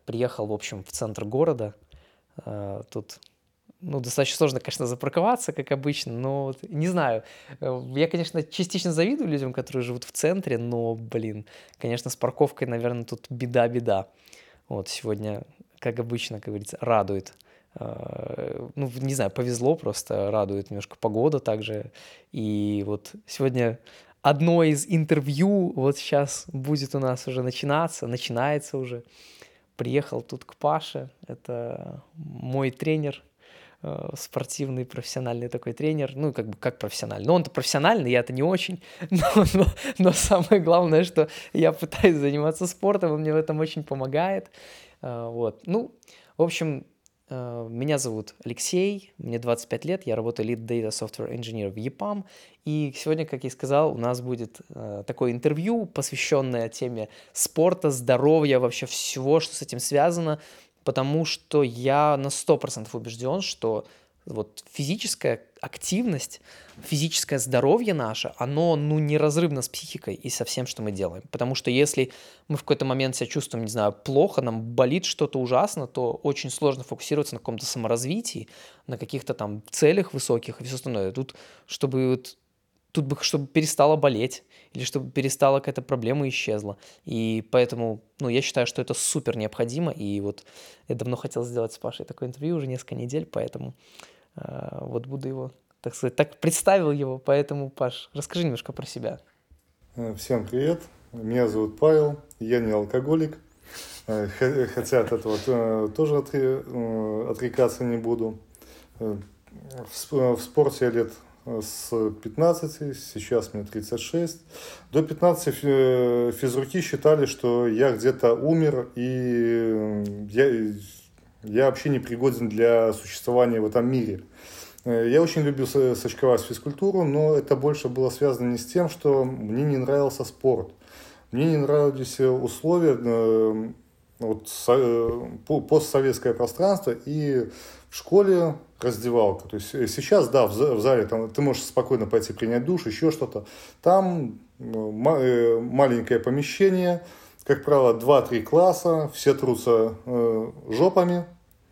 Приехал, в общем, в центр города. Тут, ну, достаточно сложно, конечно, запарковаться, как обычно, но вот не знаю. Я, конечно, частично завидую людям, которые живут в центре, но, блин, конечно, с парковкой, наверное, тут беда-беда. Вот сегодня, как обычно, как говорится, радует. Ну, не знаю, повезло просто, радует немножко погода также. И вот сегодня одно из интервью вот сейчас будет у нас уже начинается уже. Приехал тут к Паше, это мой тренер, спортивный, профессиональный такой тренер, ну, как бы как профессиональный. Но он-то профессиональный, я-то не очень, но самое главное, что я пытаюсь заниматься спортом, он мне в этом очень помогает. Вот, ну, в общем, меня зовут Алексей, мне 25 лет, я работаю Lead Data Software Engineer в EPAM, и сегодня, как я и сказал, у нас будет такое интервью, посвященное теме спорта, здоровья, вообще всего, что с этим связано, потому что я на 100% убежден, что вот физическая активность, физическое здоровье наше, оно, ну, неразрывно с психикой и со всем, что мы делаем. Потому что если мы в какой-то момент себя чувствуем, не знаю, плохо, нам болит что-то ужасно, то очень сложно фокусироваться на каком-то саморазвитии, на каких-то там целях высоких и все остальное. Тут бы, чтобы перестало болеть, или чтобы перестала какая-то проблема исчезла. И поэтому, ну, я считаю, что это супер необходимо. И вот я давно хотел сделать с Пашей такое интервью, уже несколько недель, поэтому вот буду его, так сказать, так представил его. Поэтому, Паш, расскажи немножко про себя. Всем привет, меня зовут Павел, я не алкоголик, хотя от этого тоже отрекаться не буду. В спорте я лет с 15, сейчас мне 36. До 15 физруки считали, что я где-то умер, и я вообще не пригоден для существования в этом мире. Я очень любил сочковать физкультуру, но это больше было связано не с тем, что мне не нравился спорт. Мне не нравились условия, вот, постсоветское пространство и в школе раздевалка. То есть сейчас, да, в зале там, ты можешь спокойно пойти принять душ, еще что-то. Там маленькое помещение, как правило, 2-3 класса, все трутся жопами.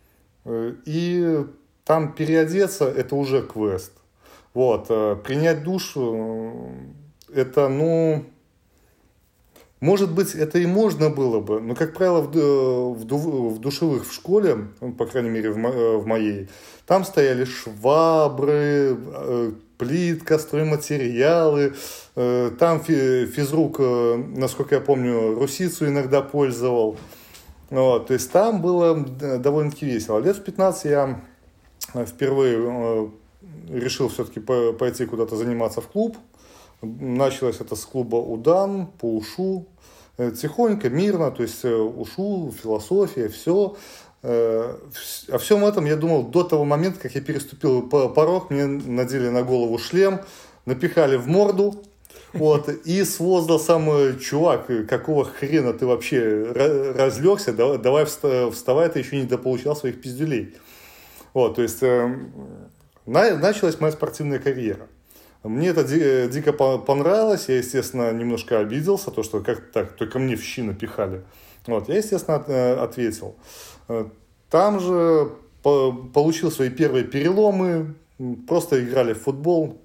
И там переодеться – это уже квест. Вот. Принять душ – это, ну, может быть, это и можно было бы, но, как правило, в душевых в школе, по крайней мере, в моей, там стояли швабры, плитка, стройматериалы, там физрук, насколько я помню, русицу иногда пользовал. Вот, то есть там было довольно-таки весело. Лет в 15 я впервые решил все-таки пойти куда-то заниматься в клуб. Началось это с клуба УДАН по УШУ. Тихонько, мирно, то есть УШУ, философия, все. О всем этом я думал до того момента, как я переступил порог, мне надели на голову шлем, напихали в морду. Вот, и с возгласом: чувак, какого хрена ты вообще разлегся, давай вставай, ты еще не дополучал своих пиздюлей. Вот, то есть началась моя спортивная карьера. Мне это дико понравилось, я, естественно, немножко обиделся, то, что как так, только мне в щи напихали. Вот, я, естественно, ответил. Там же получил свои первые переломы, просто играли в футбол,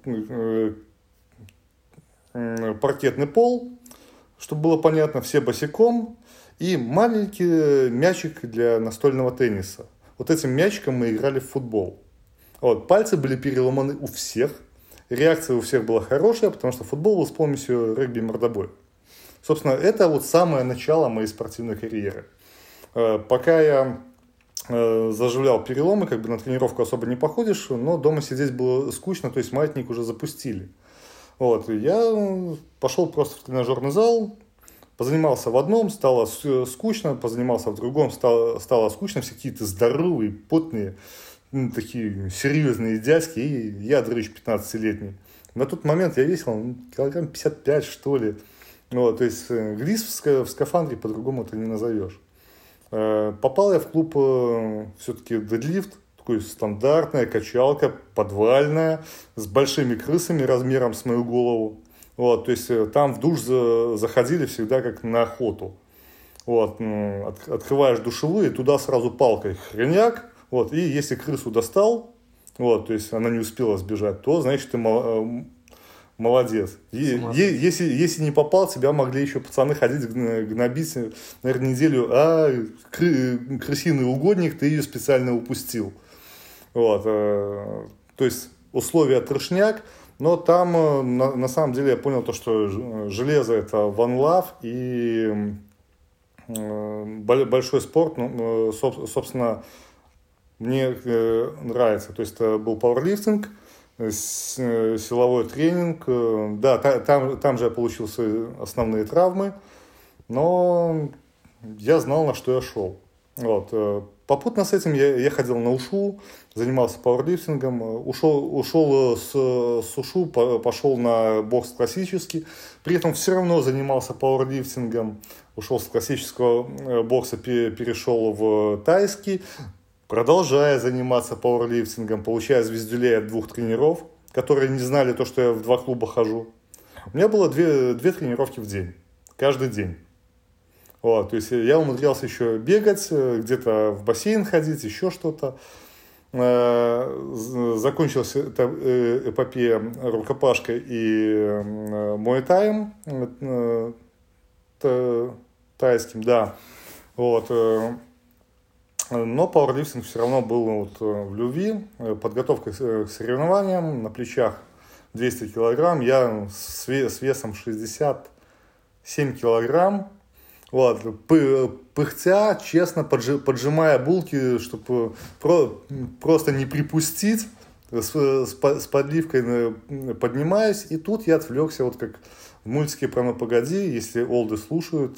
паркетный пол, чтобы было понятно, все босиком, и маленький мячик для настольного тенниса. Вот этим мячиком мы играли в футбол. Вот, пальцы были переломаны у всех, реакция у всех была хорошая, потому что футбол был с помощью регби-мордобоя. Собственно, это вот самое начало моей спортивной карьеры. Пока я заживлял переломы, как бы на тренировку особо не походишь, но дома сидеть было скучно, то есть маятник уже запустили. Вот, я пошел просто в тренажерный зал, позанимался в одном, стало скучно, позанимался в другом, стало скучно, все какие-то здоровые, потные, такие серьезные дядьки, и я дрыщ 15-летний. На тот момент я весил килограмм 55, что ли. Вот, то есть глист в скафандре по-другому это не назовешь. Попал я в клуб все-таки дедлифт, такой стандартная качалка, подвальная, с большими крысами размером с мою голову. Вот, то есть там в душ заходили всегда как на охоту. Вот, открываешь душевую, и туда сразу палкой хреняк. Вот, и если крысу достал, вот, то есть она не успела сбежать, то, значит, ты молодец. Если не попал, тебя могли еще пацаны ходить гнобить, наверное, неделю. Крысиный угодник, ты ее специально упустил. Вот, то есть условия трешняк, но там на самом деле я понял то, что железо это one love и большой спорт, ну, собственно, мне нравится. То есть это был пауэрлифтинг, силовой тренинг. Да, там же я получил свои основные травмы, но я знал, на что я шел. Вот. Попутно с этим я ходил на УШУ, занимался пауэрлифтингом, ушел с УШУ, пошел на бокс классический, при этом все равно занимался пауэрлифтингом, ушел с классического бокса, перешел в тайский, продолжая заниматься пауэрлифтингом, получая звездюлей от 2 тренеров, которые не знали то, что я в 2 клуба хожу. У меня было 2 тренировки в день, каждый день. Вот, то есть я умудрялся еще бегать, где-то в бассейн ходить, еще что-то. Закончилась эта эпопея рукопашкой и муay-таем, тайским, да. Вот. Но пауэрлифтинг все равно был вот в любви. Подготовка к соревнованиям, на плечах 200 килограмм, я с весом 67 килограмм. Вот, пыхтя, честно, поджимая булки, чтобы просто не припустить, с подливкой поднимаюсь, и тут я отвлекся, вот как в мультике про «Ну, погоди», если олды слушают,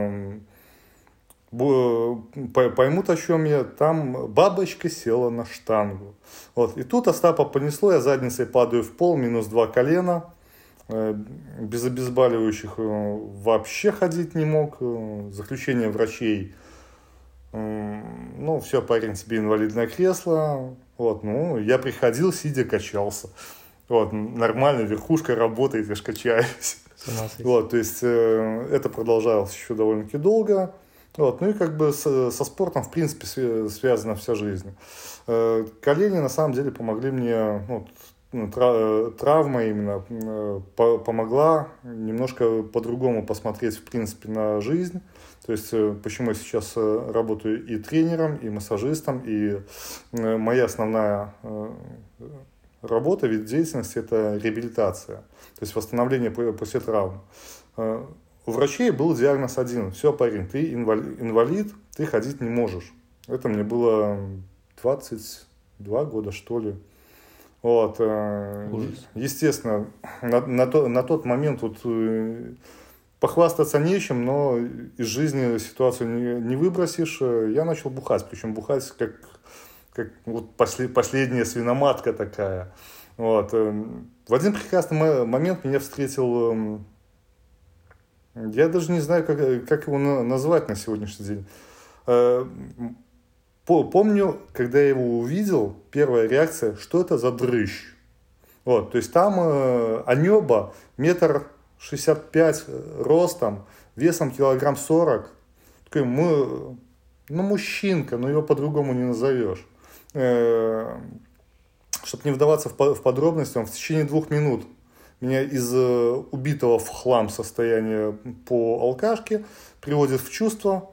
поймут, о чем я, там бабочка села на штангу. Вот, и тут Остапа понесло, я задницей падаю в пол, -2 колена. Без обезболивающих вообще ходить не мог. Заключение врачей. Ну, все, парень, тебе инвалидное кресло. Вот, ну, я приходил, сидя, качался. Вот, нормально, верхушка работает, я ж качаюсь. Вот, то есть, это продолжалось еще довольно-таки долго. Вот, ну и как бы со спортом, в принципе, связана вся жизнь. Колени, на самом деле, помогли мне, травма именно помогла немножко по-другому посмотреть, в принципе, на жизнь. То есть, почему я сейчас работаю и тренером, и массажистом, и моя основная работа, вид деятельности – это реабилитация, то есть восстановление после травм. У врачей был диагноз один: все, парень, ты инвалид, ты ходить не можешь. Это мне было 22 года, что ли. Вот, естественно, на тот момент вот, похвастаться нечем, но из жизни ситуацию не выбросишь. Я начал бухать, причем бухать как вот последняя свиноматка такая. Вот. В один прекрасный момент меня встретил, я даже не знаю, как его назвать на сегодняшний день. Помню, когда я его увидел, первая реакция: что это за дрыщ? Вот, то есть там амеба 1,65 м ростом, весом килограмм 40. Такой, мужчинка, но его по-другому не назовешь. Чтобы не вдаваться в подробности, он в течение 2 минут меня из убитого в хлам состояния по алкашке приводит в чувство,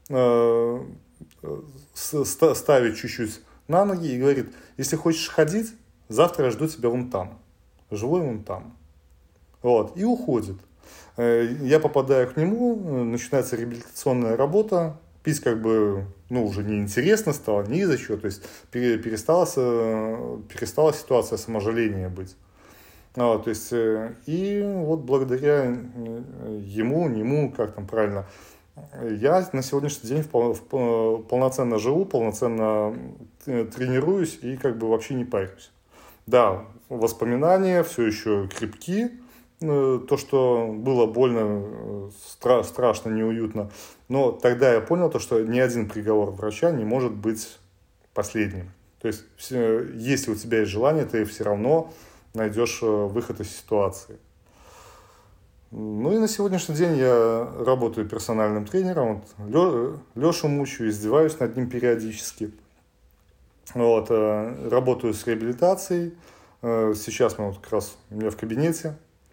ставит чуть-чуть на ноги и говорит: если хочешь ходить, завтра я жду тебя вон там, живой вон там. Вот, и уходит. Я попадаю к нему, начинается реабилитационная работа, пить как бы, уже неинтересно стало, ни из-за чего, то есть перестала ситуация саможаления быть. То есть, и вот благодаря нему, как там правильно, я на сегодняшний день полноценно живу, полноценно тренируюсь и как бы вообще не парюсь. Да, воспоминания все еще крепки, то, что было больно, страшно, неуютно. Но тогда я понял то, что ни один приговор врача не может быть последним. То есть, если у тебя есть желание, ты все равно найдешь выход из ситуации. Ну и на сегодняшний день я работаю персональным тренером. Вот, Лешу мучаю, издеваюсь над ним периодически. Вот, работаю с реабилитацией. Сейчас мы вот как раз у меня в кабинете.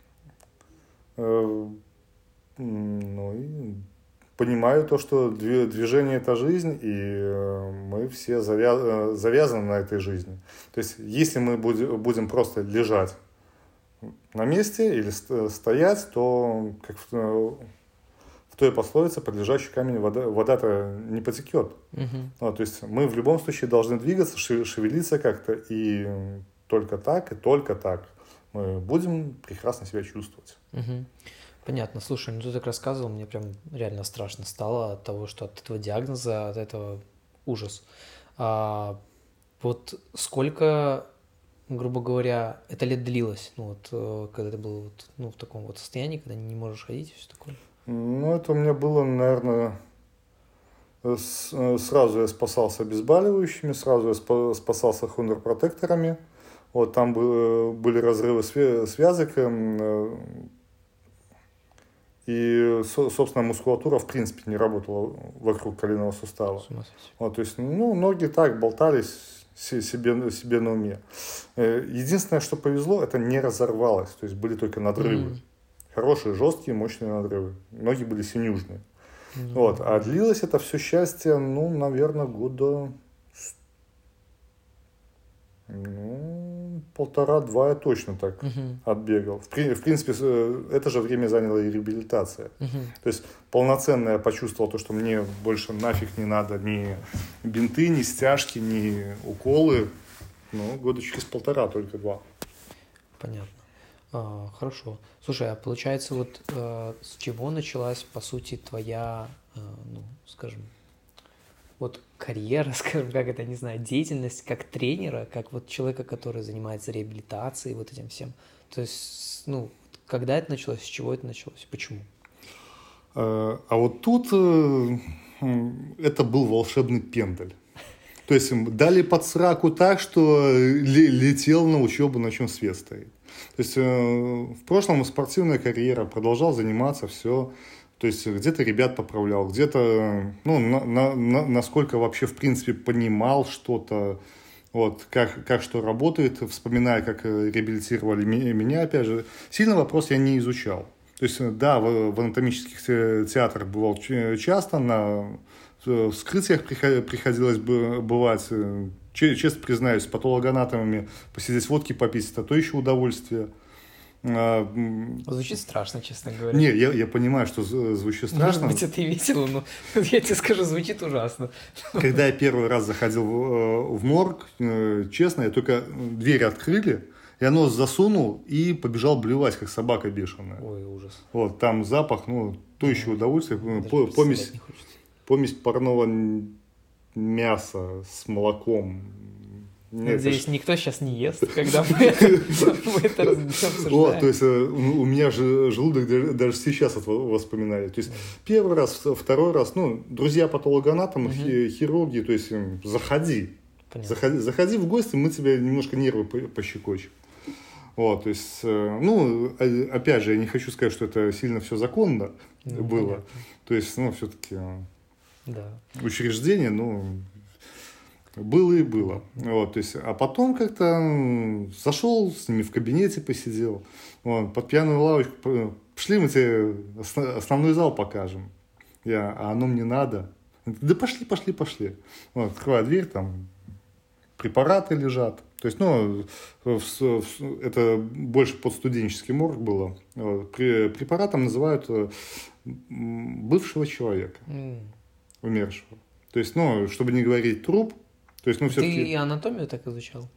Ну и понимаю то, что движение – это жизнь, и мы все завязаны на этой жизни. То есть, если мы будем просто лежать на месте или стоять, то, как в той пословице, под лежачий камень вода-то не потекет. Угу. То есть, мы в любом случае должны двигаться, шевелиться как-то, и только так мы будем прекрасно себя чувствовать. Угу. Понятно. Слушай, ну ты так рассказывал, мне прям реально страшно стало от того, что от этого диагноза, от этого ужас. Вот сколько, грубо говоря, это лет длилось? Ну вот, когда ты был вот, ну, в таком вот состоянии, когда не можешь ходить и все такое? Ну, это у меня было, наверное, сразу я спасался обезболивающими, сразу я спасался хондропротекторами. Вот там были разрывы связок, и, собственно, мускулатура, в принципе, не работала вокруг коленного сустава. Вот, то есть, ну, ноги так болтались себе на уме. Единственное, что повезло, это не разорвалось. То есть, были только надрывы. Хорошие, жесткие, мощные надрывы. Ноги были синюжные. Вот. А длилось это все счастье, ну, наверное, года... Ну, 1,5-2 я точно так отбегал. В принципе, это же время заняла и реабилитация. То есть полноценно я почувствовал то, что мне больше нафиг не надо ни бинты, ни стяжки, ни уколы. Ну, года через 1,5, только 2. Понятно. Хорошо. Слушай, а получается, вот с чего началась, по сути, твоя, ну, скажем, вот карьера, скажем, как это, не знаю, деятельность как тренера, как вот человека, который занимается реабилитацией, вот этим всем. То есть, ну, когда это началось, с чего это началось, почему? А вот тут это был волшебный пендаль. То есть дали под сраку так, что летел на учебу, на чем свет стоит. То есть в прошлом спортивная карьера, продолжал заниматься, все. То есть где-то ребят поправлял, где-то, ну, насколько вообще в принципе понимал что-то, вот, как что работает, вспоминая, как реабилитировали меня, опять же. Сильно вопрос я не изучал. То есть, да, в анатомических театрах бывал часто, на вскрытиях приходилось бывать. Честно признаюсь, с патологоанатомами посидеть водки попить – это то еще удовольствие. Звучит страшно, честно говоря. Не, я понимаю, что звучит страшно. Может быть, это и весело, но я тебе скажу, звучит ужасно. Когда я первый раз заходил в морг, честно, я только дверь открыли, я нос засунул и побежал блевать, как собака бешеная. Ой, ужас. Вот, там запах, ну, то еще удовольствие. Помесь парного мяса с молоком. Надеюсь, никто сейчас не ест, когда мы это обсуждаем. Вот, то есть у меня же желудок даже сейчас от воспоминаний. То есть первый раз, второй раз, ну, друзья патологоанатомы, хирурги, то есть заходи в гости, мы тебе немножко нервы пощекочем. Вот, то есть, ну, опять же, я не хочу сказать, что это сильно все законно было. Понятно. То есть, ну, все-таки учреждение, ну, было и было. Вот, то есть, а потом как-то зашел с ними в кабинете, посидел, вот, под пьяную лавочку, пошли, мы тебе основной зал покажем. А оно мне надо. Да пошли. Вот, открываю дверь, там препараты лежат. То есть, ну, это больше под студенческий морг было. Препаратом называют бывшего человека, умершего. То есть, ну, чтобы не говорить труп. То есть, ну, все-таки... Ты и анатомию так изучал?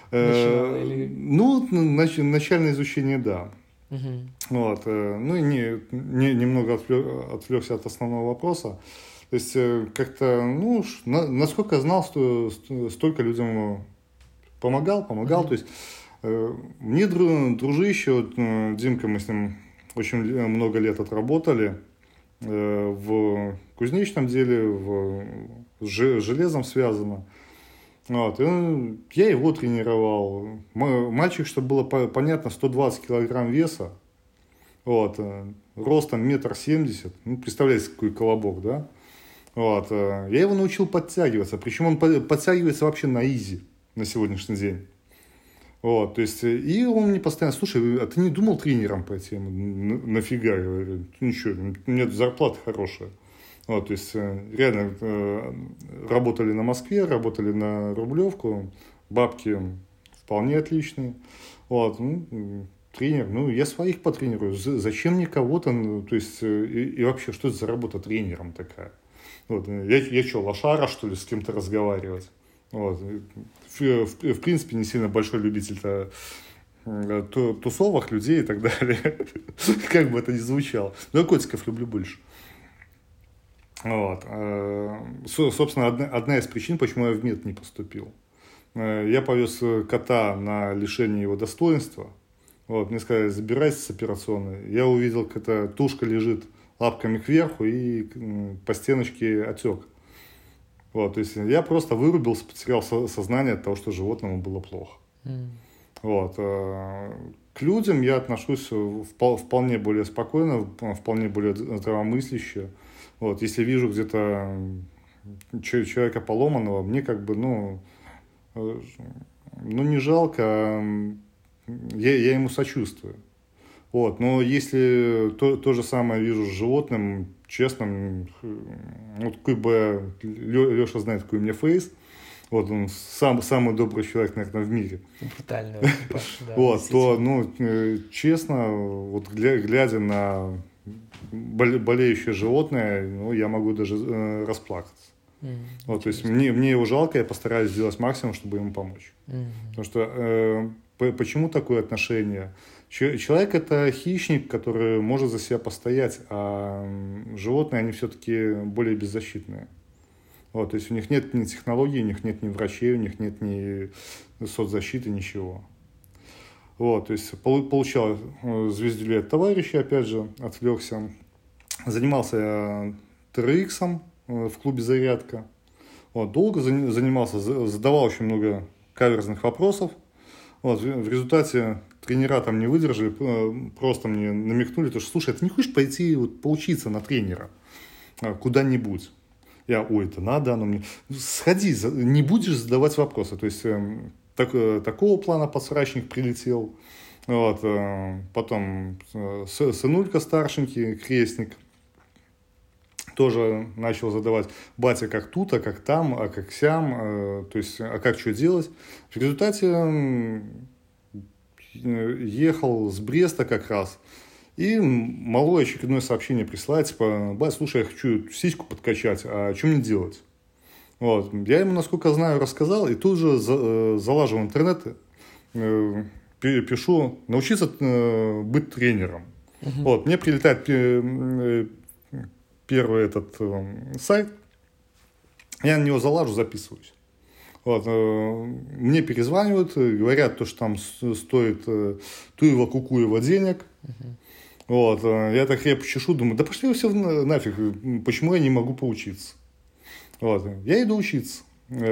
Ну, начальное изучение, да. Вот. Ну, и немного отвлекся от основного вопроса. То есть, как-то, ну, насколько я знал, столько людям помогал. То есть, мне дружище, вот, Димка, мы с ним очень много лет отработали в кузнечном деле, с железом связано. Вот, и я его тренировал. Мальчик, чтобы было понятно, 120 килограмм веса. Вот, ростом 1,70 м, ну, представляете, какой колобок, да? Вот, я его научил подтягиваться, причем он подтягивается вообще на изи на сегодняшний день. Вот, то есть, и он мне постоянно, слушай, а ты не думал тренером пойти? Нафига? Я говорю, ничего, у меня зарплата хорошая. Вот, то есть, реально, работали на Москве, работали на Рублевку, бабки вполне отличные. Вот, ну, тренер, ну, я своих потренирую. Зачем мне кого-то, ну, то есть, и вообще, что это за работа тренером такая? Вот, я что, лошара, что ли, с кем-то разговаривать? Вот. В принципе, не сильно большой любитель-то тусовок, людей и так далее. Как бы это ни звучало. Но я котиков люблю больше. Вот. Собственно, одна из причин, почему я в мед не поступил. Я повез кота на лишение его достоинства. Вот, мне сказали, забирайся с операционной. Я увидел, как эта тушка лежит лапками кверху и по стеночке отек. Вот, то есть я просто вырубился, потерял сознание от того, что животному было плохо. Вот. К людям я отношусь вполне более спокойно, вполне более здравомысляще. Вот, если вижу где-то человека поломанного, мне как бы, ну не жалко, я ему сочувствую. Вот, но если то же самое вижу с животным, честно, ну, какой бы Леша знает, какой у меня фейс, вот он самый добрый человек, наверное, в мире. Брутальный, Паша, да. Вот, то, ну, честно, вот глядя на болеющее животное, ну, я могу даже расплакаться. Вот, то есть мне его жалко, я постараюсь сделать максимум, чтобы ему помочь. Потому что почему такое отношение? Человек – это хищник, который может за себя постоять, а животные, они все-таки более беззащитные. Вот, то есть у них нет ни технологий, у них нет ни врачей, у них нет ни соцзащиты, ничего. Вот, то есть получал звездюлей от товарища, опять же, отвлекся. Занимался я TRX в клубе «Зарядка». Вот, долго занимался, задавал очень много каверзных вопросов. Вот, в результате тренера там не выдержали, просто мне намекнули, что, слушай, а ты не хочешь пойти вот, поучиться на тренера куда-нибудь? Я, ой, это надо, оно мне... Сходи, не будешь задавать вопросы. То есть, такого плана подсрачник прилетел. Вот, потом сынулька старшенький, крестник, тоже начал задавать, батя, как тут, а как там, а как сям, то есть, а как что делать. В результате ехал с Бреста как раз, и малое очередное сообщение присылает, типа, бать, слушай, я хочу сиську подкачать, а что мне делать? Вот. Я ему, насколько знаю, рассказал, и тут же залажу в интернет, пишу, научиться быть тренером. Вот. Мне прилетает первый этот сайт, я на него залажу, записываюсь. Вот, мне перезванивают, говорят, то, что там стоит Туева-Кукуева денег. Вот, я так крепко чешу, думаю, да пошли вы все нафиг, почему я не могу поучиться? Вот, я иду учиться.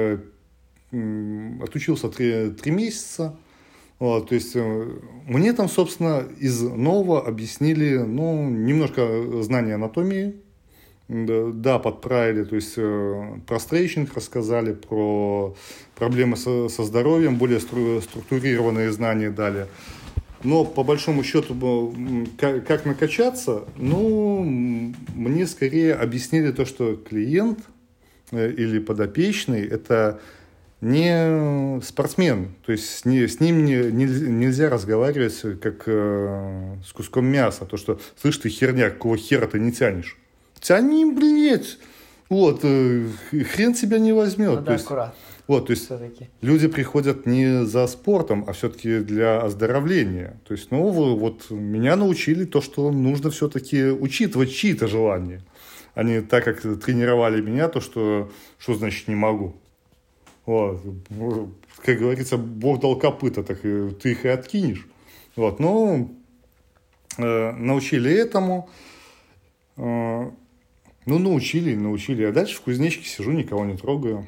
Отучился 3 месяца. Вот, то есть, мне там, собственно, из нового объяснили, ну, немножко знания анатомии, да, подправили, то есть про стрейчинг рассказали, про проблемы со здоровьем, более структурированные знания дали. Но по большому счету, как накачаться, ну, мне скорее объяснили то, что клиент или подопечный – это не спортсмен, то есть с ним нельзя разговаривать как с куском мяса, то что, слышь, ты херня, какого хера ты не тянешь? Тяни, блядь! Вот, хрен тебя не возьмет. Надо аккуратно. Вот, то есть все-таки люди приходят не за спортом, а все-таки для оздоровления. То есть, ну, вот меня научили то, что нужно все-таки учитывать чьи-то желания. А не так, как тренировали меня, то, что значит не могу. Вот. Как говорится, Бог дал копыта, так ты их и откинешь. Вот, ну, научили этому. Ну, научили. А дальше в кузнечке сижу, никого не трогаю.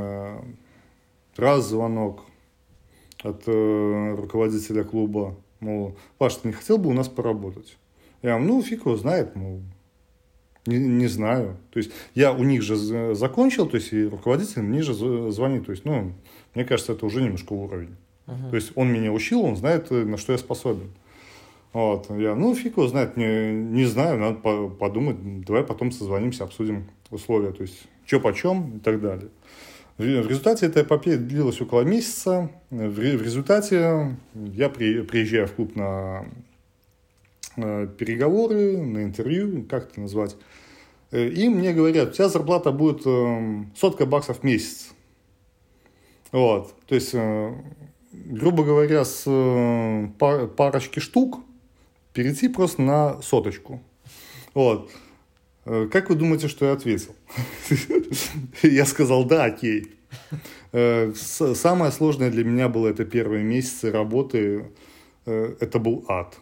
Раз звонок от руководителя клуба. Мол, Паш, ты не хотел бы у нас поработать? Я говорю, ну, фиг его знает, ну, не знаю. То есть я у них же закончил, то есть и руководитель мне же звонит. То есть, ну, мне кажется, это уже немножко уровень. То есть он меня учил, он знает, на что я способен. Вот. Я, ну, фиг его знает, не знаю, надо подумать, давай потом созвонимся, обсудим условия, то есть, что почем и так далее. В результате эта эпопея длилась около месяца. В результате я приезжаю в клуб на переговоры, на интервью, как это назвать. И мне говорят, у тебя зарплата будет $100 в месяц. Вот. То есть, грубо говоря, с парочки штук перейти просто на 100. Вот. Как вы думаете, что я ответил? Я сказал, да, окей. Самое сложное для меня было это первые месяцы работы. Это был ад.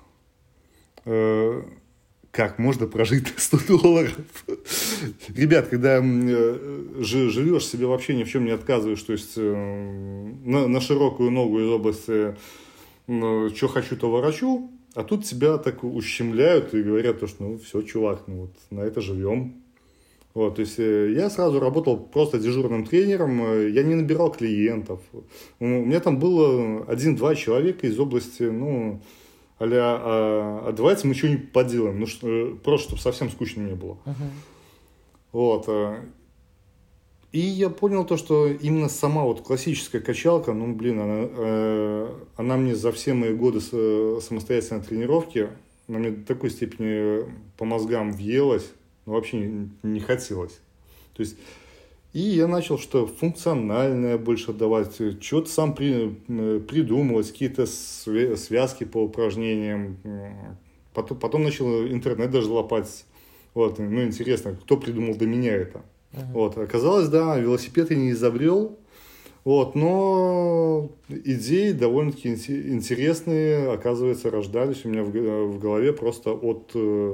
Как можно прожить на $100? Ребят, когда живешь, себе вообще ни в чем не отказываешь, то есть на широкую ногу из области что хочу, то ворочу, а тут тебя так ущемляют и говорят, что ну все, чувак, ну вот на это живем. Вот, то есть я сразу работал просто дежурным тренером, я не набирал клиентов. У меня там было 1-2 человека из области, ну, а давайте мы что-нибудь поделаем, ну, просто, чтобы совсем скучно не было. Вот. И я понял то, что именно сама вот классическая качалка, ну, блин, она мне за все мои годы самостоятельной тренировки, она мне до такой степени по мозгам въелась, но вообще не хотелось. То есть, и я начал что функциональное больше давать, что-то сам придумывать, какие-то связки по упражнениям. Потом начал интернет даже лопать. Вот, ну, интересно, кто придумал до меня это. Вот, оказалось, да, велосипед я не изобрел, вот, но идеи довольно-таки интересные, оказывается, рождались у меня в голове просто от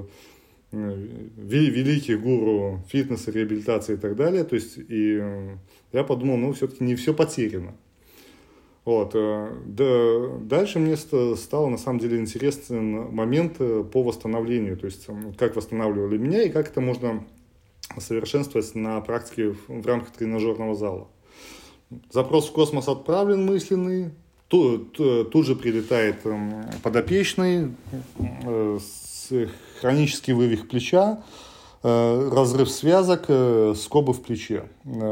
великих гуру фитнеса, реабилитации и так далее. То есть, и я подумал, ну, все-таки не все потеряно. Вот. Да, дальше мне стало, на самом деле, интересен момент по восстановлению. То есть, как восстанавливали меня и как это можно совершенствовать на практике в рамках тренажерного зала. Запрос в космос отправлен мысленный, тут же прилетает подопечный, хронический вывих плеча, разрыв связок, скобы в плече.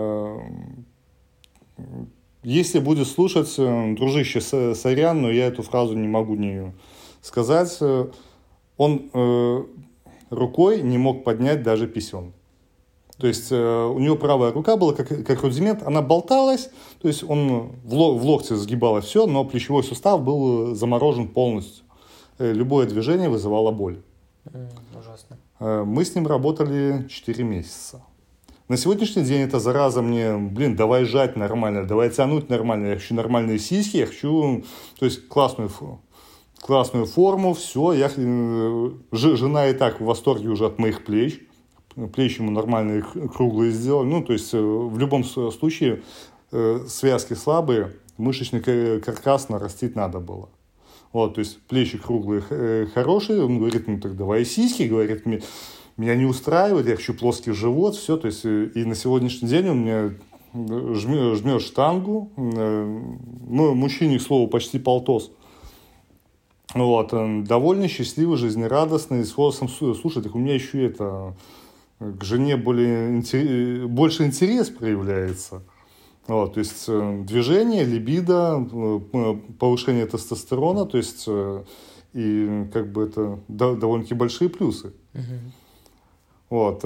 Если будет слушать, дружище, сорян, но я эту фразу не могу не сказать, он рукой не мог поднять даже писен. То есть у него правая рука была как рудимент, она болталась, то есть он в локте сгибалось все, но плечевой сустав был заморожен полностью. Любое движение вызывало боль. Ужасно. Мы с ним работали 4 месяца. На сегодняшний день эта зараза мне, блин, давай жать нормально, давай тянуть нормально, я хочу нормальные сиськи, я хочу, то есть классную форму, все, жена и так в восторге уже от моих плеч. Плечи ему нормальные, круглые сделали. Ну, то есть, в любом случае, связки слабые, мышечный каркас нарастить надо было. Вот, то есть, плечи круглые, хорошие. Он говорит, ну, так давай сиськи, говорит, меня не устраивает, я хочу плоский живот, все. То есть, и на сегодняшний день он мне жмет штангу. Ну, мужчине, к слову, почти полтос. Вот, довольно счастливый, жизнерадостный, с голосом, слушай, так у меня еще это... к жене больше интерес проявляется. Вот, то есть движение, либидо, повышение тестостерона, то есть и как бы это довольно-таки большие плюсы. Вот,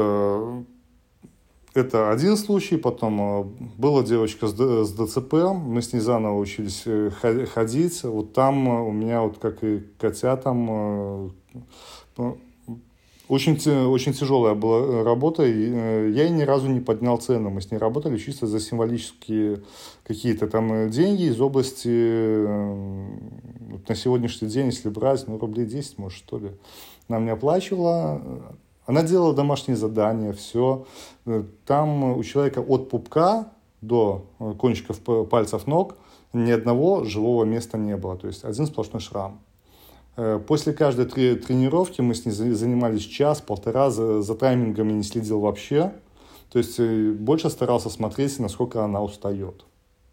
это один случай. Потом была девочка с ДЦП, мы с ней заново учились ходить. Вот там у меня, вот как и котятам, очень тяжелая была работа, и я ей ни разу не поднял цену. Мы с ней работали чисто за символические какие-то там деньги из области, вот на сегодняшний день, если брать, ну, рублей 10, может, что ли, она мне оплачивала. Она делала домашние задания, все. Там у человека от пупка до кончиков пальцев ног ни одного живого места не было. То есть один сплошной шрам. После каждой тренировки мы с ней занимались час-полтора, за таймингом я не следил вообще. То есть больше старался смотреть, насколько она устает.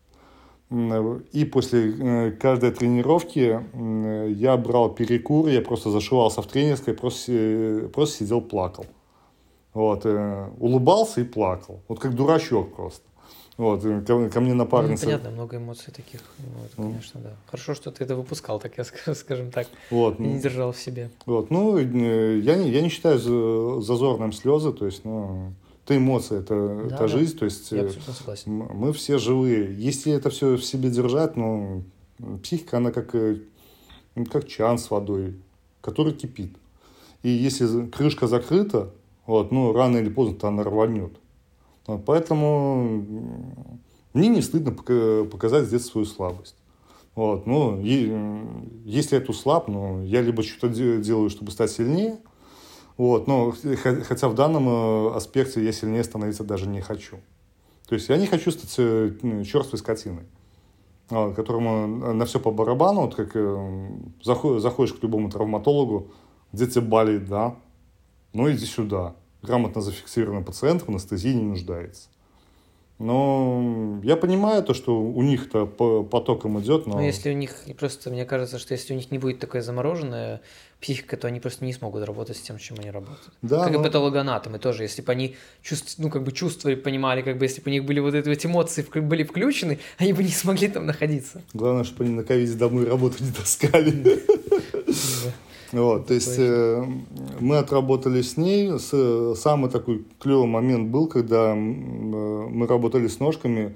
И после каждой тренировки я брал перекур, я просто зашивался в тренерской, просто сидел, плакал. Вот, улыбался и плакал. Вот как дурачок просто. Вот, ко мне напарница... Ну, понятно, много эмоций таких. Вот, конечно, да. Хорошо, что ты это выпускал, так я скажем так, вот, и не держал в себе. Вот, ну, я не считаю зазорным слезы, то есть, ну... Это эмоции, это жизнь, то есть я абсолютно согласен. Мы все живые. Если это все в себе держать, ну, психика, она как чан с водой, который кипит. И если крышка закрыта, вот, ну, рано или поздно-то она рванет. Вот, поэтому мне не стыдно показать здесь свою слабость. Вот, ну, если я слаб, ну, я либо что-то делаю, чтобы стать сильнее, вот, но хотя в данном аспекте я сильнее становиться даже не хочу. То есть я не хочу стать черствой скотиной, которому на все по барабану, вот как заходишь к любому травматологу, где тебе болит, да, ну иди сюда. Грамотно зафиксированный пациент в анестезии не нуждается. Но я понимаю то, что у них-то потоком идет, но... Ну, если у них, просто мне кажется, что если у них не будет такая замороженная психика, то они просто не смогут работать с тем, чем они работают. Да, как и патологоанатомы тоже, если бы они чувствовали, понимали, если бы у них были вот эти эмоции были включены, они бы не смогли там находиться. Главное, чтобы они на ковиде домой работу не таскали. Вот, то есть мы отработали с ней. Самый такой клевый момент был, когда мы работали с ножками,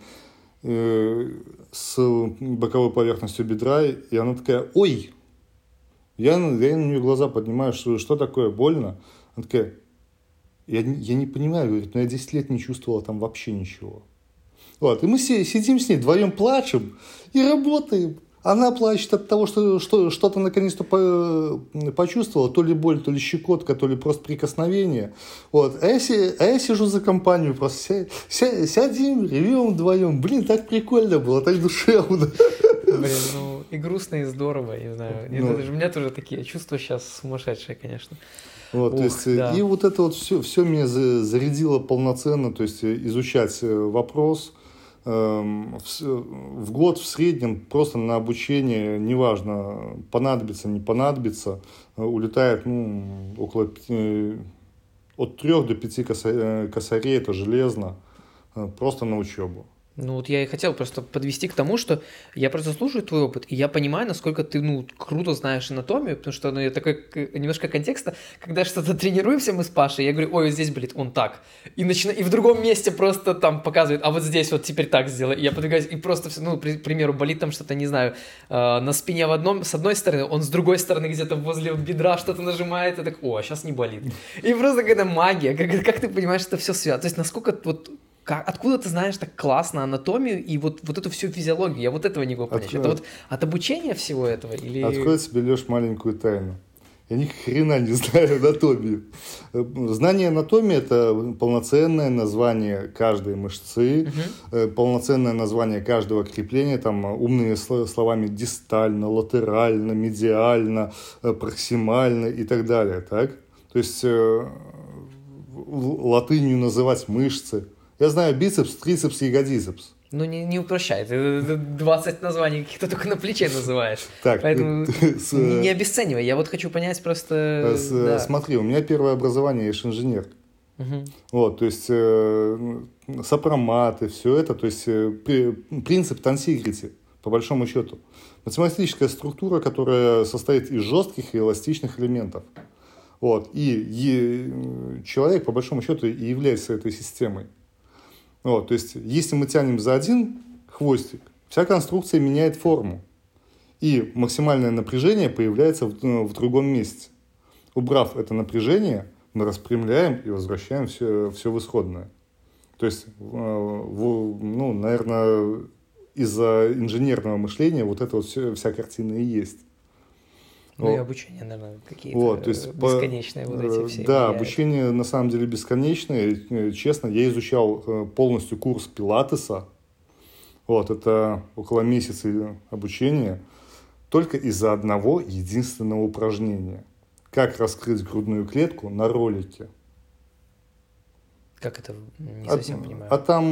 с боковой поверхностью бедра, и она такая: ой! Я на нее глаза поднимаю, что такое, больно? Она такая: я не понимаю, говорит, но я 10 лет не чувствовала там вообще ничего. Вот, и мы сидим с ней, вдвоем плачем и работаем. Она плачет от того, что что-то наконец-то почувствовала, то ли боль, то ли щекотка, то ли просто прикосновение. Вот. А я сижу за компанию, просто сядем, ревем вдвоем. Блин, так прикольно было, так душевно. Блин, ну и грустно, и здорово, не знаю. У меня тоже такие чувства сейчас сумасшедшие, конечно. Вот, то есть, да. И вот это вот все меня зарядило полноценно, то есть изучать вопрос. В год в среднем просто на обучение, неважно, понадобится, не понадобится, улетает около от 3 до 5 косарей, это железно, просто на учебу. Ну вот я и хотел просто подвести к тому, что я просто слушаю твой опыт, и я понимаю, насколько ты, круто знаешь анатомию, потому что, я такой, немножко контекста, когда что-то тренируемся мы с Пашей, я говорю: ой, вот здесь болит, он так, и в другом месте просто там показывает, а вот здесь вот теперь так сделай, и я подвигаюсь, и просто, к примеру, болит там что-то, не знаю, на спине с одной стороны, он с другой стороны где-то возле бедра что-то нажимает, и так: о, сейчас не болит. И просто какая-то магия, как ты понимаешь, что это все связано, то есть насколько вот... Откуда ты знаешь так классно анатомию и вот эту всю физиологию? Я вот этого не могу понять. Это вот от обучения всего этого? Или... Открой себе, Леш, маленькую тайну. Я ни хрена не знаю анатомию. Знание анатомии – это полноценное название каждой мышцы, полноценное название каждого крепления, там умными словами дистально, латерально, медиально, проксимально и так далее. Так? То есть латынью называть мышцы. Я знаю бицепс, трицепс, ягодицепс. Ну, не упрощай. Ты 20 названий каких-то только на плече называешь. Так, поэтому не обесценивай. Я вот хочу понять просто... Смотри, у меня первое образование, я же инженер. Вот, то есть сопроматы, все это, то есть принцип тансигрити, по большому счету. Математическая структура, которая состоит из жестких и эластичных элементов. Вот, и человек, по большому счету, и является этой системой. Вот, то есть, если мы тянем за один хвостик, вся конструкция меняет форму. И максимальное напряжение появляется в другом месте. Убрав это напряжение, мы распрямляем и возвращаем все в исходное. То есть, наверное, из-за инженерного мышления вот эта вот вся картина и есть. Ну и обучение, наверное, какие-то то есть бесконечные вот эти все. Да, обучение на самом деле бесконечное. Честно, я изучал полностью курс пилатеса. Вот, это около месяца обучения. только из-за одного единственного упражнения. Как раскрыть грудную клетку на ролике. Как это? Не совсем понимаю. А там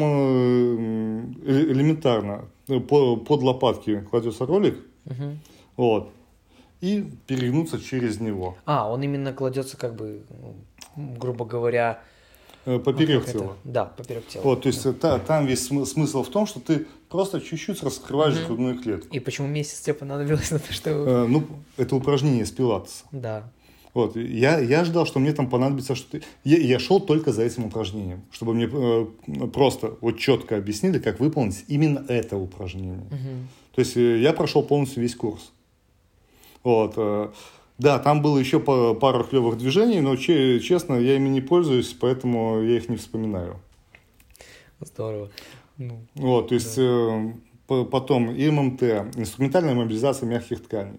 элементарно. Под лопатки кладется ролик, вот, и перегнуться через него. Он именно кладется, как бы, грубо говоря... Поперек тела. Да, поперек тела. Вот, то есть там весь смысл в том, что ты просто чуть-чуть раскрываешь грудную клетку. И почему месяц тебе понадобилось на то, что... Это упражнение из пилатеса. Да. Вот, я ждал, что мне там понадобится что-то... Я шел только за этим упражнением, чтобы мне просто вот четко объяснили, как выполнить именно это упражнение. То есть я прошел полностью весь курс. Вот. Да, там было еще пару клевых движений, но, честно, я ими не пользуюсь, поэтому я их не вспоминаю. Здорово. Вот, то есть потом ИММТ, инструментальная мобилизация мягких тканей.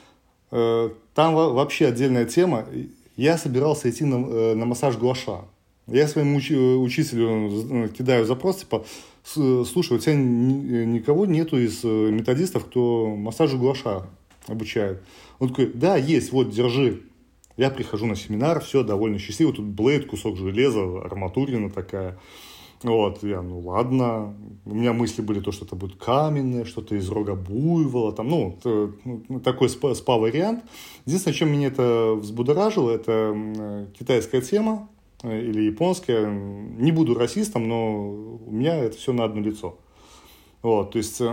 Там вообще отдельная тема. Я собирался идти на массаж гуаша. Я своему учителю кидаю запрос, типа, слушай, у тебя никого нету из методистов, кто массажу гуаша обучает? Он такой, да, есть, вот, держи. Я прихожу на семинар, все, довольно счастливо. Тут блейд, кусок железа, арматурина такая. Вот, я, ладно. У меня мысли были, что это будет каменное, что-то из рога буйвола, там, такой спа-вариант. Единственное, чем меня это взбудоражило, это китайская тема или японская. Не буду расистом, но у меня это все на одно лицо. Вот, то есть...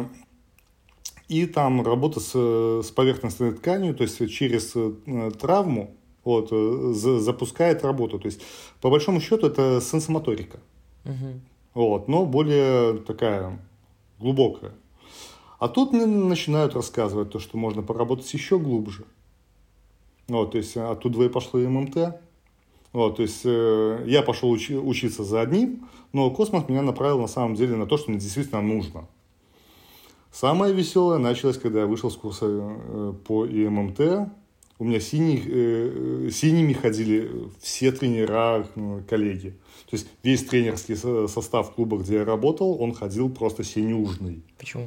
И там работа с поверхностной тканью, то есть через травму запускает работу. То есть, по большому счету, это сенсомоторика. Вот, но более такая глубокая. А тут мне начинают рассказывать то, что можно поработать еще глубже. Вот, то есть оттуда и пошло ММТ. Вот, то есть я пошел учиться за одним, но космос меня направил на самом деле на то, что мне действительно нужно. Самое веселое началось, когда я вышел с курса по ИММТ. У меня синими ходили все тренера, коллеги. То есть весь тренерский состав клуба, где я работал, он ходил просто синюжный. Почему?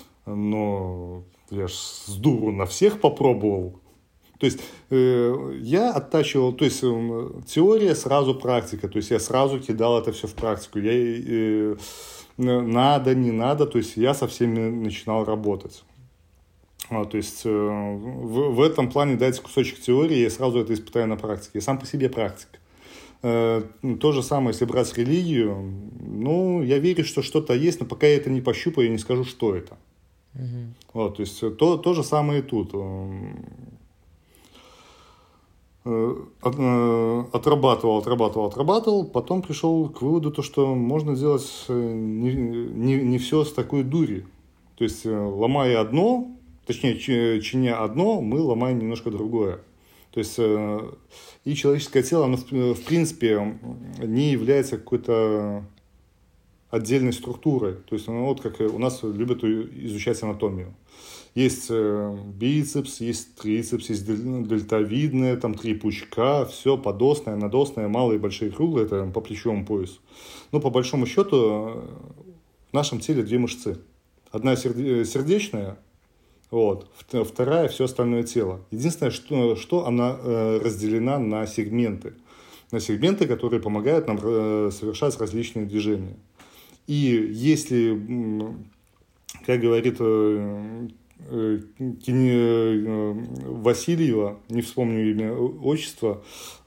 Но я ж с дуру на всех попробовал. То есть я оттачивал, то есть теория, сразу практика. То есть я сразу кидал это все в практику. Надо, не надо, то есть я со всеми начинал работать. То есть в этом плане дайте кусочек теории, я сразу это испытаю на практике. Я сам по себе практик. То же самое, если брать религию, я верю, что что-то есть, но пока я это не пощупаю, я не скажу, что это. То есть то же самое и тут. Отрабатывал, потом пришел к выводу, что можно делать не все с такой дури. То есть, ломая одно, точнее, чиня одно, мы ломаем немножко другое. То есть, и человеческое тело, оно, в принципе, не является какой-то отдельной структурой. То есть, вот как у нас любят изучать анатомию. Есть бицепс, есть трицепс, есть дельтовидное, там 3 пучка, все подосное, надосное, малые, большие, круглые, это по плечевому поясу. Но по большому счету в нашем теле 2 мышцы. Одна сердечная, вторая все остальное тело. Единственное, что она разделена на сегменты. На сегменты, которые помогают нам совершать различные движения. И если, как говорит Васильева, не вспомню имя, отчество,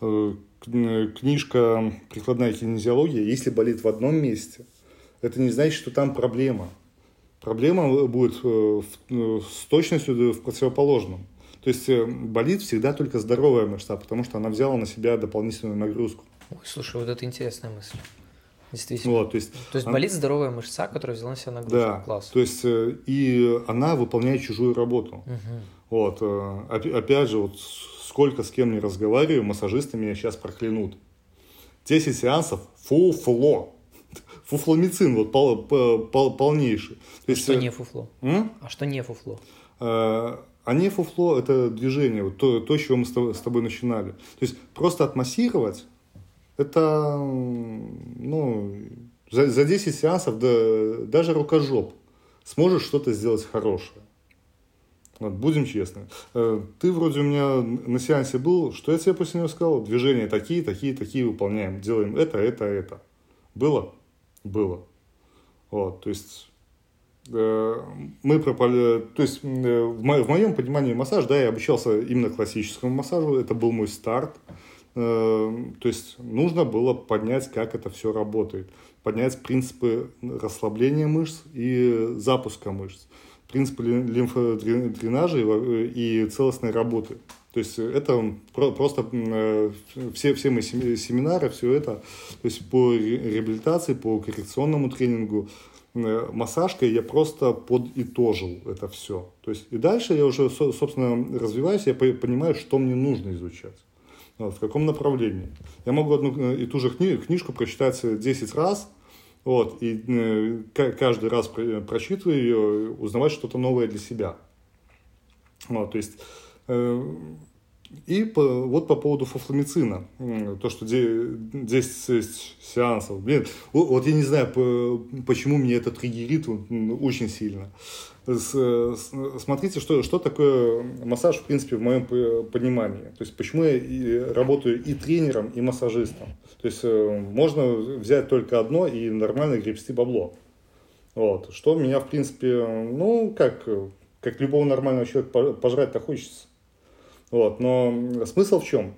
книжка «Прикладная кинезиология», если болит в одном месте, это не значит, что там проблема. Проблема будет с точностью в противоположном. То есть болит всегда только здоровая мышца, потому что она взяла на себя дополнительную нагрузку. Ой, слушай, вот это интересная мысль. Действительно. То есть болит здоровая мышца, которая взяла на себя нагрузку. Да, класс. То есть и она выполняет чужую работу. Опять же, сколько с кем не разговариваю, массажисты меня сейчас проклянут. 10 сеансов фуфло. Фуфломицин полнейший. Что не фуфло? А что не фуфло? А не фуфло – это движение, то, с чего мы с тобой начинали. То есть просто отмассировать – это, за 10 сеансов даже рукожоп сможешь что-то сделать хорошее. Вот, будем честны. Ты вроде у меня на сеансе был, что я тебе после него сказал? Движения такие, такие, такие выполняем, делаем это. Было? Было. Вот, то есть мы пропали, то есть в моем понимании массаж, да, я обучался именно классическому массажу, это был мой старт. То есть нужно было поднять, как это все работает, поднять принципы расслабления мышц и запуска мышц, принципы лимфодренажа и целостной работы. То есть это просто все мои семинары, все это, то есть по реабилитации, по коррекционному тренингу, массажкой я просто подытожил это все. То есть и дальше я уже, собственно, развиваюсь, я понимаю, что мне нужно изучать. Вот, в каком направлении. Я могу одну и ту же книжку прочитать 10 раз, вот, и каждый раз прочитывая ее, узнавать что-то новое для себя. Вот, то есть, и вот по поводу фуфломицина, то, что 10 сеансов, блин, вот я не знаю, почему меня это триггерит очень сильно. Смотрите, что такое массаж, в принципе, в моем понимании. То есть, почему я работаю и тренером, и массажистом. То есть, можно взять только одно и нормально гребсти бабло. Вот. Что меня, в принципе, ну, как любого нормального человека, пожрать-то хочется. Вот. Но смысл в чем?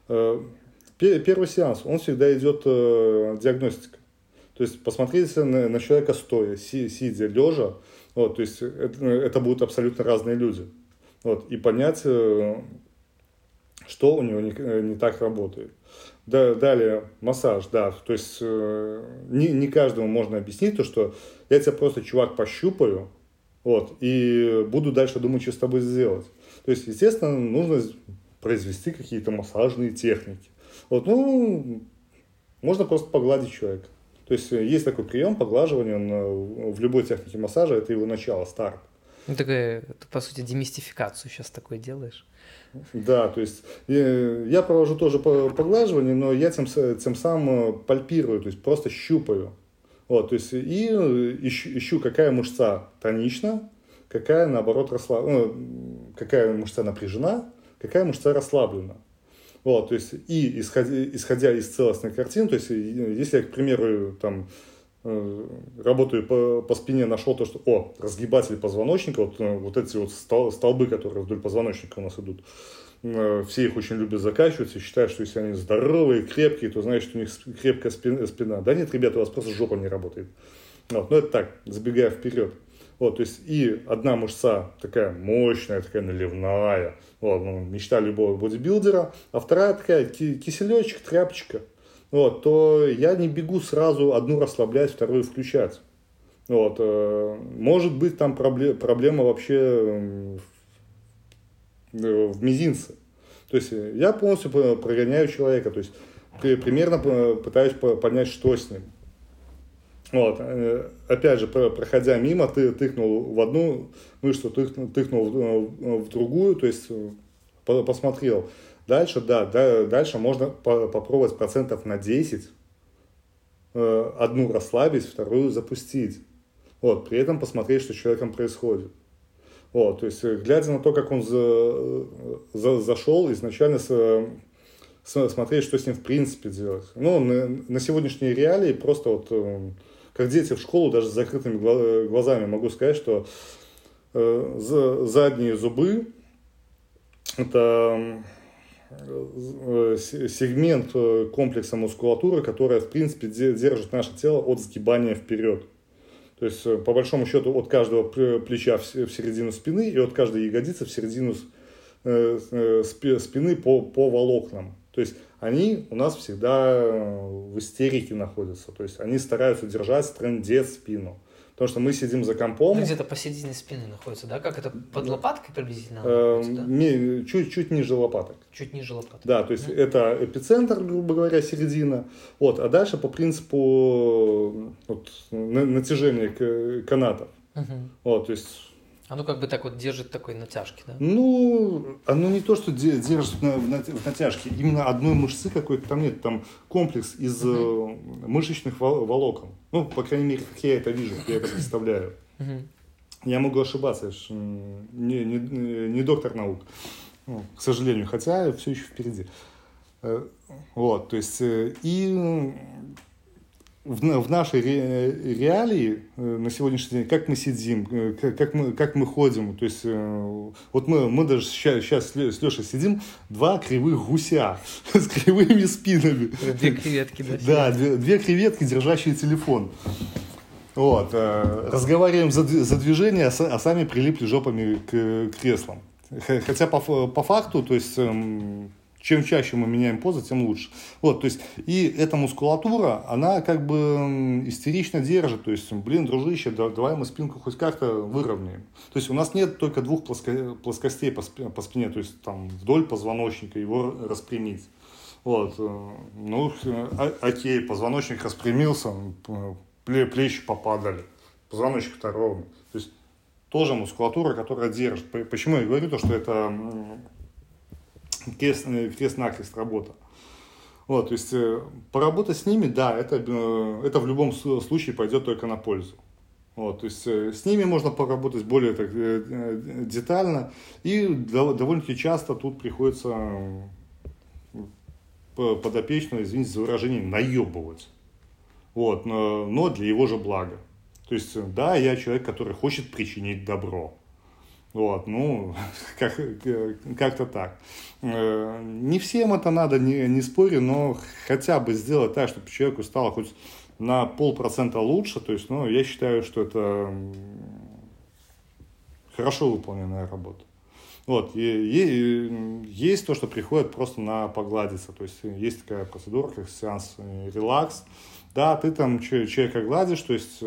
Первый сеанс, он всегда идет диагностика. То есть, посмотреть на человека стоя, сидя, лежа. Вот, то есть это будут абсолютно разные люди. Вот, и понять, что у него не так работает. Далее массаж, да. То есть не каждому можно объяснить то, что я тебя просто, чувак, пощупаю, вот, и буду дальше думать, что с тобой сделать. То есть, естественно, нужно произвести какие-то массажные техники. Вот, ну, можно просто погладить человека. То есть, есть такой прием поглаживания в любой технике массажа, это его начало, старт. Ну, такая, по сути, демистификацию сейчас такое делаешь. Да, то есть, я провожу тоже поглаживание, но я тем самым пальпирую, то есть, просто щупаю. Вот, то есть, и ищу, какая мышца тонична, какая, наоборот, какая мышца напряжена, какая мышца расслаблена. Вот, то есть, и исходя из целостной картины, то есть, если я, к примеру, там, работаю по спине, нашел то, что, разгибатели позвоночника, вот эти вот столбы, которые вдоль позвоночника у нас идут, все их очень любят закачивать и считают, что если они здоровые, крепкие, то значит, у них крепкая спина. Да нет, ребята, у вас просто жопа не работает. Вот, но это так, забегая вперед. Вот, то есть, и одна мышца такая мощная, такая наливная, вот, мечта любого бодибилдера, а вторая такая киселечек, тряпочка. Вот, то я не бегу сразу одну расслаблять, вторую включать. Вот, может быть, там проблема вообще в мизинце. То есть, я полностью прогоняю человека, то есть, примерно пытаюсь понять, что с ним. Вот, опять же, проходя мимо, ты тыкнул в одну мышцу, тыкнул в другую, то есть посмотрел. Дальше, да, дальше можно попробовать процентов на 10 одну расслабить, вторую запустить. Вот, при этом посмотреть, что с человеком происходит. Вот, то есть, глядя на то, как он зашел, изначально смотреть, что с ним в принципе делать. Ну, на сегодняшние реалии просто вот, как дети в школу, даже с закрытыми глазами могу сказать, что задние зубы – это сегмент комплекса мускулатуры, которая, в принципе, держит наше тело от сгибания вперед. То есть, по большому счету, от каждого плеча в середину спины и от каждой ягодицы в середину спины по волокнам. То есть, они у нас всегда в истерике находятся. То есть, они стараются держать трындец спину. Потому что мы сидим за компом. Ну, где-то посередине спины находится, да? Как это, под лопаткой приблизительно находится, да? Чуть ниже лопаток. Чуть ниже лопаток. Да, то есть, это эпицентр, грубо говоря, середина. Вот, а дальше по принципу натяжения канатов. Вот, то есть... Оно как бы так вот держит такой натяжки, да? Ну, оно не то, что держит в натяжке. Именно одной мышцы какой-то там нет. Там комплекс из мышечных волокон. Ну, по крайней мере, как я это вижу, как я это представляю. Я могу ошибаться, я ж не доктор наук, ну, к сожалению, хотя все еще впереди. Вот, то есть, и в нашей реалии на сегодняшний день, как мы сидим, как мы ходим, то есть, вот мы даже сейчас с Лешей сидим, два кривых гуся с кривыми спинами. Две креветки, да? Да, две креветки, держащие телефон. Вот, разговариваем за движение, а сами прилипли жопами к креслам. Хотя по факту, то есть, чем чаще мы меняем позу, тем лучше. Вот, то есть, и эта мускулатура, она как бы истерично держит. То есть, блин, дружище, давай мы спинку хоть как-то выровняем. То есть, у нас нет только двух плоскостей по спине, то есть, там, вдоль позвоночника его распрямить. Вот, ну, окей, позвоночник распрямился, плечи попадали, позвоночник ровно. То есть, тоже мускулатура, которая держит. Почему я говорю то, что это крест-накрест работа. Вот, то есть, поработать с ними, да, это в любом случае пойдет только на пользу. Вот, то есть, с ними можно поработать более так, детально, и довольно-таки часто тут приходится подопечного, извините за выражение, наебывать. Вот, но для его же блага. То есть, да, я человек, который хочет причинить добро. Вот, ну, как-то так. Не всем это надо, не спорю, но хотя бы сделать так, чтобы человеку стало хоть на 0,5% лучше. То есть, ну, я считаю, что это хорошо выполненная работа. Вот, и есть то, что приходит просто на погладиться. То есть, есть такая процедура, как сеанс релакс. Да, ты там человека гладишь, то есть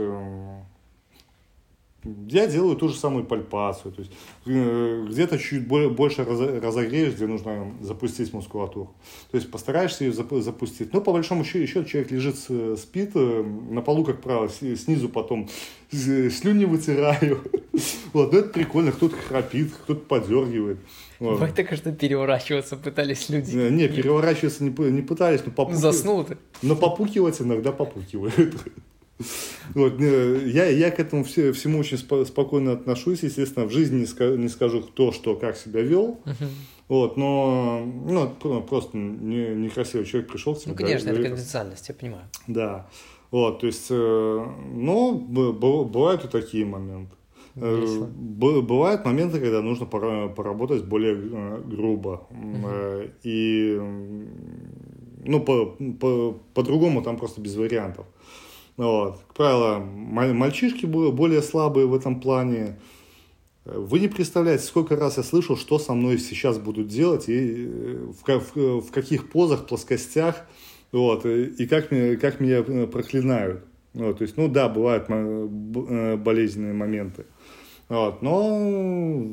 я делаю ту же самую пальпацию, то есть где-то чуть больше разогреешь, где нужно запустить мускулатуру. То есть постараешься ее запустить. Но по большому счету человек лежит, спит, на полу, как правило, снизу потом слюни вытираю. Вот, но это прикольно, кто-то храпит, кто-то подергивает. Вот. Бывает так, что переворачиваться пытались люди. Не, переворачиваться не пытались, но Заснул ты. Но попукивать иногда попукивают. Вот, я к этому всему очень спокойно отношусь. Естественно, в жизни не скажу, кто, что, как себя вел. Вот, но просто некрасивый человек пришел к тебе. Ну, конечно, это конфиденциальность, я понимаю. Да. Вот, то есть, но бывают и такие моменты. Бывают моменты, когда нужно поработать более грубо. И по-другому там просто без вариантов. Вот. Как правило, мальчишки более слабые в этом плане. Вы не представляете, сколько раз я слышал, что со мной сейчас будут делать, и в каких позах, плоскостях, вот, и как меня проклинают. Вот, то есть, ну да, бывают болезненные моменты. Вот, но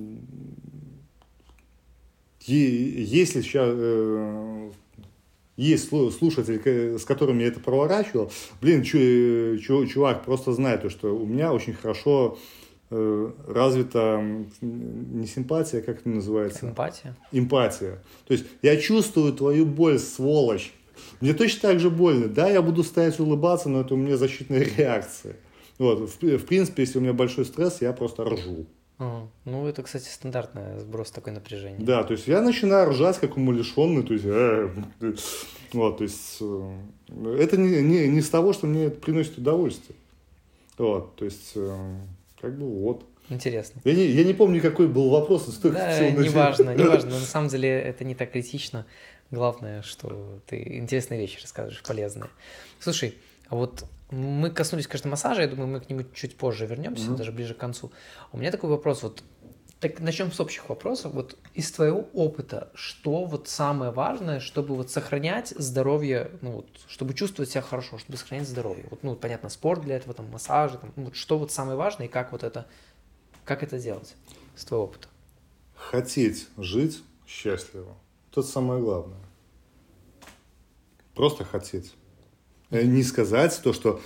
если сейчас есть слушатели, с которыми я это проворачивал, блин, чувак, просто знай то, что у меня очень хорошо развита не симпатия, как это называется? Эмпатия. Эмпатия. То есть я чувствую твою боль, сволочь. Мне точно так же больно. Да, я буду стоять улыбаться, но это у меня защитная реакция. Вот. В принципе, если у меня большой стресс, я просто ржу. Ну, это, кстати, стандартный сброс такой напряжения. Да, то есть я начинаю ржать, как умалишенный, то есть, вот, то есть это не с того, что мне это приносит удовольствие. Вот, то есть, как бы вот. Интересно. Я не помню, какой был вопрос. Да, неважно, на самом деле это не так критично. Главное, что ты интересные вещи рассказываешь, полезные. Слушай, а вот мы коснулись, конечно, массажа, я думаю, мы к нему чуть позже вернемся, даже ближе к концу. У меня такой вопрос, вот, так начнем с общих вопросов. Вот из твоего опыта, что вот самое важное, чтобы вот сохранять здоровье, ну вот, чтобы чувствовать себя хорошо, чтобы сохранять здоровье? Вот, ну, понятно, спорт для этого, там, массажи, там, вот, что вот самое важное и как это делать с твоего опыта? Хотеть жить счастливо. Это самое главное. Просто хотеть. Не сказать то, что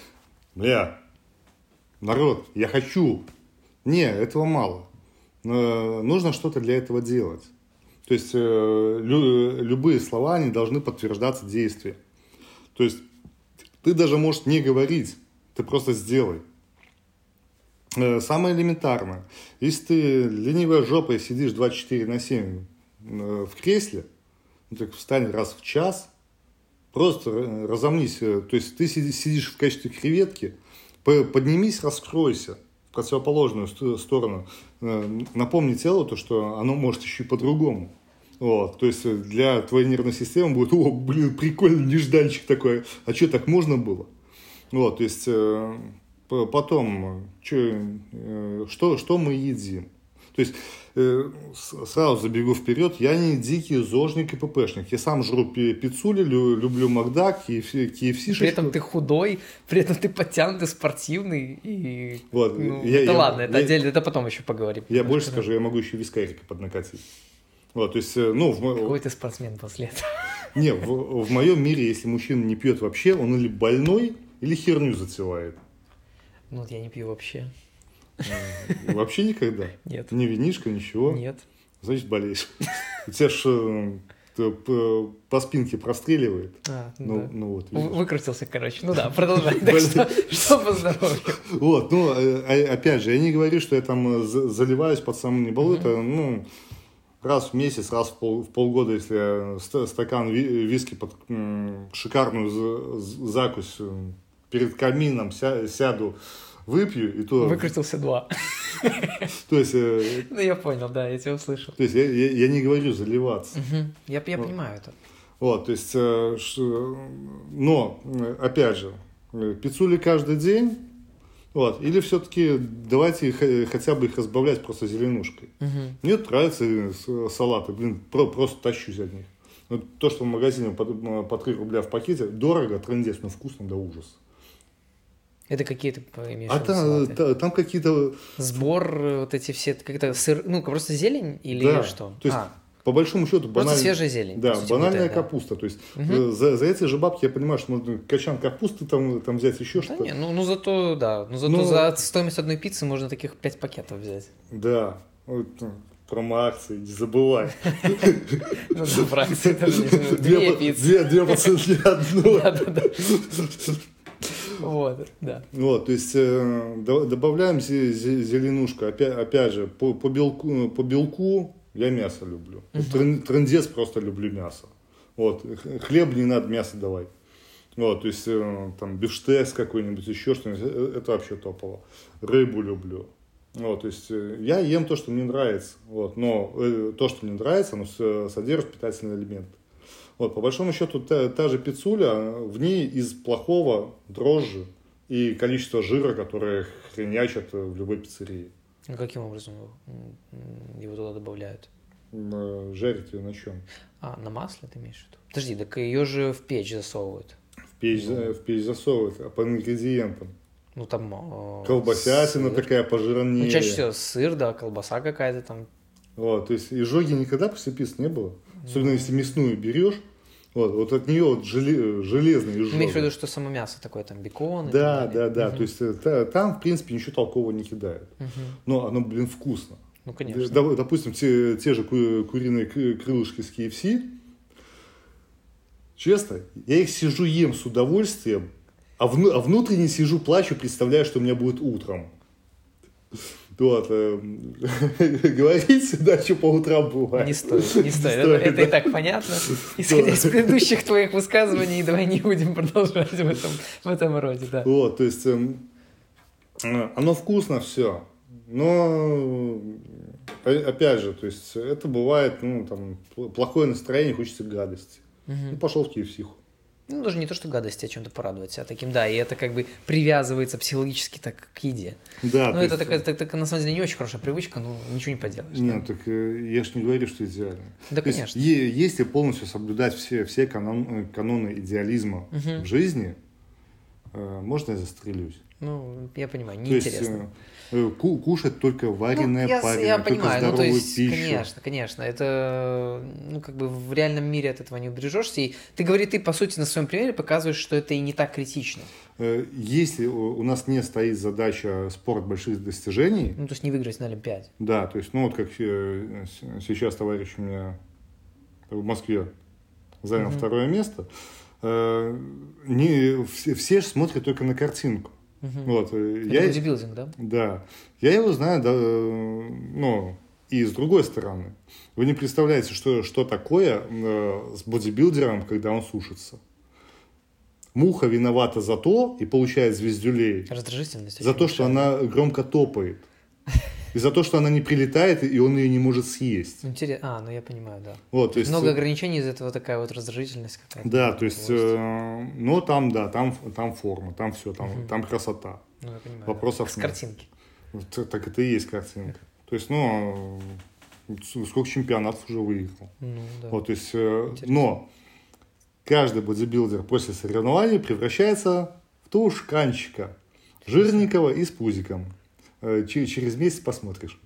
народ, я хочу. Не, этого мало. Нужно что-то для этого делать. То есть любые слова, они должны подтверждаться действием. То есть ты даже можешь не говорить, ты просто сделай. Самое элементарное. Если ты ленивой жопой сидишь 24/7 в кресле, ну, так встань раз в час, просто разомнись. То есть ты сидишь в качестве креветки, поднимись, раскройся в противоположную сторону. Напомни телу то, что оно может еще и по-другому. Вот, то есть для твоей нервной системы будет, о, блин, прикольный нежданчик такой, а что, так можно было? Вот, то есть потом, что мы едим? То есть сразу забегу вперед, я не дикий зожник и ППшник. Я сам жру пиццули, люблю Макдак, KFC. При этом ты худой, при этом ты подтянутый, спортивный. И... Вот, ну, это ладно, это отдельно, это потом еще поговорим. Я больше скажу, я могу еще вискарика поднакатить. Вот, то есть, ну, какой ты спортсмен после этого? Не, в моем мире, если мужчина не пьет вообще, он или больной, или херню затевает. Ну, вот я не пью вообще. Вообще никогда? Нет. Ни винишко, ничего? Нет. Значит, болеешь. У тебя ж по спинке простреливает. Ну вот. Выкрутился, короче. Ну да, продолжай. Что по здоровью? Вот, ну, опять же, я не говорю, что я там заливаюсь под самым неболу. Это, ну, раз в месяц, раз в полгода, если я стакан виски под шикарную закусь перед камином сяду, выпью, и то... Выкрутился 2. То есть... Ну, я понял, да, я тебя услышал. То есть я не говорю заливаться. Я понимаю это. Вот, то есть... Но, опять же, пиццули каждый день, вот, или все-таки давайте хотя бы их разбавлять просто зеленушкой. Мне нравятся салаты, блин, просто тащусь от них. Вот то, что в магазине по 3 рубля в пакете, дорого, трындец, но вкусно до ужаса. Это какие-то имеешь в виду салаты? Там какие-то... Сбор, вот эти все, как-то сыр, ну, просто зелень или да, что? То есть, по большому счету, просто свежая зелень. Да, банальная капуста. То есть, за эти же бабки я понимаю, что можно качан капусты там взять, еще что-то. Не, ну зато, да, за стоимость одной пиццы можно таких 5 пакетов взять. Да, вот, промо-акции, не забывай. Ну, про акции тоже. 2 пиццы. 2 по цене одной. Да. Вот, да. Вот, то есть добавляем зеленушку. Опять же, по белку я мясо люблю. Трындец просто люблю мясо. Вот, хлеб не надо, мясо давай. Вот, то есть там бифштекс какой-нибудь, еще что-нибудь, это вообще топово. Рыбу люблю. Вот, то есть я ем то, что мне нравится. Вот, но то, что мне нравится, оно содержит питательные элементы. Вот, по большому счету, та же пиццуля, в ней из плохого дрожжи и количество жира, которое хренячат в любой пиццерии. А каким образом его туда добавляют? Жарить ее на чем? На масле ты имеешь в виду? Подожди, так ее же в печь засовывают. В печь засовывают, а по ингредиентам? Ну, там... Колбасятина такая пожирнее. Ну, чаще всего сыр, да, колбаса какая-то там. Вот, то есть изжоги никогда после пиццы не было? Особенно если мясную берешь, вот от нее вот железный изжог. Имеешь в виду, что само мясо такое, там бекон? Да. То есть там, в принципе, ничего толкового не кидают. Но оно, блин, вкусно. Ну, конечно. Допустим, те же куриные крылышки с KFC. Честно, я их сижу, ем с удовольствием, а внутренне сижу, плачу, представляю, что у меня будет утром. Вот, говорить сюда, что по утрам бывает. Не стоит. Это и так понятно. Исходя из предыдущих твоих высказываний, давай не будем продолжать в этом роде, да. Вот, то есть, оно вкусно все, но, опять же, то есть, это бывает, ну, там, плохое настроение, хочется гадости. И пошел в KFC. Ну, даже не то, что гадости, а чем-то порадовать, а таким, да, и это как бы привязывается психологически так к еде. Да. Ну, это такая, на самом деле, не очень хорошая привычка, но ничего не поделаешь. Нет, да? Так я ж не говорю, что идеально. Да, то конечно. Если полностью соблюдать все каноны идеализма в жизни, можно я застрелюсь. Ну, я понимаю, неинтересно. Кушать только вареное, пареное, только здоровую пищу. Конечно. Это, ну, как бы в реальном мире от этого не убережешься. И ты, по сути, на своем примере показываешь, что это и не так критично. Если у нас не стоит задача спорт больших достижений... Ну, то есть не выиграть на Олимпиаде. Да, то есть, ну, вот как сейчас товарищ у меня в Москве занял 2-е место, все смотрят только на картинку. Вот, Это бодибилдинг, да? Да. Я его знаю, да, ну, и с другой стороны. Вы не представляете, что такое с бодибилдером, когда он сушится. Муха виновата за то и получает звездюлей. Раздражительность. За то, что она громко топает. И за то, что она не прилетает, и он ее не может съесть. Интересно. Ну я понимаю, да. Вот, то есть, много ограничений, из этого такая вот раздражительность какая-то. Да, то есть, но там, да, там форма, там все, там красота. Ну, я понимаю. Вопросов С нет. картинки. Так это и есть картинка. То есть, ну, сколько чемпионатов уже выиграл. Ну, да. Вот, то есть, но каждый бодибилдер после соревнований превращается в тушканчика, жирненького и с пузиком. Через месяц посмотришь.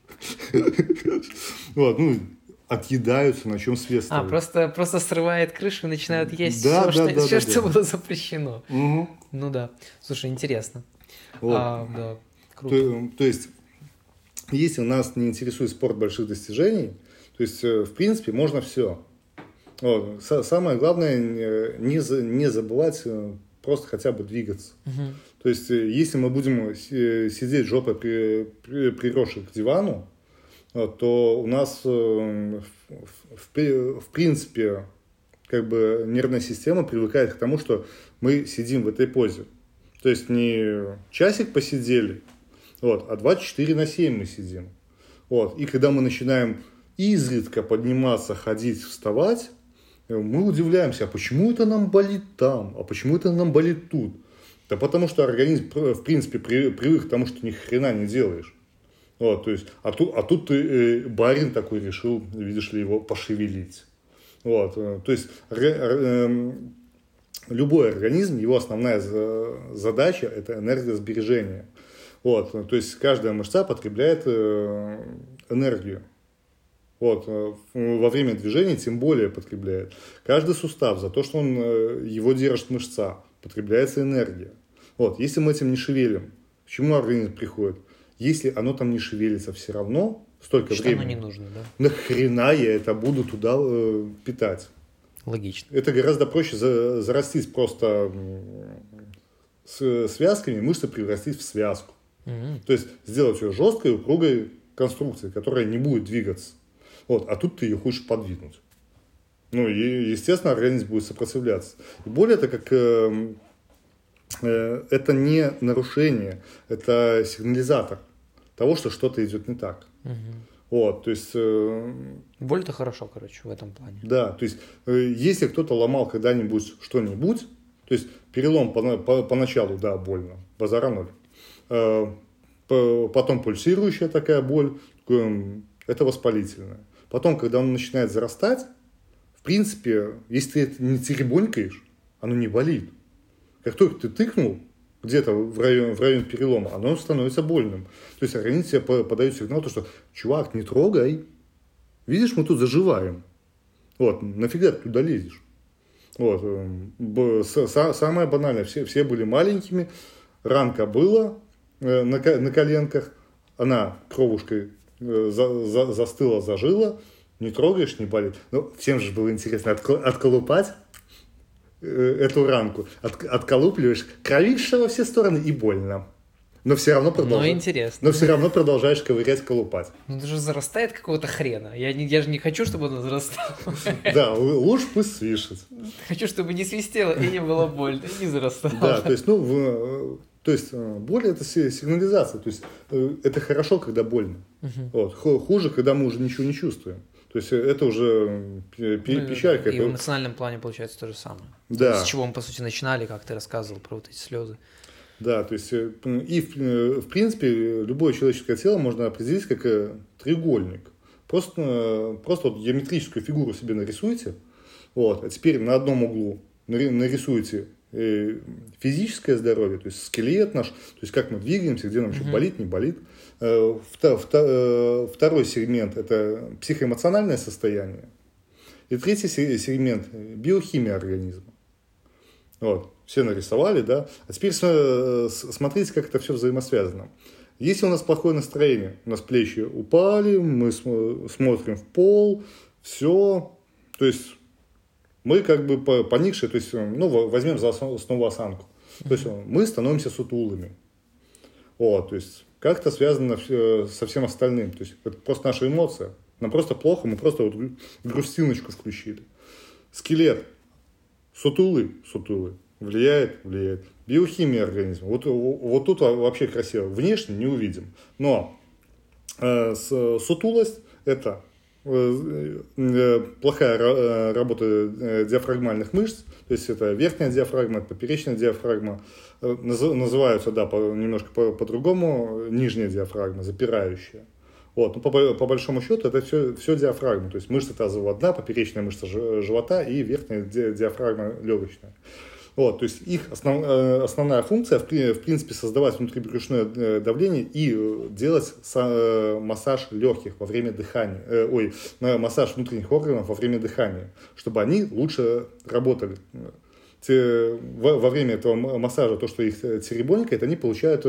Вот, ну, отъедаются, на чем свет ставят. Просто срывает крышу и начинают есть Да, все, что было запрещено. Угу. Ну да. Слушай, интересно. Вот. Да, круто. То есть, если нас не интересует спорт больших достижений, то есть, в принципе, можно все. Вот. Самое главное, не забывать просто хотя бы двигаться. Угу. То есть, если мы будем сидеть жопой приросшей к дивану, то у нас, в принципе, как бы нервная система привыкает к тому, что мы сидим в этой позе. То есть, не часик посидели, вот, а 24/7 мы сидим. Вот. И когда мы начинаем изредка подниматься, ходить, вставать, мы удивляемся, а почему это нам болит там, а почему это нам болит тут? Да потому что организм, в принципе, привык к тому, что ни хрена не делаешь. Вот, то есть, а тут ты, барин такой решил, видишь ли, его пошевелить. Вот, то есть, любой организм, его основная задача – это энергосбережение. Вот, то есть, каждая мышца потребляет энергию. Вот, во время движения тем более потребляет. Каждый сустав, за то, что его держит мышца, потребляется энергия. Вот, если мы этим не шевелим, к чему организм приходит? Если оно там не шевелится все равно, столько что времени. Оно не нужно, да? Нахрена я это буду туда питать? Логично. Это гораздо проще зарастить просто с связками, мышцы превратить в связку. Угу. То есть сделать ее жесткой, упругой конструкцией, которая не будет двигаться. Вот, а тут ты ее хочешь подвинуть. Ну и, естественно, организм будет сопротивляться. И более это как... это не нарушение, это сигнализатор того, что что-то идет не так. Угу. Вот, то есть... боль-то хорошо, короче, в этом плане. Да, то есть, если кто-то ломал когда-нибудь что-нибудь, то есть, перелом поначалу, да, больно, базара ноль. Потом пульсирующая такая боль, это воспалительная. Потом, когда он начинает зарастать, в принципе, если ты это не теребонькаешь, оно не болит. Как только ты тыкнул где-то в район перелома, оно становится больным. То есть организм тебе подает сигнал, что чувак, не трогай. Видишь, мы тут заживаем. Вот, нафига ты туда лезешь? Вот, самое банальное, все были маленькими, ранка была на коленках, она кровушкой застыла, зажила, не трогаешь, не болит. Ну, всем же было интересно отколупать эту ранку, отколупливаешь, кровиша во все стороны и больно. Но все равно продолжаешь ковырять, колупать. Ну это же зарастает какого-то хрена. Я же не хочу, чтобы оно зарастало. Да, лучше пусть свищет. Хочу, чтобы не свистело и не было больно, и не зарастало. Да, то есть, боль это сигнализация. То есть это хорошо, когда больно. Вот. Хуже, когда мы уже ничего не чувствуем. То есть это уже печалька. И в эмоциональном плане получается то же самое. Да. С чего мы, по сути, начинали, как ты рассказывал про вот эти слезы. Да, то есть, и в принципе, любое человеческое тело можно определить как треугольник. Просто вот геометрическую фигуру себе нарисуйте, вот, а теперь на одном углу нарисуйте физическое здоровье, то есть скелет наш, то есть как мы двигаемся, где нам что болит, не болит. Второй сегмент – это психоэмоциональное состояние. И третий сегмент – биохимия организма. Вот, все нарисовали, да. А теперь смотрите, как это все взаимосвязано. Если у нас плохое настроение, у нас плечи упали, мы смотрим в пол, все, то есть мы как бы поникшие, то есть, возьмем за основу осанку. То есть мы становимся сутулыми. Вот, то есть как-то связано со всем остальным. То есть это просто наша эмоция. Нам просто плохо, мы просто вот грустиночку включили. Скелет. Сутулый. Влияет. Биохимия организма. Вот тут вообще красиво. Внешне не увидим. Но сутулость – это плохая работа диафрагмальных мышц. То есть это верхняя диафрагма, это поперечная диафрагма. Называются, да, немножко по-другому, нижняя диафрагма, запирающая. Вот. Ну, по большому счету это все диафрагма. То есть мышца тазового дна, поперечная мышца живота и верхняя диафрагма легочная. Вот, то есть их основная функция, в принципе, создавать внутрибрюшное давление и делать массаж легких во время дыхания, массаж внутренних органов во время дыхания, чтобы они лучше работали. Во время этого массажа то, что их теребонькает, они получают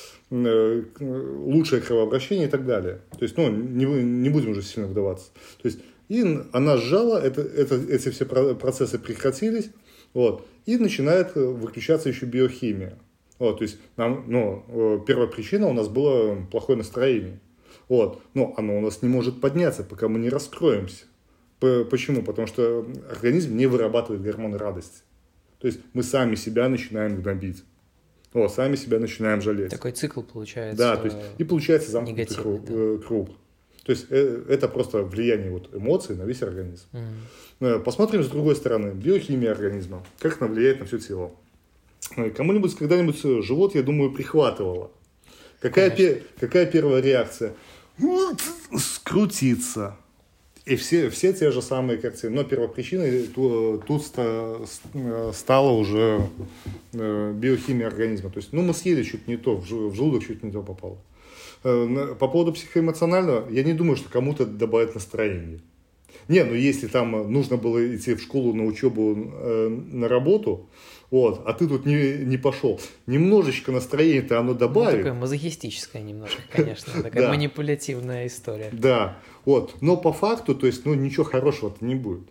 лучшее кровообращение и так далее. То есть, не будем уже сильно вдаваться. То есть, и она сжала, эти все процессы прекратились. Вот, и начинает выключаться еще биохимия. Вот, то есть первая причина у нас было плохое настроение. Вот, но оно у нас не может подняться, пока мы не раскроемся. Почему? Потому что организм не вырабатывает гормоны радости. То есть мы сами себя начинаем гнобить. Сами себя начинаем жалеть. Такой цикл получается. Да, то есть и получается замкнутый круг. То есть это просто влияние эмоций на весь организм. Посмотрим с другой стороны. Биохимия организма. Как она влияет на все тело. Кому-нибудь когда-нибудь живот, я думаю, прихватывало. Какая первая реакция? Скрутиться. И все те же самые картины. Но первопричиной тут стала уже биохимия организма. То есть, мы съели чуть не то, в желудок чуть не то попало. По поводу психоэмоционального, я не думаю, что кому-то это добавит настроение. Если там нужно было идти в школу, на учебу, на работу, а ты тут не пошел, немножечко настроение-то оно добавит. Такое мазохистическое немножко, конечно, такая манипулятивная история. Да, но по факту, то есть, ничего хорошего-то не будет.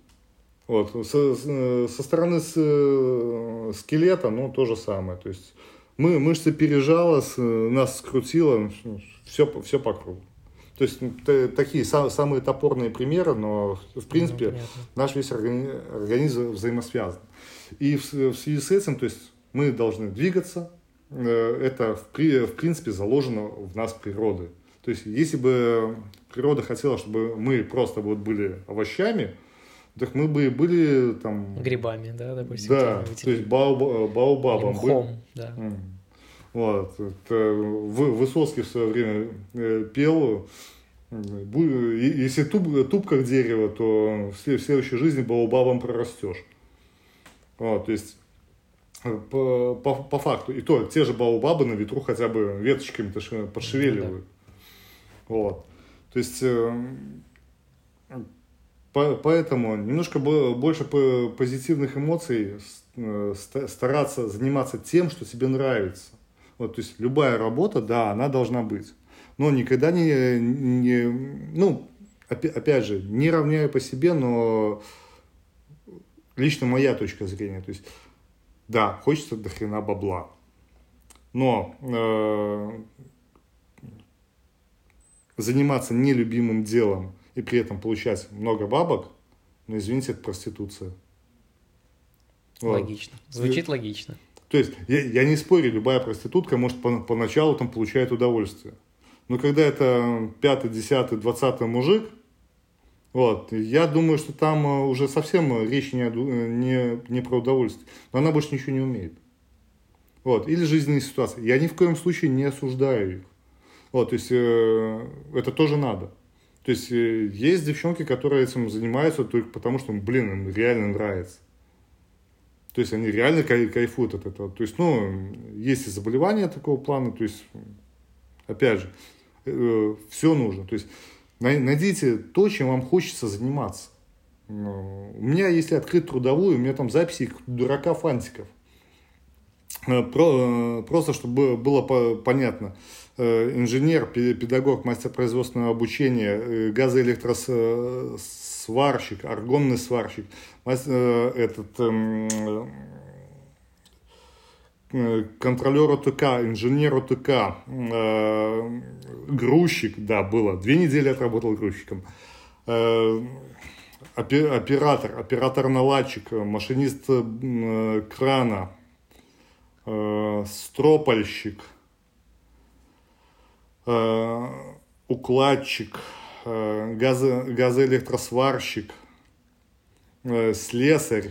Со стороны скелета, то же самое, то есть, мышцы пережала, нас скрутило, все по кругу. То есть такие самые топорные примеры, но в принципе наш весь организм взаимосвязан. И в связи с этим, то есть мы должны двигаться, это в принципе заложено в нас природой. То есть если бы природа хотела, чтобы мы просто были овощами, так мы бы были там... Грибами, да, допустим. Да, то есть баобабом. Мхом, да. Высоцкий в свое время пел, если туп как дерево, то в следующей жизни баобабом прорастешь. То есть по факту, и то те же баобабы на ветру хотя бы веточками подшевеливают. То есть поэтому немножко больше позитивных эмоций, стараться заниматься тем, что тебе нравится. То есть любая работа, да, она должна быть. Но никогда опять же, не равняю по себе, но лично моя точка зрения. То есть, да, хочется до хрена бабла. Но заниматься нелюбимым делом и при этом получать много бабок, извините, это проституция. Логично. Звучит логично. То есть, я не спорю, любая проститутка может поначалу там получает удовольствие. Но когда это 5-й, 10-й, 20-й мужик, я думаю, что там уже совсем речь не про удовольствие. Но она больше ничего не умеет. Или жизненные ситуации. Я ни в коем случае не осуждаю их. То есть, это тоже надо. То есть, есть девчонки, которые этим занимаются только потому, что, им реально нравится. То есть, они реально кайфуют от этого. То есть, есть и заболевания такого плана. То есть, опять же, все нужно. То есть, найдите то, чем вам хочется заниматься. У меня, если открыть трудовую, у меня там записи дурака-фантиков. Просто, чтобы было понятно. Инженер, педагог, мастер производственного обучения, газоэлектросварщик, аргонный сварщик, контролер ОТК, инженер ОТК, грузчик, да, было. 2 недели отработал грузчиком. Оператор-наладчик, машинист крана, стропольщик, укладчик, газоэлектросварщик, слесарь,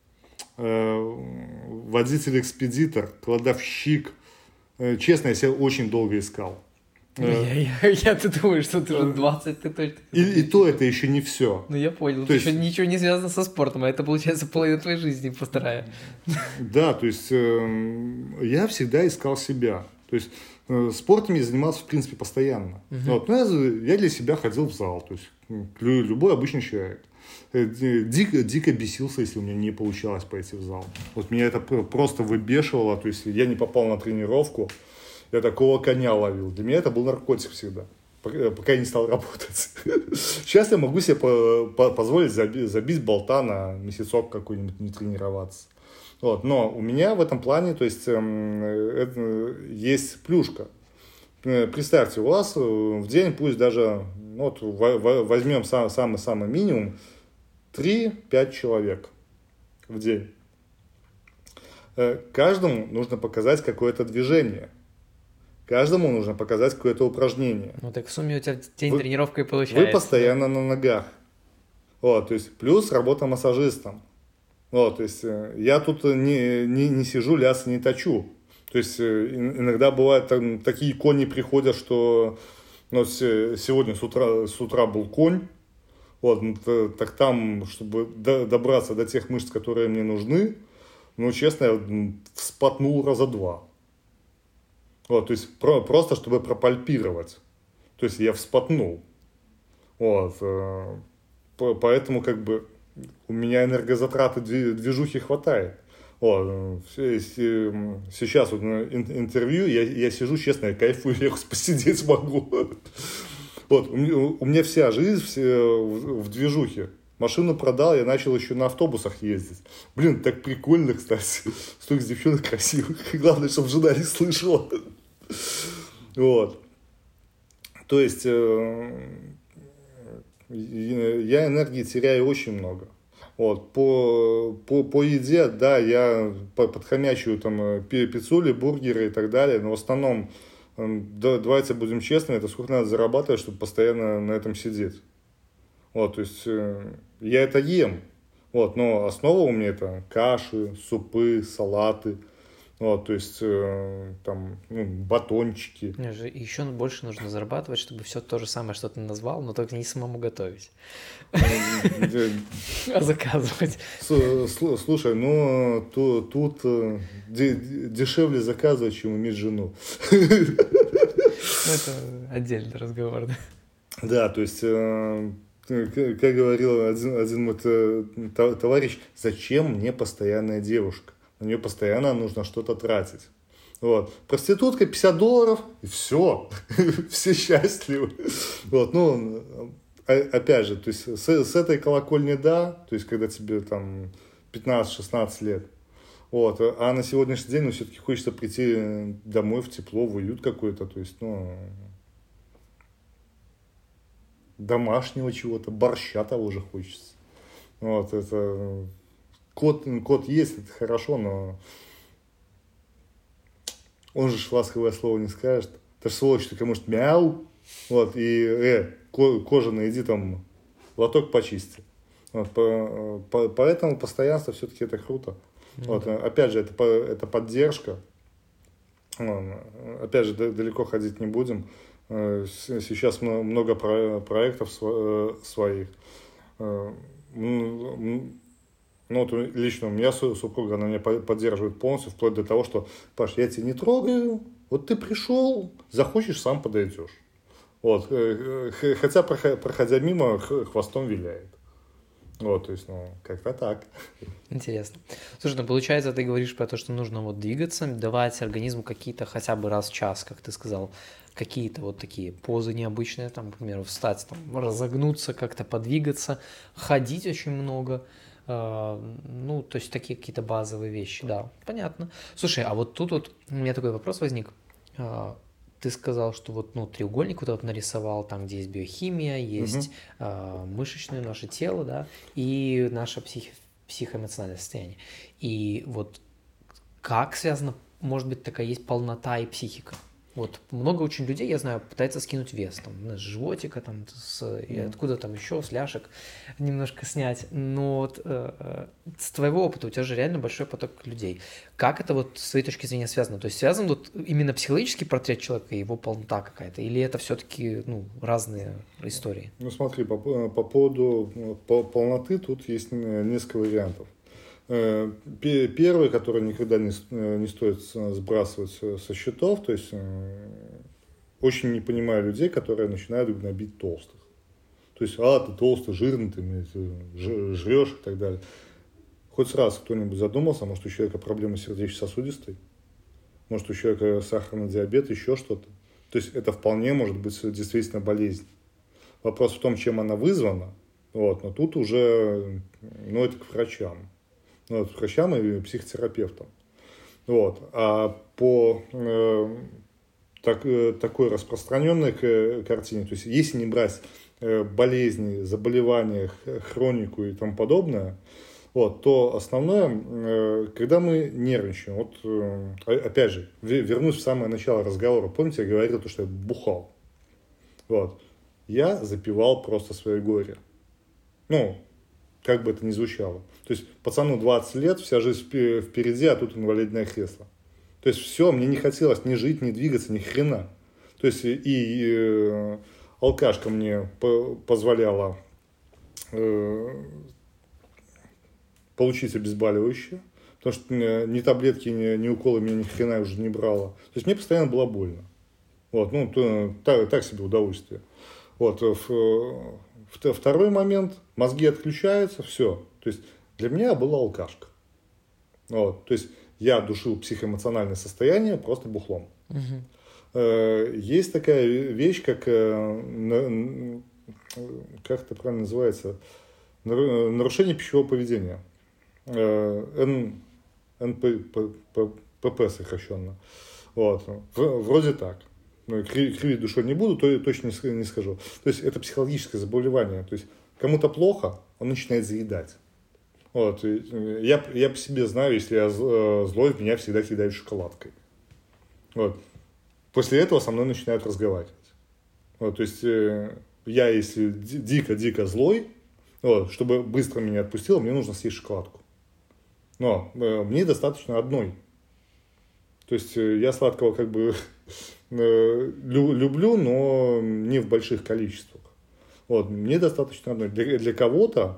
водитель-экспедитор, кладовщик. Честно, я себя очень долго искал. Ты думаешь, что ты уже 20, ты точно... И то это еще не все. Ну, я понял. То есть еще ничего не связано со спортом, а это, получается, половина твоей жизни постарая. Да, то есть я всегда искал себя. То есть спортом я занимался, в принципе, постоянно. Вот. Но я для себя ходил в зал. То есть любой обычный человек. Дико бесился, если у меня не получалось пойти в зал. Вот меня это просто выбешивало. То есть я не попал на тренировку. Я такого коня ловил. Для меня это был наркотик всегда, пока я не стал работать. Сейчас я могу себе позволить забить болта на месяцок какой-нибудь, не тренироваться. Вот. Но у меня в этом плане, то есть, есть плюшка. Представьте, у вас в день, пусть даже, вот, возьмем самый-самый минимум, 3-5 человек в день. Каждому нужно показать какое-то движение. Каждому нужно показать какое-то упражнение. Ну так в сумме у тебя день тренировка и получается. Вы постоянно на ногах. Вот, то есть плюс работа массажистом. Вот, то есть я тут не сижу, лясы не точу. То есть иногда бывают такие кони приходят, что сегодня с утра был конь. Вот, так там, чтобы добраться до тех мышц, которые мне нужны, честно, я вспотнул раза 2. Вот, то есть просто чтобы пропальпировать. То есть я вспотнул. Вот, поэтому как бы у меня энергозатраты движухи хватает. Вот, сейчас вот на интервью я сижу, честно, я кайфую, я посидеть могу. Вот, у меня вся жизнь в движухе. Машину продал, я начал еще на автобусах ездить. Блин, так прикольно, кстати. Столько девчонок красивых. Главное, чтобы жена не слышала. Вот. То есть, я энергии теряю очень много. Вот. По еде, да, я подхомячиваю там пиццули, бургеры и так далее, но в основном, давайте будем честны, это сколько надо зарабатывать, чтобы постоянно на этом сидеть. Вот, то есть, я это ем, вот, но основа у меня это каши, супы, салаты, вот, то есть, там, батончики. Еще больше нужно зарабатывать, чтобы все то же самое, что ты назвал, но только не самому готовить, а заказывать. Слушай, тут дешевле заказывать, чем иметь жену. Это отдельный разговор, да? Да, то есть... Как говорил один мой товарищ, зачем мне постоянная девушка? На нее постоянно нужно что-то тратить. Вот. Проститутка $50, и все. Все счастливы. Вот. Опять же, то есть с этой колокольни, да, то есть когда тебе там 15-16 лет. Вот. А на сегодняшний день, все-таки хочется прийти домой в тепло, в уют какой-то, то есть, домашнего чего-то, борща того же хочется. Вот, это... Кот есть, это хорошо, но он же ласковое слово не скажет. Это же сволочь такая, может, мяу, вот, и кожаный, иди там лоток почисти. Вот, поэтому постоянство все-таки это круто. Вот, опять же, это поддержка. Опять же, далеко ходить не будем. Сейчас много проектов своих. Лично у меня супруга, она меня поддерживает полностью, вплоть до того, что, Паш, я тебя не трогаю, вот ты пришел, захочешь, сам подойдешь. Вот. Хотя, проходя мимо, хвостом виляет. Вот, то есть, как-то так. Интересно. Слушай, получается, ты говоришь про то, что нужно вот двигаться, давать организму какие-то хотя бы раз в час, как ты сказал, какие-то вот такие позы необычные, там, к примеру, встать, там, разогнуться, как-то подвигаться, ходить очень много, Ну, то есть такие какие-то базовые вещи, да, понятно. Слушай, а вот тут вот у меня такой вопрос возник. А, Ты сказал, что вот, ну, треугольник вот этот нарисовал, там, где есть биохимия, есть Мгм. мышечное наше тело, да, и наше психоэмоциональное состояние. И вот как связано, может быть, такая есть полнота и психика? Вот много очень людей, я знаю, пытается скинуть вес, там, с животика, там, и Мгм. откуда там еще, с ляшек немножко снять. Но вот с твоего опыта, у тебя же реально большой поток людей. Как это вот с твоей точки зрения связано? То есть связан вот именно психологический портрет человека и его полнота какая-то? Или это все-таки, ну, разные истории? Ну смотри, по поводу полноты тут есть несколько вариантов. Первый, который никогда не стоит сбрасывать со счетов, то есть очень не понимаю людей, которые начинают гнобить толстых. То есть, ты толстый, жирный, ты жрешь и так далее. Хоть раз кто-нибудь задумался, может, у человека проблемы сердечно-сосудистой, может, у человека сахарный диабет, еще что-то. То есть, это вполне может быть действительно болезнь. Вопрос в том, чем она вызвана, вот, но тут уже, ну, это к врачам. Ну, это к врачам и психотерапевтам. Вот. А по такой распространенной картине, то есть если не брать болезни, заболевания, хронику и тому подобное, вот, то основное, когда мы нервничаем, вот опять же, вернусь в самое начало разговора, помните, я говорил, что я бухал, вот, я запивал просто свое горе, ну, как бы это ни звучало. То есть пацану 20 лет, вся жизнь впереди, а тут инвалидное кресло. То есть все, мне не хотелось ни жить, ни двигаться, ни хрена. То есть и алкашка мне позволяла получить обезболивающее, потому что ни таблетки, ни уколы меня ни хрена уже не брала. То есть мне постоянно было больно. Вот, ну, так себе удовольствие. Вот, второй момент, мозги отключаются, все. То есть для меня была алкашка. Вот, то есть я душил психоэмоциональное состояние просто бухлом. Есть такая вещь, как это правильно называется, нарушение пищевого поведения. НПП сокращенно. Вот. Вроде так. Кривить душой не буду, то точно не скажу. То есть это психологическое заболевание. То есть кому-то плохо, он начинает заедать. Вот. Я по себе знаю, если я злой, в меня всегда кидают шоколадкой. Вот. После этого со мной начинают разговаривать. Вот. То есть я, если дико-дико злой, вот, чтобы быстро меня отпустило, мне нужно съесть шоколадку. Но мне достаточно одной. То есть я сладкого как бы люблю, но не в больших количествах. Вот, мне достаточно одной. Для кого-то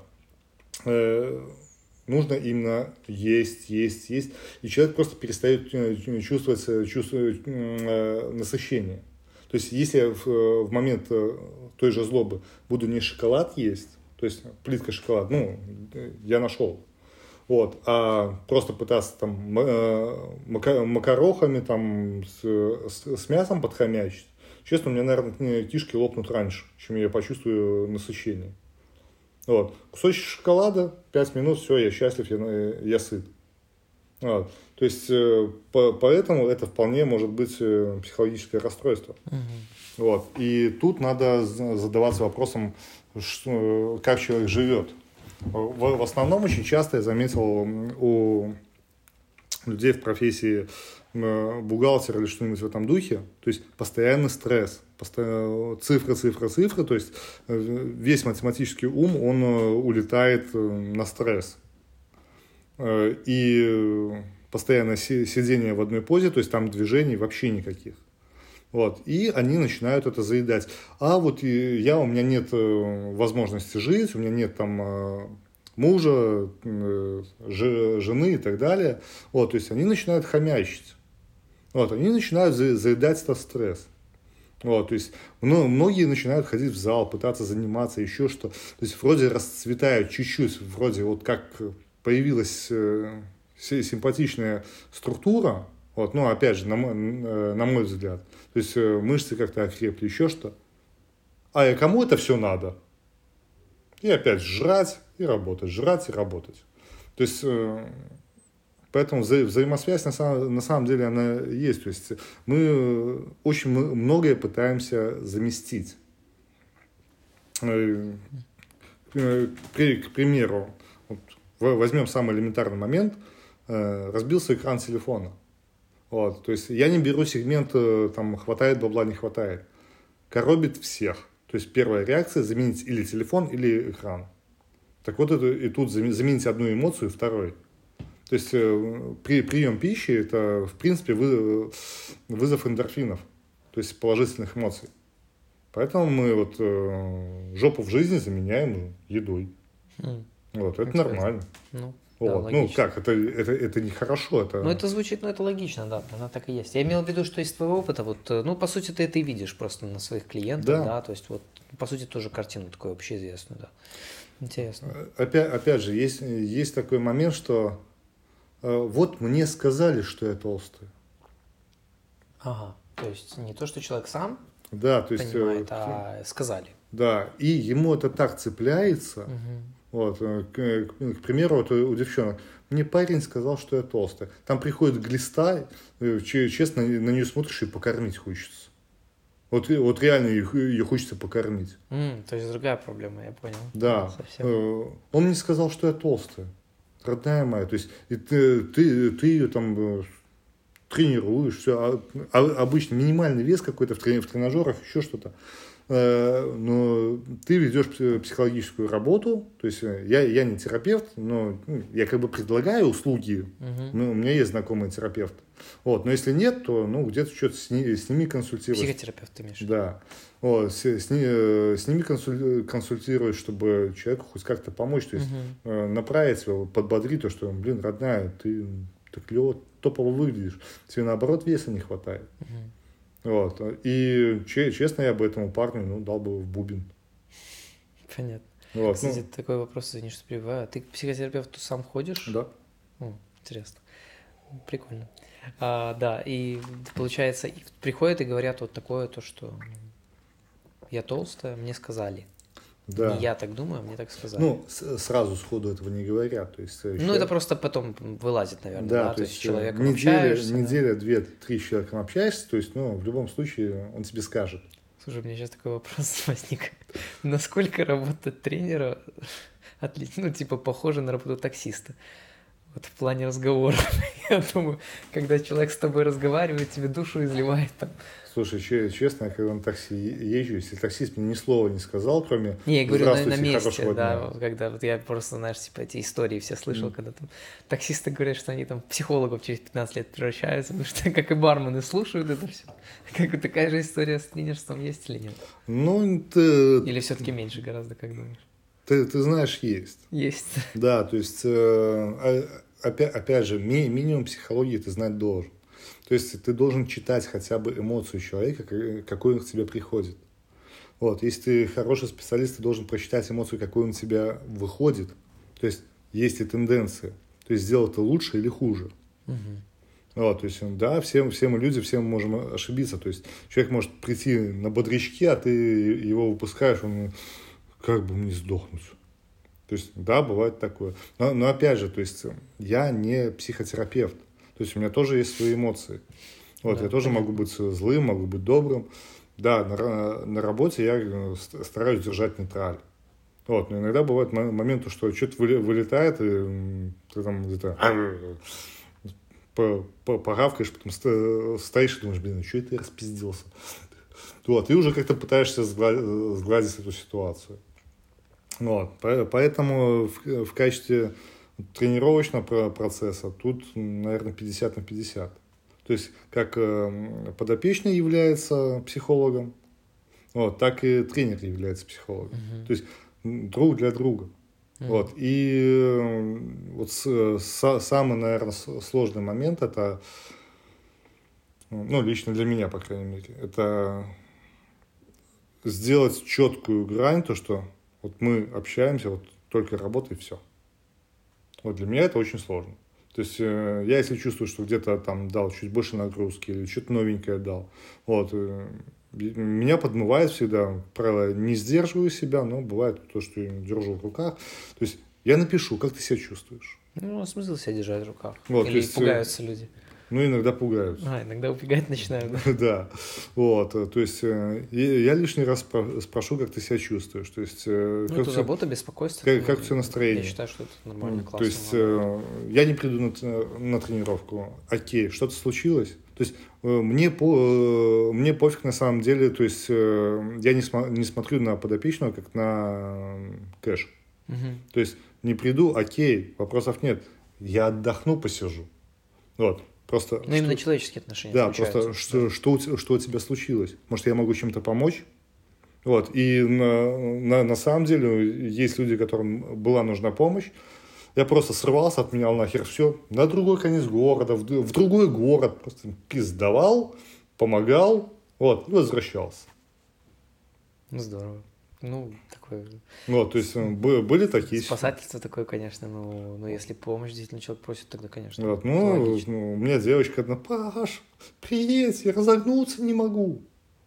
нужно именно есть. И человек просто перестает чувствовать насыщение. То есть, если я в момент той же злобы буду не шоколад есть, то есть плитка шоколада, ну, я нашел. Вот, а просто пытаться там макарохами там с мясом подхомячить, честно, у меня, наверное, кишки лопнут раньше, чем я почувствую насыщение. Вот. Кусочек шоколада, 5 минут, все, я счастлив, я сыт. Вот. То есть, поэтому это вполне может быть психологическое расстройство. Вот. И тут надо задаваться вопросом, как человек живет. В основном очень часто я заметил у людей в профессии бухгалтера или что-нибудь в этом духе, то есть постоянный стресс, цифры, то есть весь математический ум, он улетает на стресс. И постоянное сидение в одной позе, то есть там движений вообще никаких. Вот. И они начинают это заедать. А вот у меня нет возможности жить, у меня нет там мужа, жены и так далее. Вот. То есть они начинают хомячить. Вот. Они начинают заедать этот стресс. Вот. То есть многие начинают ходить в зал, пытаться заниматься, еще что. То есть вроде расцветают чуть-чуть, вроде вот как появилась симпатичная структура. Вот, ну, опять же, на мой взгляд. То есть мышцы как-то окрепли, еще что. А кому это все надо? и опять жрать и работать, жрать и работать. То есть, поэтому взаимосвязь на самом деле она есть. То есть мы очень многое пытаемся заместить. К примеру, вот, возьмем самый элементарный момент, разбился экран телефона. Вот, то есть я не беру сегмент, там, хватает бабла, не хватает. Коробит всех. То есть первая реакция – заменить или телефон, или экран. Так вот, это, и тут заменить одну эмоцию второй. То есть прием пищи – это, в принципе, вызов эндорфинов, то есть положительных эмоций. Поэтому мы вот жопу в жизни заменяем едой. Вот, это нормально. Ну, вот. да, Ну как, это нехорошо. Это... Ну, это звучит, ну, это логично, да, она так и есть. Я имел в виду, что из твоего опыта, вот, ну, по сути, ты это и видишь просто на своих клиентах, да, то есть, вот, по сути, тоже картину такую общеизвестную, да. Интересно. Опять же, есть такой момент, что вот мне сказали, что я толстый. Ага, то есть не то, что человек сам да, то есть, понимает, а сказали. Да, и ему это так цепляется. Вот, к примеру, вот у девчонок. Мне парень сказал, что я толстая. Там приходит глиста, честно, на нее смотришь и покормить хочется. Вот реально ее хочется покормить. То есть другая проблема, я понял. Да. Совсем. Он мне сказал, что я толстая. Родная моя. То есть и ты ее там тренируешь, все. Обычно минимальный вес какой-то в тренажерах, еще что-то. Но ты ведешь психологическую работу, то есть я не терапевт, но я как бы предлагаю услуги, у меня есть знакомый терапевт, вот, но если нет, то где-то что-то с ними консультируешь. Психотерапевт ты имеешь? Да, вот, с ними консультируешь, чтобы человеку хоть как-то помочь, то есть направить его, подбодрить, то, что, блин, родная, ты клево, топово выглядишь, тебе наоборот веса не хватает. Вот. И честно, я бы этому парню дал бы в бубен. Понятно. Вот. Кстати, такой вопрос, извини, что перебиваю. Ты к психотерапевту сам ходишь? Да. Интересно. Прикольно. Да, и получается, приходят и говорят вот такое, то, что я толстая, мне сказали. Да. Не я так думаю, мне так сказали. Сразу сходу этого не говорят. То есть, это просто потом вылазит, наверное, да? То есть человек неделя, 2-3 с человеком общаешься, то есть, в любом случае он тебе скажет. Слушай, у меня сейчас такой вопрос возник. Насколько работа тренера похожа на работу таксиста? Вот в плане разговора. Я думаю, когда человек с тобой разговаривает, тебе душу изливает там. Слушай, честно, я когда на такси езжу, если таксист мне ни слова не сказал, кроме не, я говорю, на месте, хорошего да, дня. когда вот я просто, знаешь, эти истории все слышал, когда там таксисты говорят, что они там психологов через 15 лет превращаются, потому что, как и бармены, слушают это все. Как такая же история с тренерством есть или нет? Или все-таки меньше гораздо, как думаешь? Ты знаешь, есть. Есть. Да, то есть, опять же, минимум психологии ты знать должен. То есть ты должен читать хотя бы эмоцию человека, какой он к тебе приходит. Вот. Если ты хороший специалист, ты должен прочитать эмоцию, какой он у тебя выходит. То есть есть и тенденции. То есть сделать это лучше или хуже. Вот, то есть, да, все мы люди, все мы можем ошибиться. То есть человек может прийти на бодрячки, а ты его выпускаешь, он как бы мне сдохнуть. То есть, да, бывает такое. Но опять же, то есть я не психотерапевт. То есть у меня тоже есть свои эмоции. Вот, я тоже могу быть злым, могу быть добрым. Да, на работе я стараюсь держать нейтраль. Вот, но иногда бывают моменты, что что-то вылетает, и ты там где-то погавкаешь, потом стоишь и думаешь, блин, что это я распиздился? Вот, и уже как-то пытаешься сгладить эту ситуацию. Вот, поэтому в качестве тренировочного процесса тут, наверное, 50 на 50. То есть, как подопечный является психологом, вот, так и тренер является психологом. То есть, друг для друга. Вот, и вот самый, наверное, сложный момент, это, лично для меня, по крайней мере, это сделать четкую грань, то, что вот мы общаемся, вот только работа и все. Вот для меня это очень сложно. То есть я если чувствую, что где-то там дал чуть больше нагрузки или что-то новенькое дал, вот, меня подмывает всегда. Правило, не сдерживаю себя, но бывает то, что я держу в руках. То есть я напишу, как ты себя чувствуешь. Ну, смысл себя держать в руках. Вот, Или есть, пугаются люди. Ну, иногда пугаются. Иногда убегать начинают. Да. Да, вот, то есть я лишний раз спрошу, как ты себя чувствуешь. То есть, это забота, беспокойство. Как у тебя настроение? Я считаю, что это нормально, классно. То есть я не приду на тренировку. Окей, что-то случилось? То есть мне пофиг на самом деле. То есть я не смотрю на подопечного, как на кэш. То есть не приду, окей, вопросов нет. Я отдохну, посижу. Вот. Просто именно человеческие отношения. Да, просто что у тебя случилось? Может, я могу чем-то помочь? Вот. И на самом деле есть люди, которым была нужна помощь. Я просто срывался, отменял нахер все. На другой конец города, в другой город. Просто пиздовал, помогал, вот, и возвращался. Здорово. Такое... Вот, то есть были такие... Спасательство такое, конечно, но если помощь действительно человек просит, тогда, конечно, вот, у меня девочка одна: Паш, привет, я разогнуться не могу.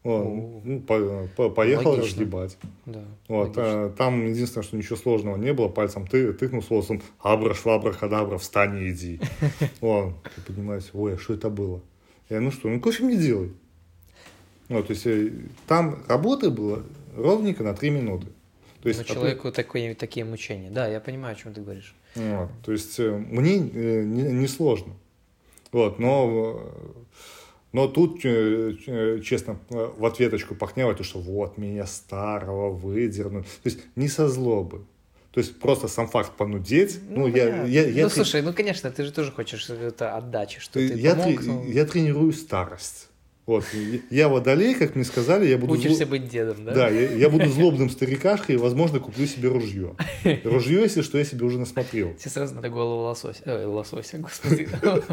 Поехал разгибать. Да, вот, там единственное, что ничего сложного не было, пальцем тыкнул с голосом: абра, швабра, хадабра, встань и иди. Я поднимаюсь: ой, а что это было? Я: кофе мне делай. То есть там работы было ровненько на 3 минуты. То есть, человеку такие мучения. Да, я понимаю, о чем ты говоришь. То есть мне не сложно. Вот, но тут, честно, в ответочку похнявать, что вот меня старого выдернут. То есть не со злобы. То есть просто сам факт понудеть. Слушай, конечно, ты же тоже хочешь это отдачи, что ты помог. Я тренирую старость. Вот. Я водолей, как мне сказали, я буду... Учишься быть дедом, да? Да, я буду злобным старикашкой и, возможно, куплю себе ружье. Ружье, если что, я себе уже насмотрел. Тебе сразу надо голову лосося, господи,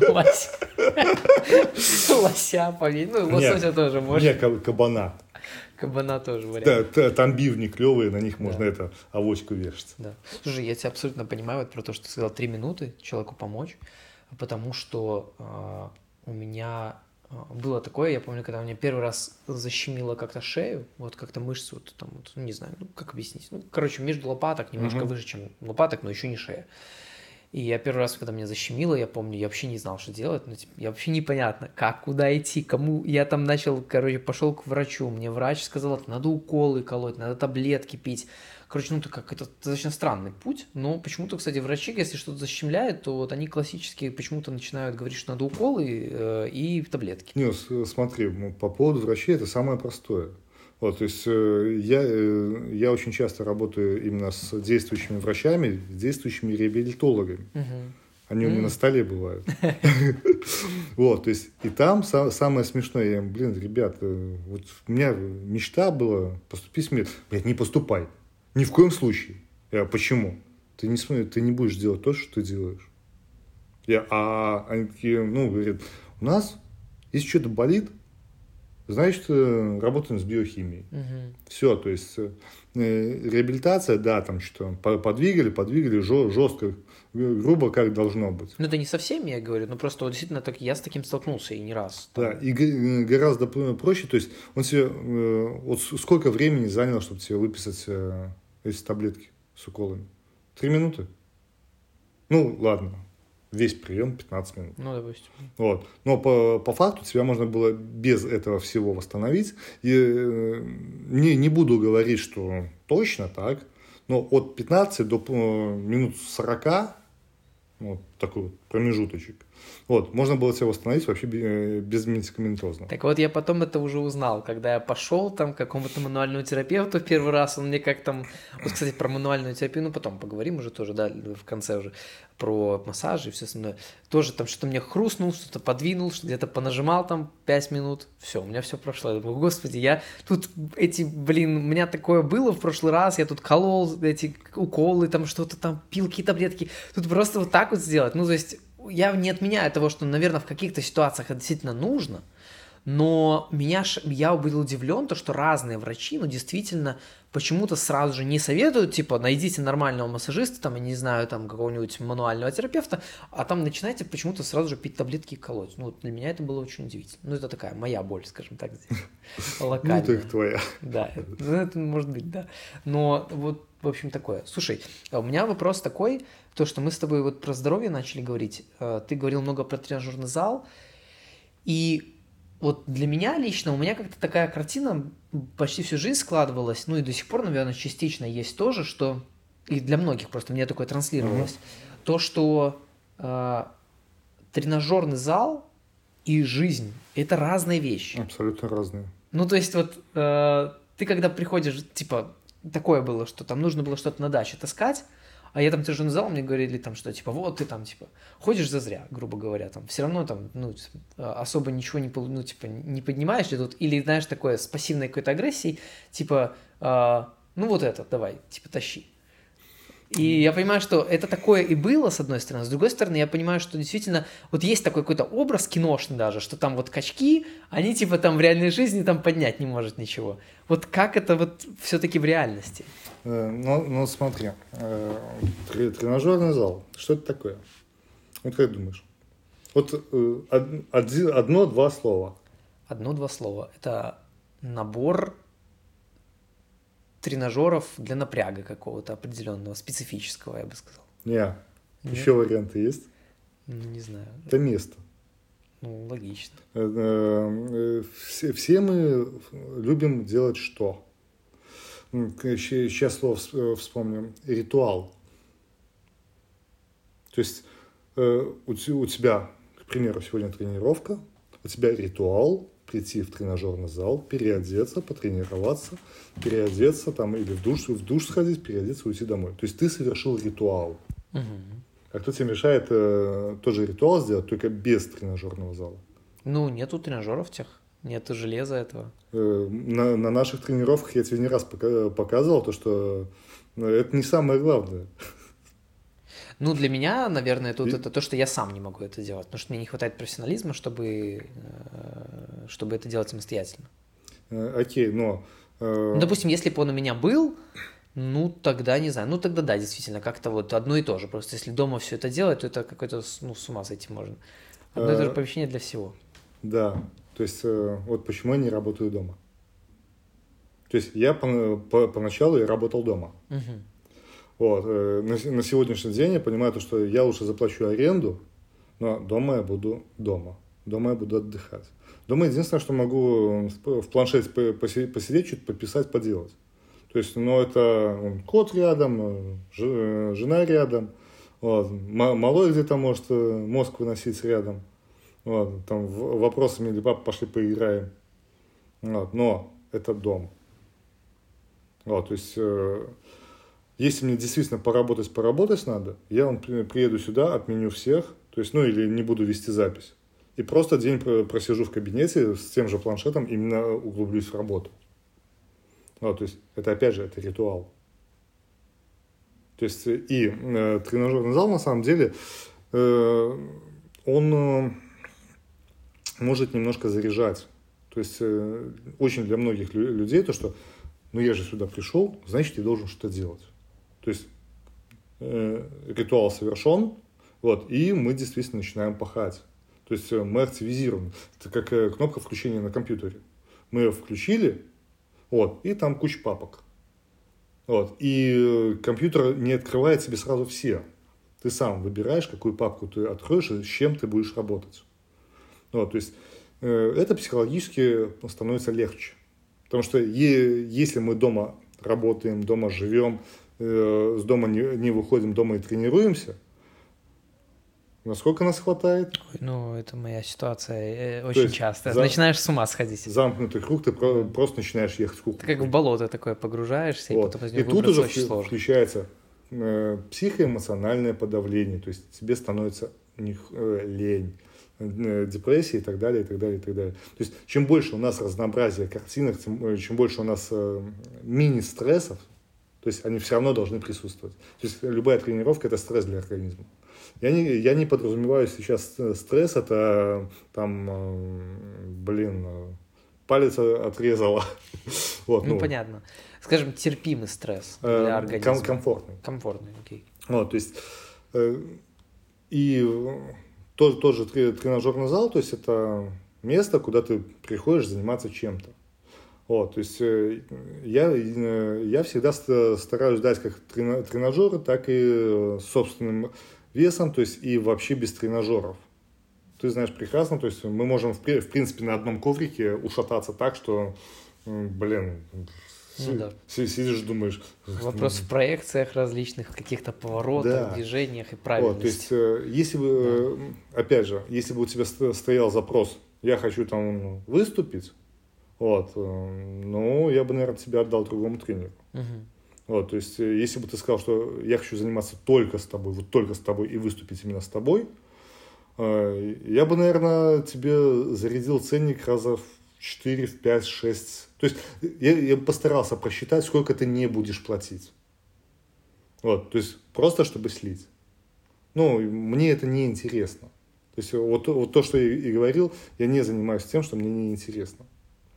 лося поменять. Лосося тоже можно. Не, кабана. Кабана тоже вариант. Да, там бивни клевые, на них можно авоську вешать. Да. Слушай, я тебя абсолютно понимаю про то, что ты сказал 3 минуты человеку помочь, потому что у меня... Было такое, я помню, когда у меня первый раз защемило как-то шею, вот как-то мышцу, не знаю, как объяснить. Между лопаток, немножко выше, чем лопаток, но еще не шея. И я первый раз, когда меня защемило, я помню, я вообще не знал, что делать, я вообще непонятно, как, куда идти, кому. Я там начал, пошел к врачу, мне врач сказал, надо уколы колоть, надо таблетки пить. Это достаточно странный путь, но почему-то, кстати, врачи, если что-то защемляет, то вот они классически почему-то начинают говорить, что надо уколы и таблетки. Смотри, по поводу врачей это самое простое. Вот, то есть я очень часто работаю именно с действующими врачами, действующими реабилитологами. Они у меня на столе бывают. Вот, то есть, и там самое смешное, ребята, вот у меня мечта была поступить в мед. Не поступай. Ни в коем случае. Почему? Ты не будешь делать то, что ты делаешь. Они такие, говорят, у нас, если что-то болит, значит, работаем с биохимией. Все, то есть реабилитация, да, там что-то подвигали жестко, грубо, как должно быть. Это не со всеми, я говорю, но просто действительно я с таким столкнулся и не раз. Да, и гораздо проще, то есть он себе, вот сколько времени заняло, чтобы тебе выписать эти таблетки с уколами? 3 минуты? Ладно. Весь прием 15 минут. Допустим. Вот. Но по факту тебя можно было без этого всего восстановить. И не буду говорить, что точно так, но от 15 до минут 40, вот такой вот промежуточек, можно было себя восстановить вообще безмедикаментозно. Так вот, я потом это уже узнал, когда я пошел к какому-то мануальному терапевту первый раз, он мне кстати, про мануальную терапию, потом поговорим уже тоже, да, в конце уже, про массажи и все остальное. Тоже там что-то мне хрустнул, что-то подвинул, где-то понажимал 5 минут, все, у меня все прошло. Я думаю, господи, я тут у меня такое было в прошлый раз, я тут колол эти уколы, что-то пил какие-то таблетки, тут просто вот так вот сделать, то есть я не отменяю того, что, наверное, в каких-то ситуациях это действительно нужно, Но я был удивлен, то, что разные врачи, ну, действительно, почему-то сразу же не советуют, типа, найдите нормального массажиста, там, я не знаю, там, какого-нибудь мануального терапевта, а там начинайте почему-то сразу же пить таблетки и колоть. Ну, для меня это было очень удивительно. Ну, это такая моя боль, скажем так, здесь, Ну, это локальная. их твоя. Да, ну, это может быть, да. Но вот, в общем, такое. Слушай, а у меня вопрос такой, то, что мы с тобой вот про здоровье начали говорить, ты говорил много про тренажерный зал, и вот для меня лично, у меня как-то такая картина почти всю жизнь складывалась, ну и до сих пор, наверное, частично есть тоже, что, и для многих просто мне такое транслировалось, то, что тренажерный зал и жизнь – это разные вещи. Абсолютно разные. Ну, то есть вот ты когда приходишь, типа, такое было, что там нужно было что-то на даче таскать, а я там тренажерный зал, мне говорили там, что типа, вот ты там, типа, ходишь зазря, грубо говоря, там, все равно там, ну, особо ничего не, ну, типа, не поднимаешь ли тут, или, знаешь, такое с пассивной какой-то агрессией, типа, ну, вот это, давай, типа, тащи. И я понимаю, что это такое и было, с одной стороны. С другой стороны, я понимаю, что действительно вот есть такой какой-то образ киношный даже, что там вот качки, они типа там в реальной жизни там поднять не может ничего. Вот как это вот все-таки в реальности? Ну, смотри, тренажерный зал, что это такое? Вот как думаешь? Вот одно-два слова. Одно-два слова. Это набор тренажеров для напряга какого-то определенного, специфического, я бы сказал. Нет. Еще варианты есть? Ну, не знаю. Это место. Ну, логично. Все мы любим делать что? Сейчас слово вспомним. Ритуал. То есть у тебя, к примеру, сегодня тренировка, у тебя ритуал прийти в тренажерный зал, переодеться, потренироваться, переодеться там или в душ сходить, переодеться, уйти домой. То есть ты совершил ритуал. Угу. А кто тебе мешает тоже ритуал сделать, только без тренажерного зала? Ну, нету тренажеров тех, нету железа этого. На наших тренировках я тебе не раз показывал то, что это не самое главное. Ну, для меня, наверное, тут это то, что я сам не могу это делать, потому что мне не хватает профессионализма, чтобы это делать самостоятельно. Окей, но... Ну, допустим, если бы он у меня был, ну, тогда не знаю. Ну, тогда да, действительно, как-то вот одно и то же. Просто если дома все это делать, то это какой-то, ну, с ума сойти можно. Одно и то же помещение для всего. Да, то есть вот почему я не работаю дома. То есть я поначалу я работал дома. Угу. Вот, на сегодняшний день я понимаю, то, что я лучше заплачу аренду, но дома я буду дома. Дома я буду отдыхать. Дома единственное, что могу в планшете посидеть, что-то пописать, поделать. То есть, ну, это кот рядом, жена рядом, вот, малой где-то может мозг выносить рядом. Вот, там вопросами или папа, пошли поиграем. Вот, но это дом. Вот, то есть, если мне действительно поработать надо, я приеду сюда, отменю всех, то есть, ну, или не буду вести запись. И просто день просижу в кабинете с тем же планшетом, именно углублюсь в работу. Вот, то есть, это опять же, это ритуал. То есть, и тренажерный зал, на самом деле, он может немножко заряжать. То есть, очень для многих людей то, что, ну, я же сюда пришел, значит, я должен что-то делать. То есть, ритуал совершен, вот, и мы действительно начинаем пахать. То есть, мы активизируем. Это как кнопка включения на компьютере. Мы ее включили, вот, и там куча папок. Вот, и компьютер не открывает себе сразу все. Ты сам выбираешь, какую папку ты откроешь и с чем ты будешь работать. Вот, то есть, это психологически становится легче. Потому что если мы дома работаем, дома живем, с дома не выходим, дома и тренируемся, насколько нас хватает? Ой, ну, это моя ситуация очень часто. Начинаешь с ума сходить. Замкнутый круг, ты просто начинаешь ехать в кухню. Ты как в болото такое погружаешься, вот. И потом из него и тут уже очень сложно. Включается психоэмоциональное подавление, то есть тебе становится лень, депрессия и так далее, и так далее, и так далее. То есть чем больше у нас разнообразия картинок, чем больше у нас мини-стрессов, То есть они все равно должны присутствовать. То есть любая тренировка – это стресс для организма. Я не подразумеваю сейчас стресс, это палец отрезало. Вот, Ну, понятно. Скажем, терпимый стресс для организма. Комфортный. Комфортный, окей. Вот, то есть, и тот же тренажерный зал, то есть это место, куда ты приходишь заниматься чем-то. Вот, то есть я всегда стараюсь дать как тренажеры, так и собственным весом, то есть и вообще без тренажеров. Ты знаешь прекрасно, то есть мы можем в принципе на одном коврике ушататься так, что, сидишь, думаешь... Вопрос в проекциях различных, в каких-то поворотах, движениях и правильности. Вот, то есть если бы, опять же, если бы у тебя стоял запрос, я хочу там выступить, вот, ну, я бы, наверное, тебя отдал другому тренеру. Вот, то есть, если бы ты сказал, что я хочу заниматься только с тобой, вот только с тобой и выступить именно с тобой, я бы, наверное, тебе зарядил ценник раза в 4, в 5, 6. То есть, я постарался просчитать, сколько ты не будешь платить. Вот, то есть, просто чтобы слить. Ну, мне это не интересно. То есть, вот то, что я и говорил, я не занимаюсь тем, что мне не интересно.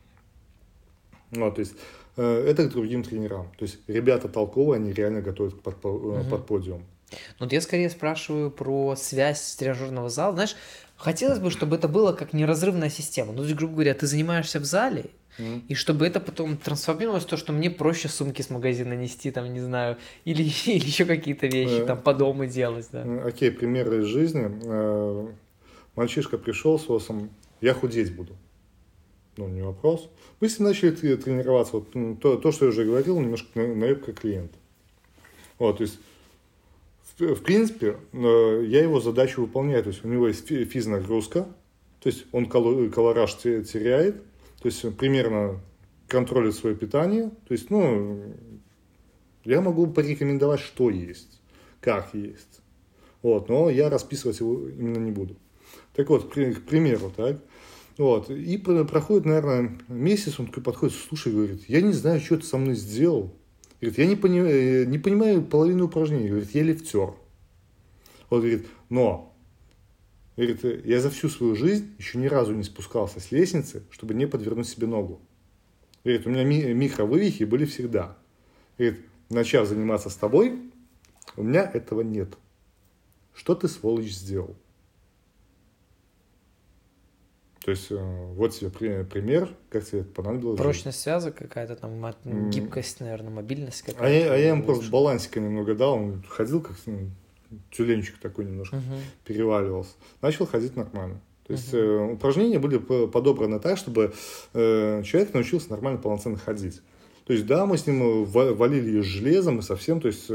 Вот, то есть, это к другим тренерам. То есть, ребята толковые, они реально готовят под подиум. Ну, я скорее спрашиваю про связь тренажерного зала. Знаешь, хотелось бы, чтобы это было как неразрывная система. Ну, то есть, грубо говоря, ты занимаешься в зале, и чтобы это потом трансформировалось в то, что мне проще сумки с магазина нести, там, не знаю, или еще какие-то вещи, там, по дому делать, да. Окей, примеры из жизни. Мальчишка пришел с вопросом, я худеть буду. Ну, не вопрос. Мы с ним начали тренироваться. Вот, то, что я уже говорил, немножко наебка клиента. Вот, то есть, в принципе, я его задачу выполняю. То есть, у него есть физнагрузка, то есть, он калораж теряет, то есть, примерно контролит свое питание. То есть, ну, я могу порекомендовать, что есть, как есть. Вот, но я расписывать его именно не буду. Так вот, к примеру, так. Вот. И проходит, наверное, месяц, он такой подходит, слушай, говорит, я не знаю, что ты со мной сделал. Говорит, я не понимаю половину упражнений. Говорит, я лифтер. Вот, говорит, но, говорит, я за всю свою жизнь еще ни разу не спускался с лестницы, чтобы не подвернуть себе ногу. Говорит, у меня микровывихи были всегда. Говорит, начав заниматься с тобой, у меня этого нет. Что ты, сволочь, сделал? То есть, вот тебе пример, как тебе это понадобилось. Прочность связок какая-то там, гибкость, наверное, мобильность какая-то. А я ему просто балансика немного дал, он ходил как тюленчик такой немножко, переваливался. Начал ходить нормально. То есть, упражнения были подобраны так, чтобы человек научился нормально, полноценно ходить. То есть, да, мы с ним валили ее железом и совсем, то есть,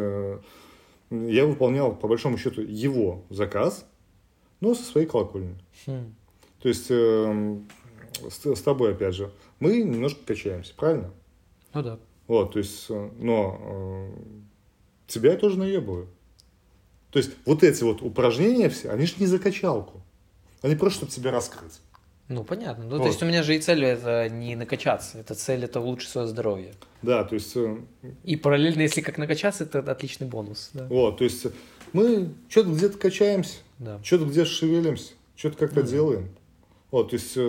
я выполнял, по большому счету, его заказ, но со своей колокольни. То есть, с тобой, опять же, мы немножко качаемся, правильно? Ну да. Вот, то есть, но тебя я тоже наебываю. То есть, вот эти вот упражнения все, они же не за качалку. Они просто, чтобы тебя раскрыть. Ну, понятно. Ну, вот. То есть, у меня же и цель это не накачаться, это цель это улучшить свое здоровье. Да, то есть... И параллельно, если как накачаться, это отличный бонус. Да. Вот, то есть, мы что-то где-то качаемся, что-то где-то шевелимся, что-то как-то делаем. Вот, то есть,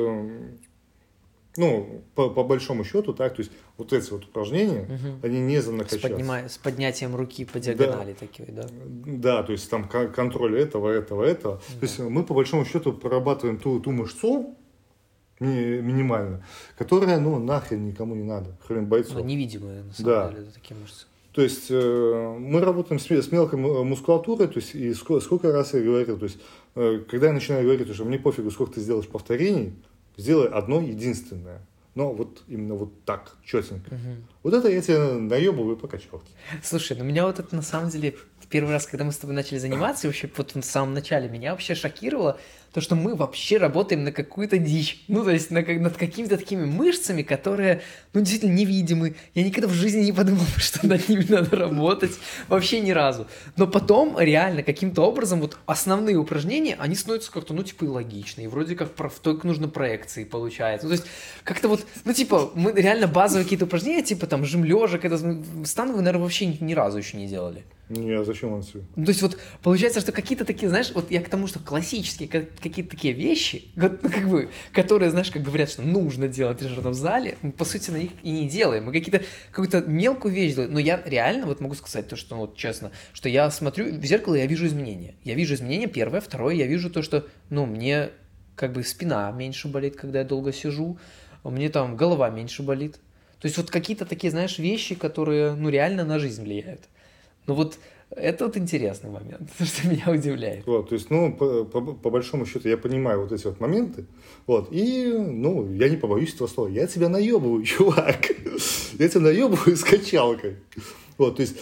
ну, по большому счету, так, то есть, вот эти вот упражнения, они не за накачаться. С поднятием руки по диагонали такие, да? Да, то есть, там контроль этого. То есть, мы по большому счету прорабатываем ту мышцу минимально, которая, ну, нахрен никому не надо, кроме бойцов. Она невидимая, на самом деле, такие мышцы. То есть, мы работаем с мелкой мускулатурой, то есть, и сколько раз я говорил, то есть, когда я начинаю говорить, что мне пофигу, сколько ты сделаешь повторений, сделай одно единственное. Но вот именно вот так, четенько. Вот это я тебе наебываю по качалке. Слушай, ну меня вот это на самом деле первый раз, когда мы с тобой начали заниматься, вообще вот в самом начале меня вообще шокировало то, что мы вообще работаем на какую-то дичь. Ну, то есть над какими-то такими мышцами, которые, ну, действительно невидимы. Я никогда в жизни не подумал, что над ними надо работать. Вообще ни разу. Но потом реально каким-то образом вот основные упражнения, они становятся как-то, ну, типа и логичные. И вроде как только нужно проекции получается. Ну, то есть как-то вот ну, типа, мы реально базовые какие-то упражнения, типа, там, жим лежа, когда становую, наверное, вообще ни разу еще не делали. Не, а зачем он все? Ну, то есть вот получается, что какие-то такие, знаешь, вот я к тому, что классические какие-то такие вещи, ну, как бы, которые, знаешь, как говорят, что нужно делать в тренажерном зале, мы, по сути, на них и не делаем. Мы какую-то мелкую вещь делаем. Но я реально вот могу сказать то, что, вот честно, что я смотрю в зеркало, я вижу изменения. Я вижу изменения, первое. Второе, я вижу то, что, ну, мне как бы спина меньше болит, когда я долго сижу, мне там голова меньше болит. То есть вот какие-то такие, знаешь, вещи, которые, ну, реально на жизнь влияют. Ну вот это вот интересный момент, что меня удивляет. Вот, то есть, ну, по большому счету, я понимаю вот эти вот моменты, вот, и, ну, я не побоюсь этого слова, я тебя наебываю, чувак, я тебя наебываю с качалкой. Вот, то есть,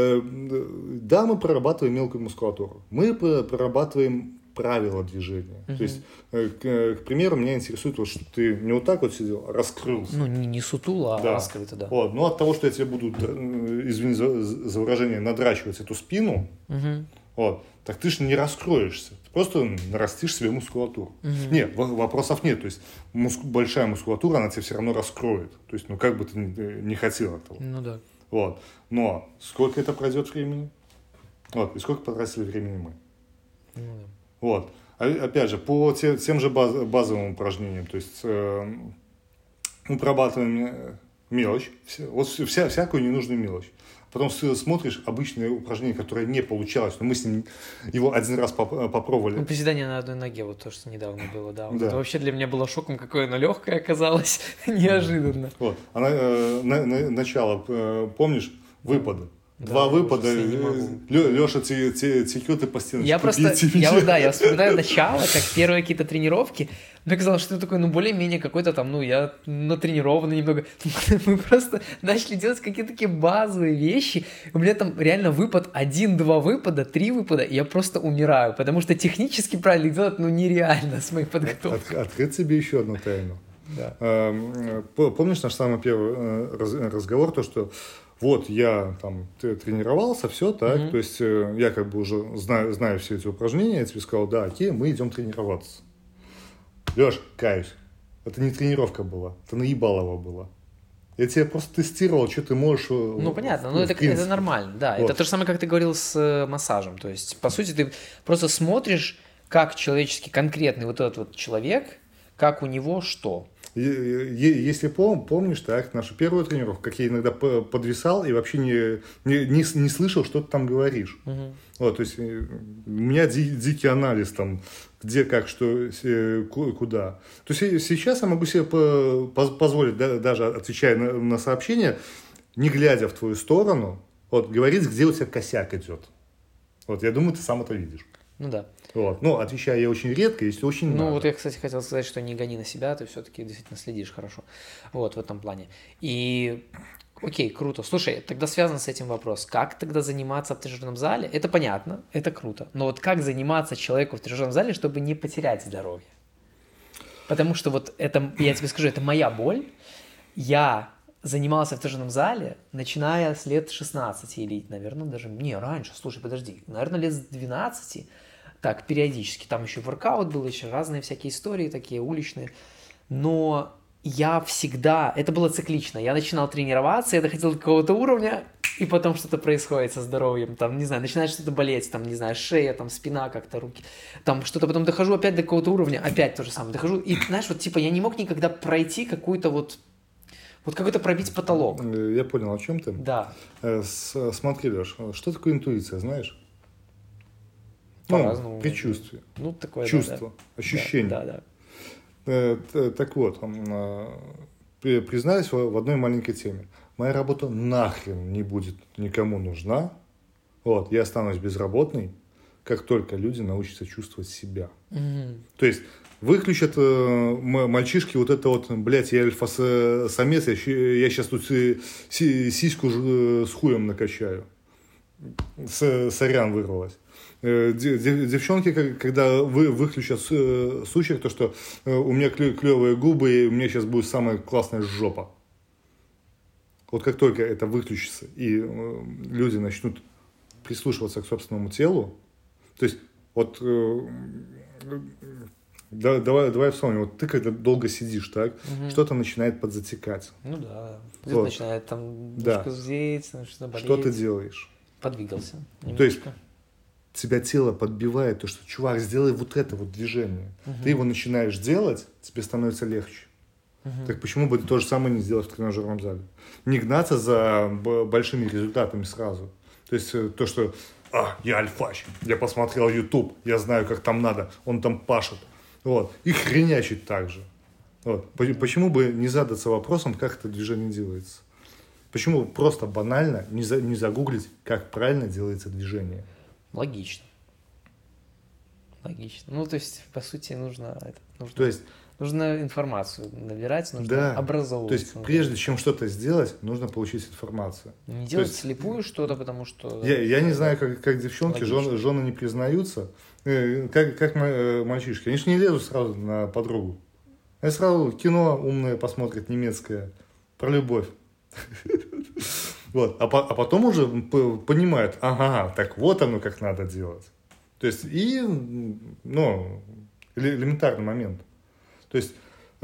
да, мы прорабатываем мелкую мускулатуру, мы прорабатываем правила движения. То есть, к примеру, меня интересует, вот, что ты не вот так вот сидел, а раскрылся. Ну, не сутул, а раскрыто, да. Вот, но от того, что я тебе буду, извини за выражение, надрачивать эту спину, вот, так ты же не раскроешься. Ты просто нарастишь себе мускулатуру. Нет, вопросов нет. То есть, большая мускулатура, она тебя все равно раскроет. То есть, ну, как бы ты не хотел этого. Ну, да. Вот. Но сколько это пройдет времени? Вот, и сколько потратили времени мы? Ну, да. Вот. Опять же, по тем же базовым упражнениям, то есть мы прорабатываем мелочь, вот всякую ненужную мелочь. Потом смотришь обычное упражнение, которое не получалось, но мы с ним его один раз попробовали. Ну, приседание на одной ноге, вот то, что недавно было, да. Вот да. Это вообще для меня было шоком, какое оно легкое оказалось, неожиданно. Вот. Начало, помнишь, выпады. Да, Два выпада, Леша текет и по стеночке. Я вспоминаю начало, как первые какие-то тренировки. Мне казалось, что это такой, ну, более-менее какой-то там, ну, я натренированный немного. Мы просто начали делать какие-то такие базовые вещи. У меня там реально выпад 1-2 выпада, 3 выпада, и я просто умираю, потому что технически правильно делать, ну, нереально с моей подготовкой. Открыть себе еще одну тайну. Да. Помнишь наш самый первый разговор, то, что вот я там тренировался, все так, то есть я как бы уже знаю все эти упражнения, я тебе сказал, да, окей, мы идем тренироваться. Леш, кайф, это не тренировка была, это наебалово было. Я тебя просто тестировал, что ты можешь... Ну, понятно, но это нормально, да. Вот. Это то же самое, как ты говорил с массажем. То есть, по сути, ты просто смотришь, как человеческий, конкретный вот этот вот человек, как у него что. Если помнишь, так, нашу первую тренировку, как я иногда подвисал и вообще не слышал, что ты там говоришь. Вот, то есть у меня дикий анализ там, где, как, что, куда. То есть сейчас я могу себе позволить, даже отвечая на сообщения, не глядя в твою сторону, вот, говорить, где у тебя косяк идет. Вот, я думаю, ты сам это видишь. Ну да. Вот. Ну, отвечаю я очень редко, если очень надо. Ну, вот я, кстати, хотел сказать, что не гони на себя, ты все-таки действительно следишь хорошо. Вот, в этом плане. И, окей, круто. Слушай, тогда связан с этим вопрос. Как тогда заниматься в тренажерном зале? Это понятно, это круто. Но вот как заниматься человеку в тренажерном зале, чтобы не потерять здоровье? Потому что вот это, я тебе скажу, это моя боль. Я занимался в тренажерном зале, начиная с лет 16 или, наверное, даже... Не, раньше, слушай, подожди. Наверное, лет с 12... Так, периодически. Там еще воркаут был, еще разные всякие истории такие уличные. Но я всегда... Это было циклично. Я начинал тренироваться, я доходил до какого-то уровня, и потом что-то происходит со здоровьем. Там, не знаю, начинает что-то болеть, там, не знаю, шея, там, спина как-то, руки. Там что-то потом дохожу опять до какого-то уровня, опять то же самое. Дохожу, и, знаешь, вот типа я не мог никогда пройти какую-то вот какой-то пробить потолок. Я понял, о чем ты. Да. Смотри, Леш, что такое интуиция, знаешь? По-разному. Предчувствие. Ну, такое, чувство, да. ощущение. Да. Так вот, признаюсь в одной маленькой теме. Моя работа нахрен не будет никому нужна. Вот, я останусь безработный, как только люди научатся чувствовать себя. То есть выключат мальчишки вот это вот, блядь, я альфа-самец, я сейчас тут сиську с хуем накачаю. Сорян, вырвалась. Девчонки, когда выключат сучек, то что у меня клевые губы, и у меня сейчас будет самая классная жопа. Вот как только это выключится, и люди начнут прислушиваться к собственному телу, то есть вот давай вспомним. Вот ты когда долго сидишь, так, что-то начинает подзатекать. Ну да. Где-то Вот. начинает там Да. немножко зудеть, что-то болеть. Что ты делаешь? Подвигался немножко. То есть тебя тело подбивает, то, что, чувак, сделай вот это вот движение. Ты его начинаешь делать, тебе становится легче. Так почему бы то же самое не сделать в тренажерном зале? Не гнаться за большими результатами сразу. То есть то, что я альфач, я посмотрел YouTube, я знаю, как там надо, он там пашет. Вот. И хренячить так же. Вот. Почему бы не задаться вопросом, как это движение делается? Почему просто банально не загуглить, как правильно делается движение? Логично. Ну, то есть, по сути, нужно информацию набирать, нужно образовываться. То есть, прежде чем что-то сделать, нужно получить информацию. Не делать слепую что-то, потому что... Я не знаю, как девчонки, жены не признаются, как мальчишки. Они же не лезут сразу на подругу. Они сразу кино умное посмотрят, немецкое, про любовь. Вот. А потом уже понимают, так вот оно как надо делать. То есть, элементарный момент. То есть,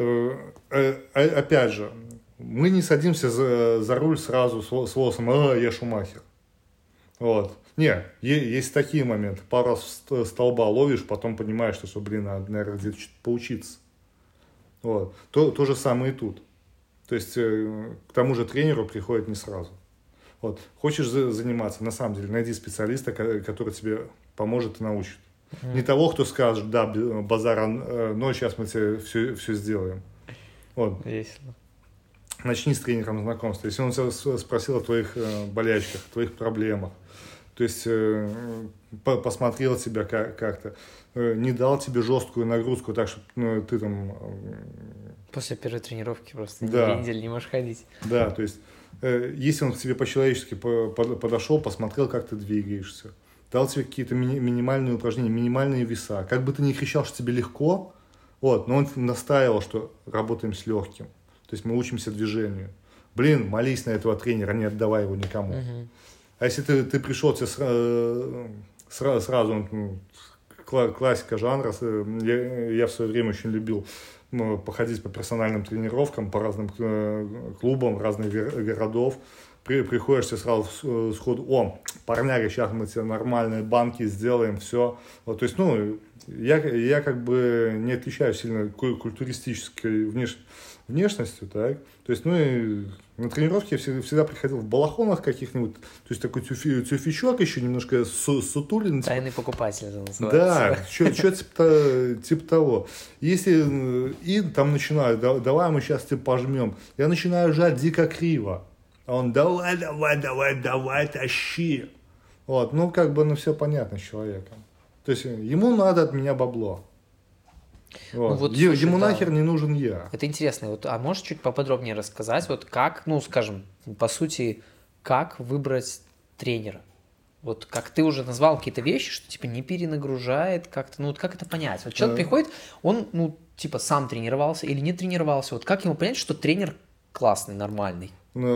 опять же, мы не садимся за руль сразу с волосом, я Шумахер. Вот. Не, есть такие моменты. Пару раз столба ловишь, потом понимаешь, что, надо, наверное, где-то что-то поучиться. Вот. То же самое и тут. То есть, к тому же тренеру приходит не сразу. Вот. Хочешь заниматься, на самом деле, найди специалиста, который тебе поможет и научит. Не того, кто скажет, да, базара, но сейчас мы тебе все сделаем. Вот. Весело. Начни с тренером знакомства. Если он тебя спросил о твоих болячках, твоих проблемах, то есть посмотрел тебя как-то, не дал тебе жесткую нагрузку, так что ты там... После первой тренировки просто неделю не можешь ходить. Да, то есть если он к тебе по-человечески подошел, посмотрел, как ты двигаешься, дал тебе какие-то минимальные упражнения, минимальные веса. Как бы ты ни кричал, что тебе легко, но он настаивал, что работаем с легким. То есть мы учимся движению. Молись на этого тренера, не отдавай его никому. А если ты пришел, тебе сразу классика жанра, я в свое время очень любил походить по персональным тренировкам, по разным клубам разных городов. Приходишь, тебе сразу сходу, парняга, сейчас мы тебе нормальные банки сделаем, все. Вот, то есть, я как бы не отличаюсь сильно культуристической внешностью, так. То есть, и на тренировке я всегда приходил в балахонах каких-нибудь, то есть такой тюфячок еще немножко сутулен. Тайный покупатель это называется. Да, что-то типа того. Если и там начинаю, давай мы сейчас тебя пожмем, я начинаю жать дико криво. А он, давай, тащи. Вот, все понятно с человеком. То есть, ему надо от меня бабло. Вот. Ему нахер не нужен я. Это интересно. А можешь чуть поподробнее рассказать, как, скажем, по сути, как выбрать тренера? Вот как ты уже назвал какие-то вещи, что типа не перенагружает, как-то, как это понять? Вот человек приходит, он, сам тренировался или не тренировался. Вот как ему понять, что тренер классный, нормальный?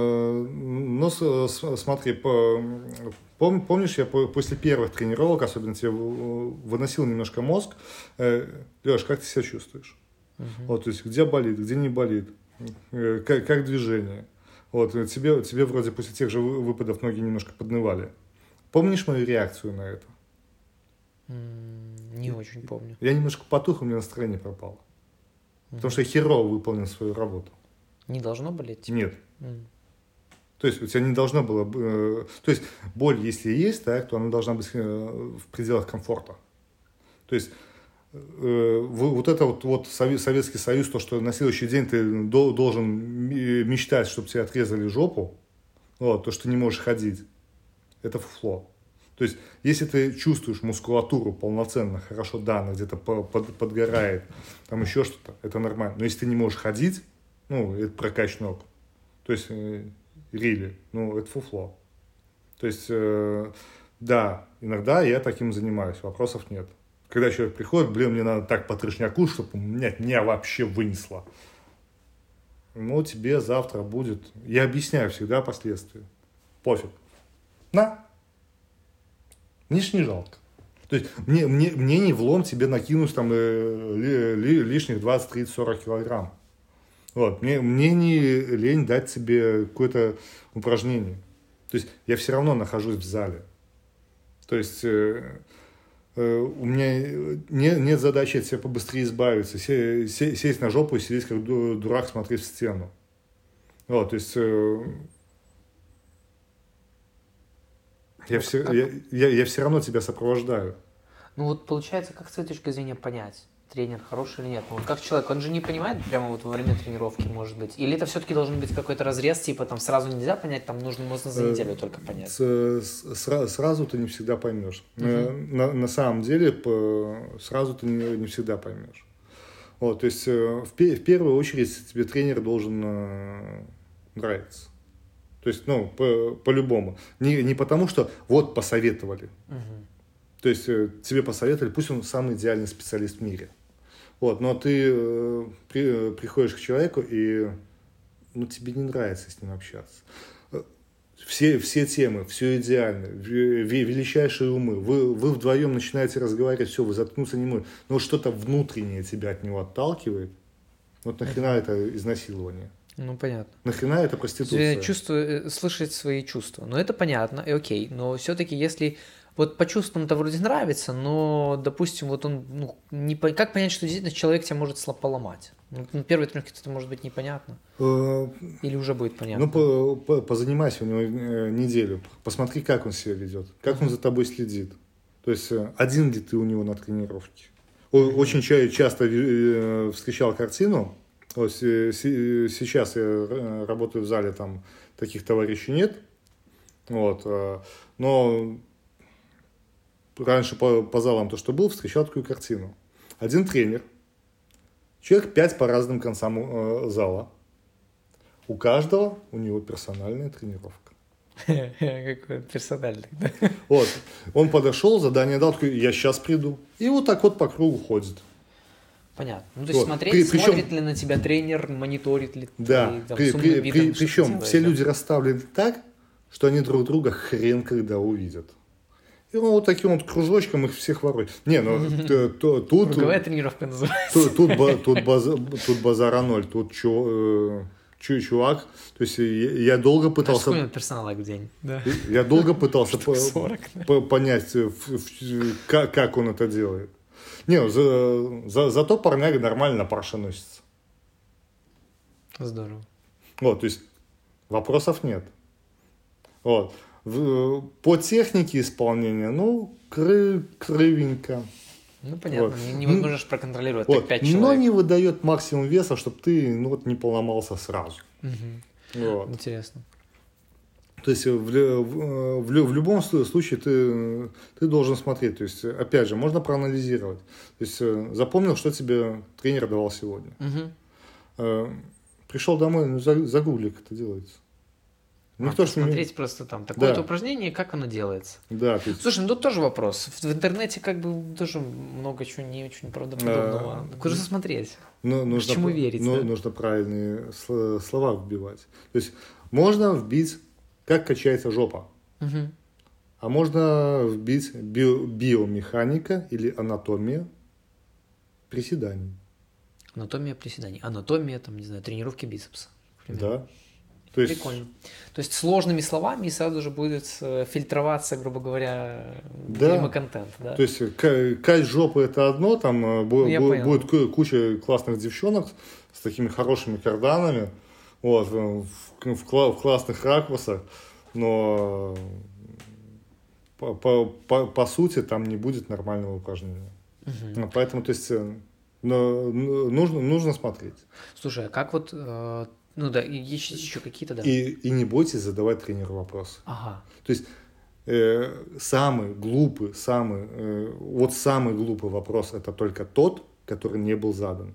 Смотри, помнишь, я после первых тренировок, особенно тебе выносил немножко мозг. Леш, как ты себя чувствуешь? Вот, то есть, где болит, где не болит, как движение. Вот, тебе вроде после тех же выпадов ноги немножко поднывали. Помнишь мою реакцию на это? Не очень помню. Я немножко потух, у меня настроение пропало. Потому что я херово выполнил свою работу. Не должно болеть? Нет. То есть у тебя не должно было... То есть боль, если есть, так, то она должна быть в пределах комфорта. То есть вот это вот Советский Союз, то, что на следующий день ты должен мечтать, чтобы тебе отрезали жопу, то, что не можешь ходить, это фуфло. То есть если ты чувствуешь мускулатуру полноценно, хорошо, да, она где-то подгорает, там еще что-то, это нормально. Но если ты не можешь ходить, это прокач ног. То есть, это фуфло. То есть, да, иногда я таким занимаюсь, вопросов нет. Когда человек приходит, мне надо так по трешняку, чтобы меня вообще вынесло. Тебе завтра будет... Я объясняю всегда последствия. Пофиг. На. Мне ж не жалко. То есть мне не влом тебе накинуть там лишних 20, 30, 40 килограмм. Вот. Мне не лень дать тебе какое-то упражнение. То есть я все равно нахожусь в зале. То есть у меня нет задачи от себя побыстрее избавиться, сесть на жопу и сидеть как дурак, смотреть в стену. Вот, то есть я все равно тебя сопровождаю. Ну вот получается, как с твоей точки зрения понять, тренер хороший или нет? Ну, вот как человек, он же не понимает прямо вот во время тренировки, может быть? Или это все-таки должен быть какой-то разрез, типа там сразу нельзя понять, там можно за неделю только понять? Сразу ты не всегда поймешь. На самом деле сразу ты не всегда поймешь. Вот, то есть в первую очередь тебе тренер должен нравиться. То есть, ну, по-любому. Не потому, что вот посоветовали. То есть тебе посоветовали, пусть он самый идеальный специалист в мире. Вот, но ты приходишь к человеку, и ну, тебе не нравится с ним общаться. Все темы, все идеально, величайшие умы. Вы вдвоем начинаете разговаривать, все, вы заткнуться не можете. Но что-то внутреннее тебя от него отталкивает. Вот нахрена это изнасилование? Ну, понятно. Нахрена это проституция? Слышать свои чувства. Ну, это понятно, и окей. Но все-таки, если вот по чувствам-то вроде нравится, но, допустим, вот он, ну, как понять, что действительно человек тебя может поломать? Ну, на первой тренировке это может быть непонятно. Или уже будет понятно? Ну, позанимайся у него неделю. Посмотри, как он себя ведет, как он за тобой следит. То есть, один ли ты у него на тренировке. Очень часто встречал картину. Вот сейчас я работаю в зале, там таких товарищей нет. Вот, но раньше по залам то, что был, встречал такую картину. Один тренер, человек 5 по разным концам зала. У каждого у него персональная тренировка. Какой персональный, да? Вот, он подошел, задание дал, такой, я сейчас приду. И вот так вот по кругу ходит. Понятно. Ну, то есть вот. Смотрит ли на тебя тренер, мониторит ли да, ты, там, видом, причем все люди расставлены так, что они друг друга хрен когда увидят. И он вот таким вот кружочком их всех ворует. Не, ну тут... Круговая тренировка называется. Тут базара ноль, тут чувак. То есть я долго пытался... Сколько персонала в день? Да. Я долго пытался понять, как он это делает. Не, зато парняга нормально на парше носится. Здорово. Вот, то есть вопросов нет. Вот. По технике исполнения, ну, кривенько. Ну, понятно, вот. Невозможно же проконтролировать вот. так 5 человек. Но не выдает максимум веса, чтобы ты не поломался сразу. Вот. Интересно. То есть в любом случае ты должен смотреть. То есть, опять же, можно проанализировать. То есть запомнил, что тебе тренер давал сегодня. Пришел домой, ну, загугли, как это делается. Посмотреть просто там такое-то упражнение, как оно делается. Да, слушай, ну тут тоже вопрос. В интернете как бы тоже много чего не очень правдоподобного. Куда же смотреть? Чему верить? Нужно правильные слова вбивать. То есть можно вбить, как качается жопа. А можно вбить биомеханика или анатомия приседаний. Анатомия приседаний. Анатомия, там, не знаю, тренировки бицепса. Да. То есть... Прикольно. То есть сложными словами сразу же будет фильтроваться, грубо говоря, контент. Да? То есть кать жопы это одно, там будет куча классных девчонок с такими хорошими карданами, вот, в классных ракурсах, но по сути там не будет нормального упражнения. Поэтому, то есть, нужно смотреть. Слушай, а как вот... Ну да, и есть еще какие-то, да. И не бойтесь задавать тренеру вопросы. Ага. То есть самый глупый вопрос это только тот, который не был задан.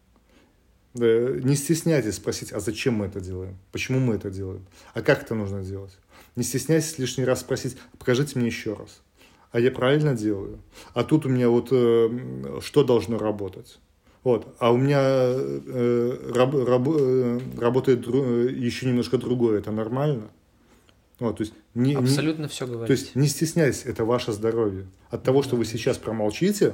Не стесняйтесь спросить, а зачем мы это делаем? Почему мы это делаем? А как это нужно делать? Не стесняйтесь лишний раз спросить, покажите мне еще раз. А я правильно делаю? А тут у меня вот что должно работать? Вот. А у меня работает еще немножко другое. Это нормально? Вот, то есть Абсолютно все То говорите. есть не стесняйтесь, это ваше здоровье. От того, что вы сейчас промолчите,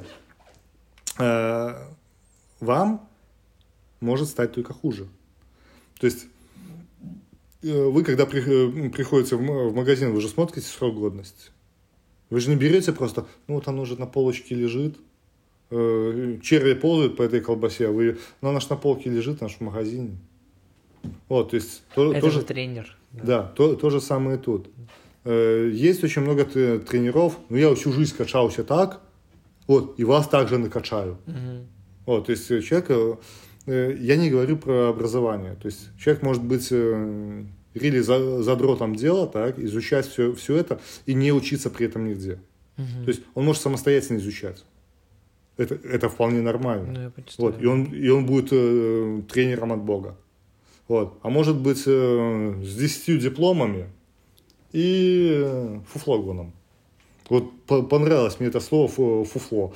вам может стать только хуже. То есть вы, когда приходите в магазин, вы же смотрите срок годности. Вы же не берете просто, ну вот оно уже на полочке лежит, черви ползают по этой колбасе, но она же на полке лежит, она же в магазине. Вот, то есть Это тоже же тренер. Да, то же самое и тут. Есть очень много тренеров, но я всю жизнь качался так, вот, и вас также накачаю. Вот, то есть человек, я не говорю про образование, то есть человек может быть really задротом дела, так, изучать все это и не учиться при этом нигде. То есть он может самостоятельно изучать. Это вполне нормально. Ну, я вот, представляю. и он будет тренером от Бога. Вот. А может быть с 10 дипломами и фуфлогоном. Вот понравилось мне это слово фуфло.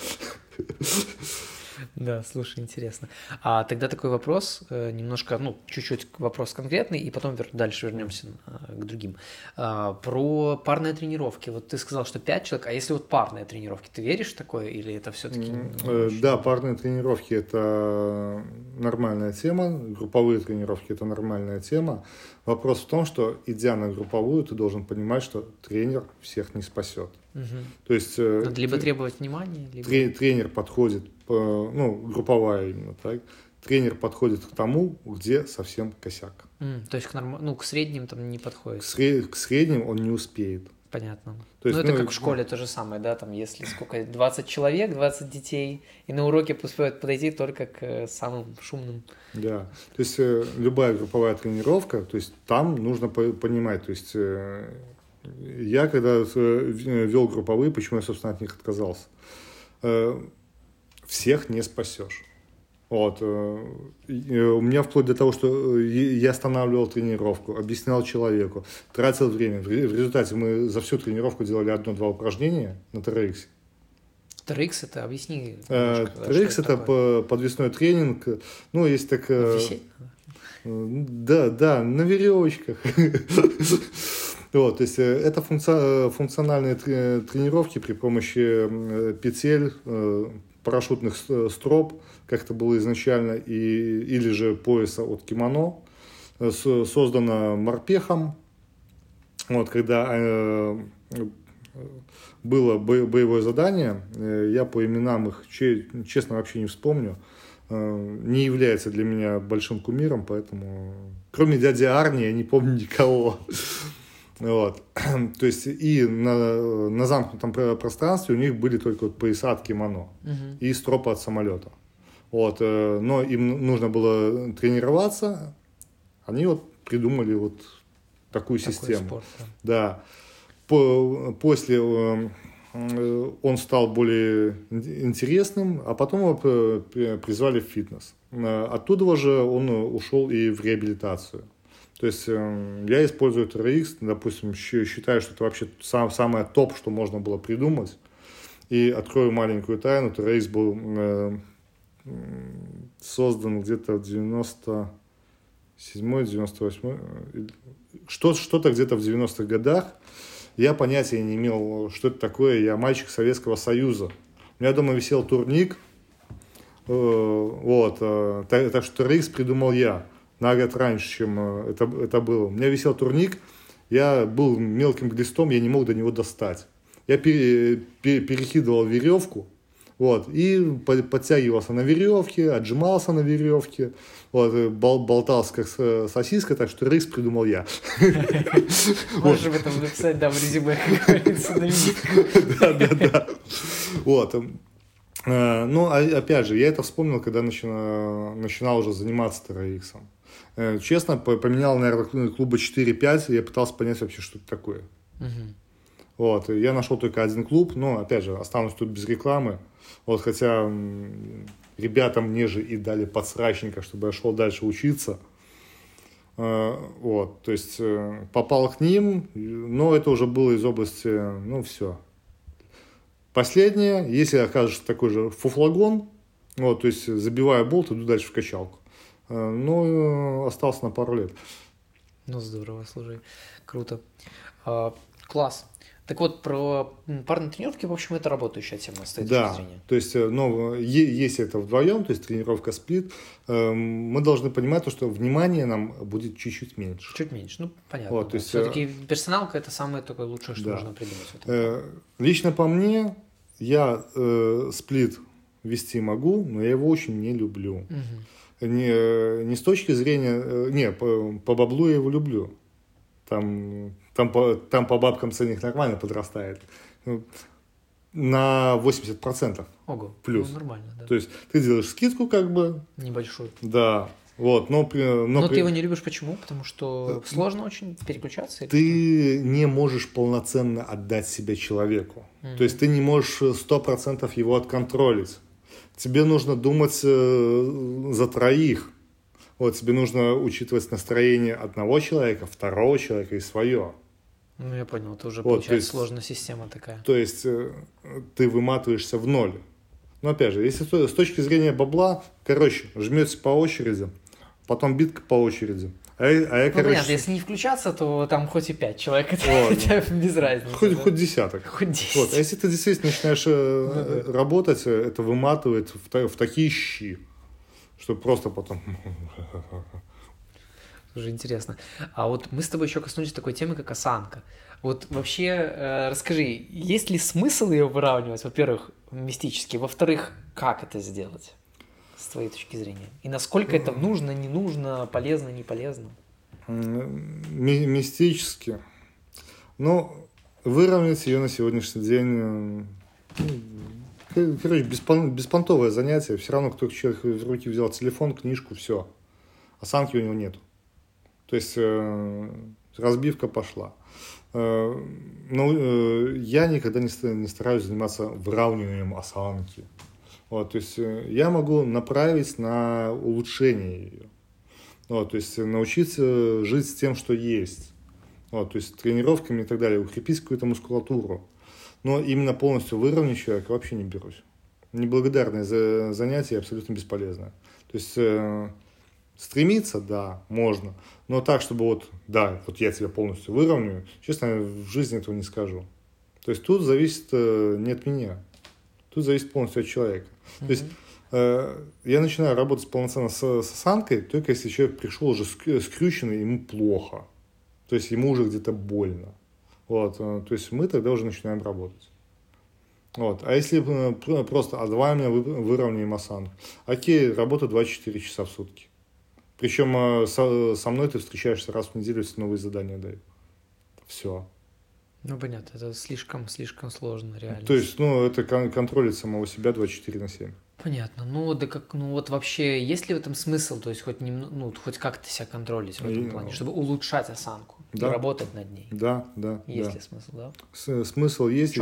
Да, слушай, интересно. А тогда такой вопрос, немножко, ну, чуть-чуть вопрос конкретный, и потом дальше вернемся к другим. Про парные тренировки. Вот ты сказал, что 5 человек, а если вот парные тренировки, ты веришь в такое, или это все-таки... Да, парные тренировки – это нормальная тема, групповые тренировки – это нормальная тема. Вопрос в том, что, идя на групповую, ты должен понимать, что тренер всех не спасет. То есть, надо либо требовать внимания, либо... Тренер подходит, групповая именно, так? Тренер подходит к тому, где совсем косяк. То есть к средним там не подходит? К средним он не успеет. Понятно. То есть, это как в школе то же самое, да, там если сколько, 20 человек, 20 детей, и на уроке успевают подойти только к самым шумным. Да, то есть любая групповая тренировка, то есть там нужно понимать, то есть я когда вел групповые, почему я, собственно, от них отказался, всех не спасешь. Вот. У меня вплоть до того, что я останавливал тренировку, объяснял человеку, тратил время. В результате мы за всю тренировку делали 1-2 упражнения на TRX. TRX это, объясни. TRX это подвесной тренинг. Ну, есть так... Висеть надо? Да, на веревочках. Вот, то есть это функциональные тренировки при помощи петель, парашютных строп, как это было изначально, или же пояса от кимоно, создано морпехом. Вот, когда было боевое задание, я по именам их, честно, вообще не вспомню, не является для меня большим кумиром, поэтому, кроме дяди Арни, я не помню никого. Вот. То есть и на замкнутом пространстве у них были только вот пояса от кимоно и стропы от самолета. Вот. Но им нужно было тренироваться, они вот придумали вот такую систему. Спорт, да. После он стал более интересным, а потом его призвали в фитнес. Оттуда же он ушел и в реабилитацию. То есть я использую TRX, допустим, считаю, что это вообще самое топ, что можно было придумать. И открою маленькую тайну, TRX был создан где-то в 97-й, 98-й, что-то где-то в 90-х годах. Я понятия не имел, что это такое. Я мальчик Советского Союза. У меня дома висел турник. Вот, так что TRX придумал я. На год раньше, чем это было. У меня висел турник, я был мелким глистом, я не мог до него достать. Я перекидывал веревку, вот, и подтягивался на веревке, отжимался на веревке, вот, болтался как сосиска, так что TRX придумал я. Можешь об этом написать, да, в резюме, как говорится, на Да. Вот. Ну, опять же, я это вспомнил, когда начинал уже заниматься TRX. Честно, поменял, наверное, клуба 4-5, и я пытался понять вообще, что это такое. Вот, я нашел только один клуб, но, опять же, останусь тут без рекламы. Вот, хотя ребята мне же и дали подсрачника, чтобы я шел дальше учиться. Вот, то есть попал к ним, но это уже было из области, ну, все. Последнее, если окажется такой же фуфлагон, вот, то есть забиваю болт, иду дальше в качалку. Ну, остался на пару лет. Ну, здорово, слушай, круто. Класс. Так вот, про парные тренировки, в общем, это работающая тема с твоей точки Да, зрения. то есть, ну, если это вдвоем, то есть тренировка сплит, мы должны понимать то, что внимание нам будет чуть-чуть меньше. Чуть меньше, ну, понятно. Вот, Да. то есть, Все-таки персоналка это самое такое лучшее, что да. можно придумать в этом плане. Лично по мне, я сплит вести могу, но я его очень не люблю. Не с точки зрения... Не, по баблу я его люблю. Там по бабкам ценник нормально подрастает. Ну, на 80% Ого, плюс. ну, нормально, да. То есть ты делаешь скидку как бы. Небольшую. Да. Вот, но ты его не любишь почему? Потому что сложно очень переключаться? Ты не можешь полноценно отдать себя человеку. То есть ты не можешь 100% его отконтролить. Тебе нужно думать за троих. Вот, тебе нужно учитывать настроение одного человека, второго человека и свое. Ну, я понял, это уже вот, получается сложная система такая. То есть ты выматываешься в ноль. Но опять же, если с точки зрения бабла, короче, жмете по очереди, потом битка по очереди. Понятно, если не включаться, то там хоть и 5 человек, это без разницы. Хоть десяток. Хоть 10. Вот. А если ты действительно начинаешь работать, это выматывает в такие щи, что просто потом... Уже интересно. А вот мы с тобой еще коснулись такой темы, как осанка. Вот вообще расскажи, есть ли смысл ее выравнивать, во-первых, мистически, во-вторых, как это сделать, с твоей точки зрения? И насколько это нужно, не нужно, полезно, не полезно? Мистически. Но выровнять ее на сегодняшний день... Короче, беспонтовое занятие. Все равно, кто человек в руки взял телефон, книжку, все. Осанки у него нету. То есть разбивка пошла. Но я никогда не стараюсь заниматься выравниванием осанки. Вот, то есть я могу направить на улучшение ее. Вот, то есть научиться жить с тем, что есть. Вот, то есть тренировками и так далее, укрепить какую-то мускулатуру. Но именно полностью выровнять человека вообще не берусь. Неблагодарное занятие абсолютно бесполезное. То есть стремиться, да, можно. Но так, чтобы вот я тебя полностью выровняю, честно, в жизни этого не скажу. То есть тут зависит не от меня. Тут зависит полностью от человека. То есть я начинаю работать полноценно с осанкой, только если человек пришел уже скрюченный, ему плохо. То есть ему уже где-то больно. Вот, то есть мы тогда уже начинаем работать. Вот. А если просто, давай меня выровняем осанку. Окей, работа 24 часа в сутки. Причем со мной ты встречаешься раз в неделю, если новые задания дают. Все. Ну, понятно, это слишком сложно, реально. То есть, это контролить самого себя 24/7. Понятно. Вот вообще, есть ли в этом смысл, то есть хоть как-то себя контролить в этом плане, чтобы улучшать осанку и работать над ней? Да. Есть ли смысл, да? Смысл есть.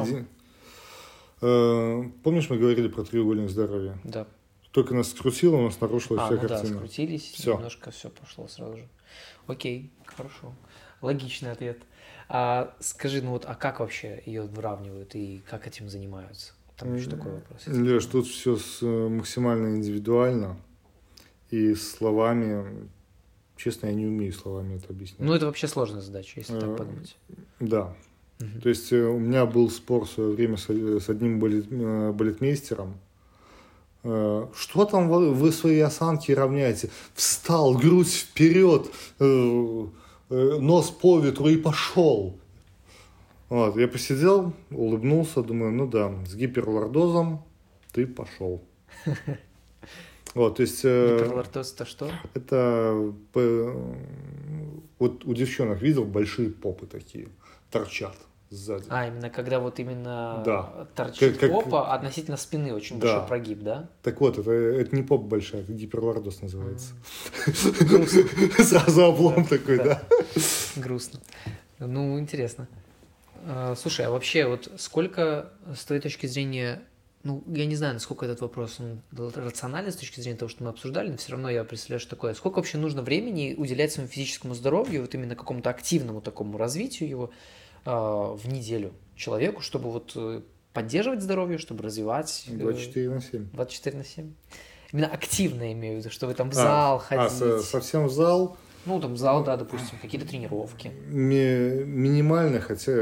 Помнишь, мы говорили про треугольник здоровья? Да. Только нас скрутило, у нас нарушилась вся картина. Да, скрутились, немножко все пошло сразу же. Окей, хорошо. Логичный ответ. Скажи, как вообще ее выравнивают и как этим занимаются? Там еще такой вопрос. Леш, тут все максимально индивидуально. И словами, честно, я не умею словами это объяснить. Это вообще сложная задача, если так подумать. Да. То есть у меня был спор в свое время с одним балетмейстером. Что там вы свои осанки равняете? Встал, грудь вперед, нос по ветру и пошел. Вот, я посидел, улыбнулся, думаю, с гиперлордозом ты пошел. Вот, то есть... Гиперлордоз это что? Это вот у девчонок видел большие попы такие, торчат сзади. Именно когда торчит попа относительно спины, очень большой прогиб, да? Так вот, это не попа большая, это гиперлордоз называется. Сразу облом такой, да. Грустно. Интересно. Слушай, а вообще сколько с твоей точки зрения, я не знаю, насколько этот вопрос рационален с точки зрения того, что мы обсуждали, но все равно я представляю, что такое. Сколько вообще нужно времени уделять своему физическому здоровью, именно какому-то активному такому развитию его в неделю человеку, чтобы поддерживать здоровье, чтобы развивать... 24/7. 24/7. Именно активно имею в виду, что вы там в зал ходите. Совсем в зал. Ну, там зал, да, допустим, какие-то тренировки. Минимально,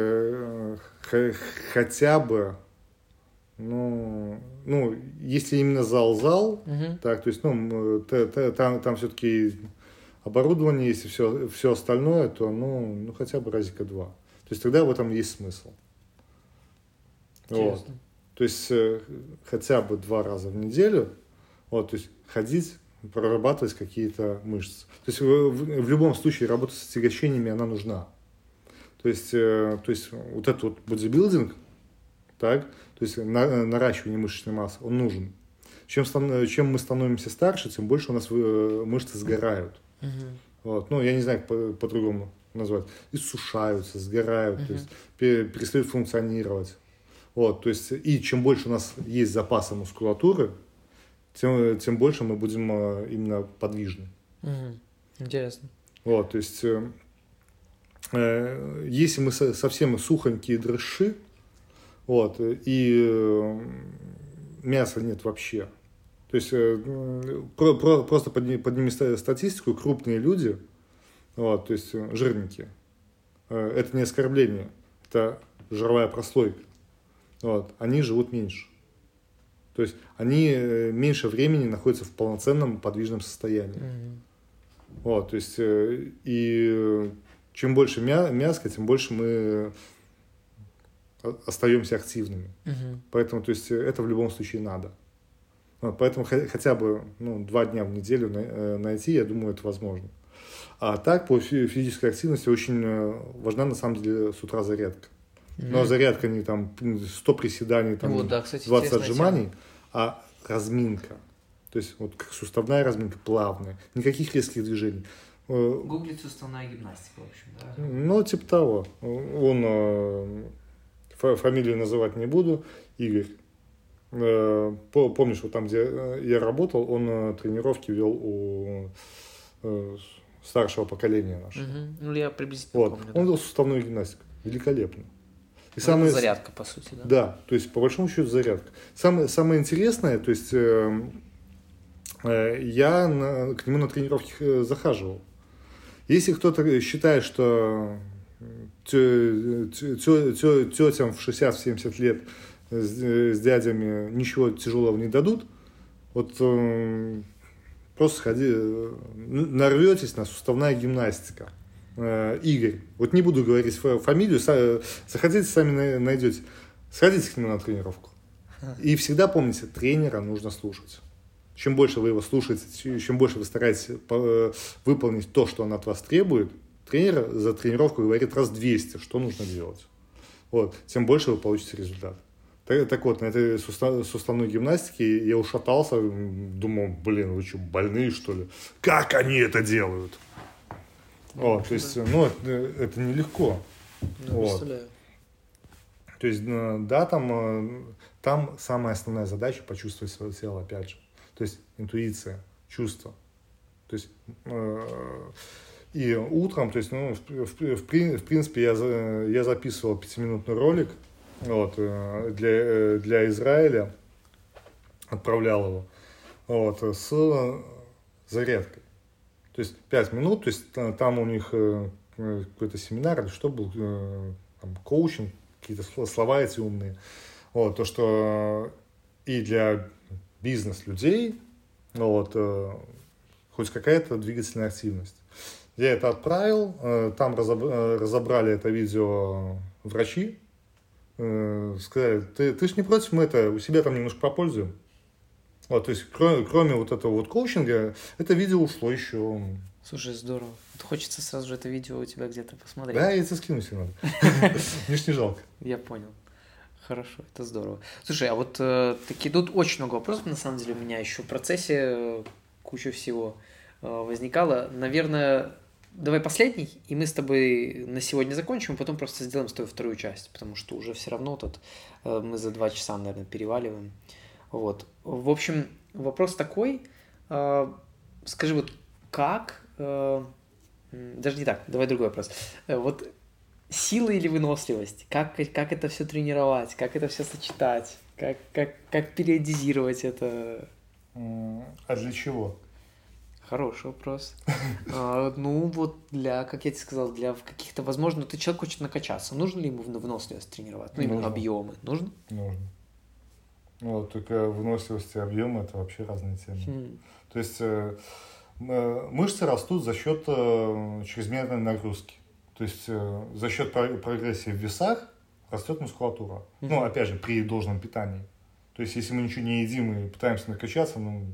хотя бы, если именно зал, так, то есть, там все-таки оборудование, если все остальное, то, хотя бы разика 2. То есть, тогда в этом есть смысл. Вот. То есть, хотя бы 2 раза в неделю, то есть, ходить, прорабатывать какие-то мышцы. То есть, в любом случае, работа с отягощениями, она нужна. То есть вот этот вот бодибилдинг, так, то есть наращивание мышечной массы, он нужен. Чем мы становимся старше, тем больше у нас мышцы сгорают. Вот. Я не знаю, как по-другому назвать. Иссушаются, сгорают, то есть перестают функционировать. Вот, то есть, и чем больше у нас есть запаса мускулатуры, тем больше мы будем именно подвижны. Интересно. Вот, то есть, если мы совсем сухонькие дрыщи, и мяса нет вообще. То есть, просто подними статистику, крупные люди, то есть, жирненькие, это не оскорбление, это жировая прослойка, они живут меньше. То есть, они меньше времени находятся в полноценном подвижном состоянии. То есть, и чем больше мяска, тем больше мы остаемся активными. Поэтому, то есть, это в любом случае надо. Поэтому хотя бы 2 дня в неделю найти, я думаю, это возможно. А так, по физической активности очень важна, на самом деле, с утра зарядка. Но зарядка не там 100 приседаний, там, кстати, 20 отжиманий, а разминка. То есть, как суставная разминка, плавная. Никаких резких движений. Гуглить суставная гимнастика, в общем, да? Типа того. Фамилию называть не буду. Игорь. Помнишь, там, где я работал, он тренировки вел у старшего поколения нашего. Я приблизительно помню. Он вел суставную гимнастику. Великолепно. И это зарядка, по сути, да? Да, то есть, по большому счету, зарядка. Самое интересное, то есть, я к нему на тренировки захаживал. Если кто-то считает, что тетям в 60-70 лет с дядями ничего тяжелого не дадут, просто сходи, нарветесь на суставная гимнастика. Игорь, не буду говорить свою фамилию, захотите, сами найдете. Сходите к нему на тренировку. И всегда помните, тренера нужно слушать. Чем больше вы его слушаете, чем больше вы стараетесь выполнить то, что он от вас требует, тренер за тренировку говорит раз 200, что нужно делать. Тем больше вы получите результат. Так вот, на этой суставной гимнастике я ушатался, думал, вы что, больные, что ли? Как они это делают? То есть, это нелегко. Представляю. То есть, да, там самая основная задача почувствовать свое тело, опять же. То есть, интуиция, чувство. То есть, и утром, то есть, в принципе, я записывал 5-минутный ролик для Израиля, отправлял его с зарядкой. То есть 5 минут, то есть там у них какой-то семинар или что был, там, коучинг, какие-то слова эти умные. То, что и для бизнес-людей хоть какая-то двигательная активность. Я это отправил, там разобрали это видео врачи, сказали, ты ж не против, мы это у себя там немножко попользуем. То есть, кроме этого коучинга, это видео ушло еще. Слушай, здорово. Хочется сразу же это видео у тебя где-то посмотреть. Да, я тебе скину, если надо. Мне ж не жалко. Я понял. Хорошо, это здорово. Слушай, такие тут очень много вопросов, на самом деле, у меня еще в процессе куча всего возникало. Наверное, давай последний, и мы с тобой на сегодня закончим, а потом просто сделаем с тобой вторую часть, потому что уже все равно тут мы за 2 часа, наверное, переваливаем. В общем, вопрос такой. Скажи, как... Даже не так, давай другой вопрос. Сила или выносливость? Как это все тренировать? Как это все сочетать? Как периодизировать это? А для чего? Хороший вопрос. Ну, вот как я тебе сказал, для каких-то, возможно, ты человек хочет накачаться. Нужно ли ему выносливость тренировать? Ну, именно Нужно. объемы. Нужно? Нужно. Вот, только выносливость и объем это вообще разные темы. То есть мышцы растут за счет чрезмерной нагрузки. То есть за счет прогрессии в весах растет мускулатура. Ну, опять же, при должном питании. То есть, если мы ничего не едим и пытаемся накачаться, ну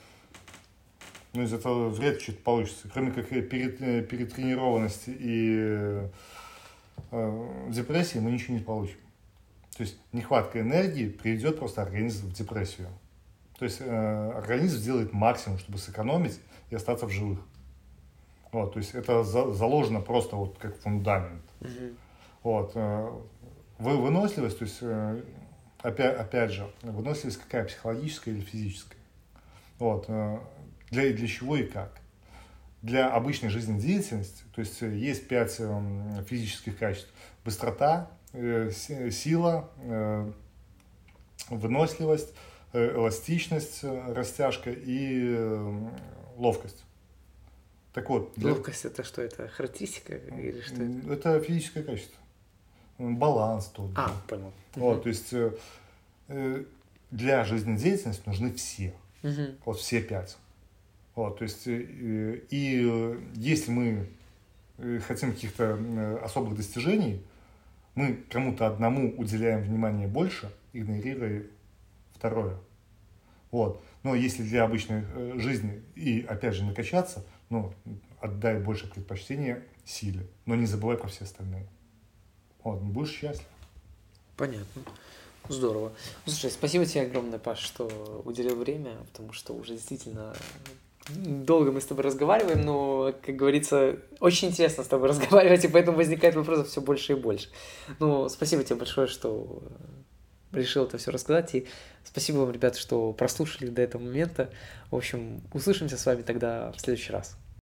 из этого вряд ли что-то получится. Кроме как перетренированности и депрессии мы ничего не получим. То есть нехватка энергии приведет просто организм в депрессию. То есть организм сделает максимум, чтобы сэкономить и остаться в живых. Вот, то есть это заложено просто вот как фундамент. Вот. Выносливость, то есть опять же, выносливость какая, психологическая или физическая? Вот. Для чего и как? Для обычной жизнедеятельности, то есть есть 5 физических качеств. Быстрота, сила, выносливость, эластичность, растяжка и ловкость. Так вот, Ловкость это что? Это характеристика или что это? Это физическое качество. Баланс тут. Понял. Вот, то есть для жизнедеятельности нужны все. Вот все 5. Вот, то есть и если мы хотим каких-то особых достижений, мы кому-то одному уделяем внимание больше, игнорируя второе. Вот. Но если для обычной жизни и, опять же, накачаться, отдай больше предпочтения силе, но не забывай про все остальные. Вот, будешь счастлив. Понятно. Здорово. Слушай, спасибо тебе огромное, Паш, что уделил время, потому что уже действительно долго мы с тобой разговариваем, но, как говорится, очень интересно с тобой разговаривать, и поэтому возникает вопросов все больше и больше. Ну, спасибо тебе большое, что решил это все рассказать, и спасибо вам, ребята, что прослушали до этого момента. В общем, услышимся с вами тогда в следующий раз.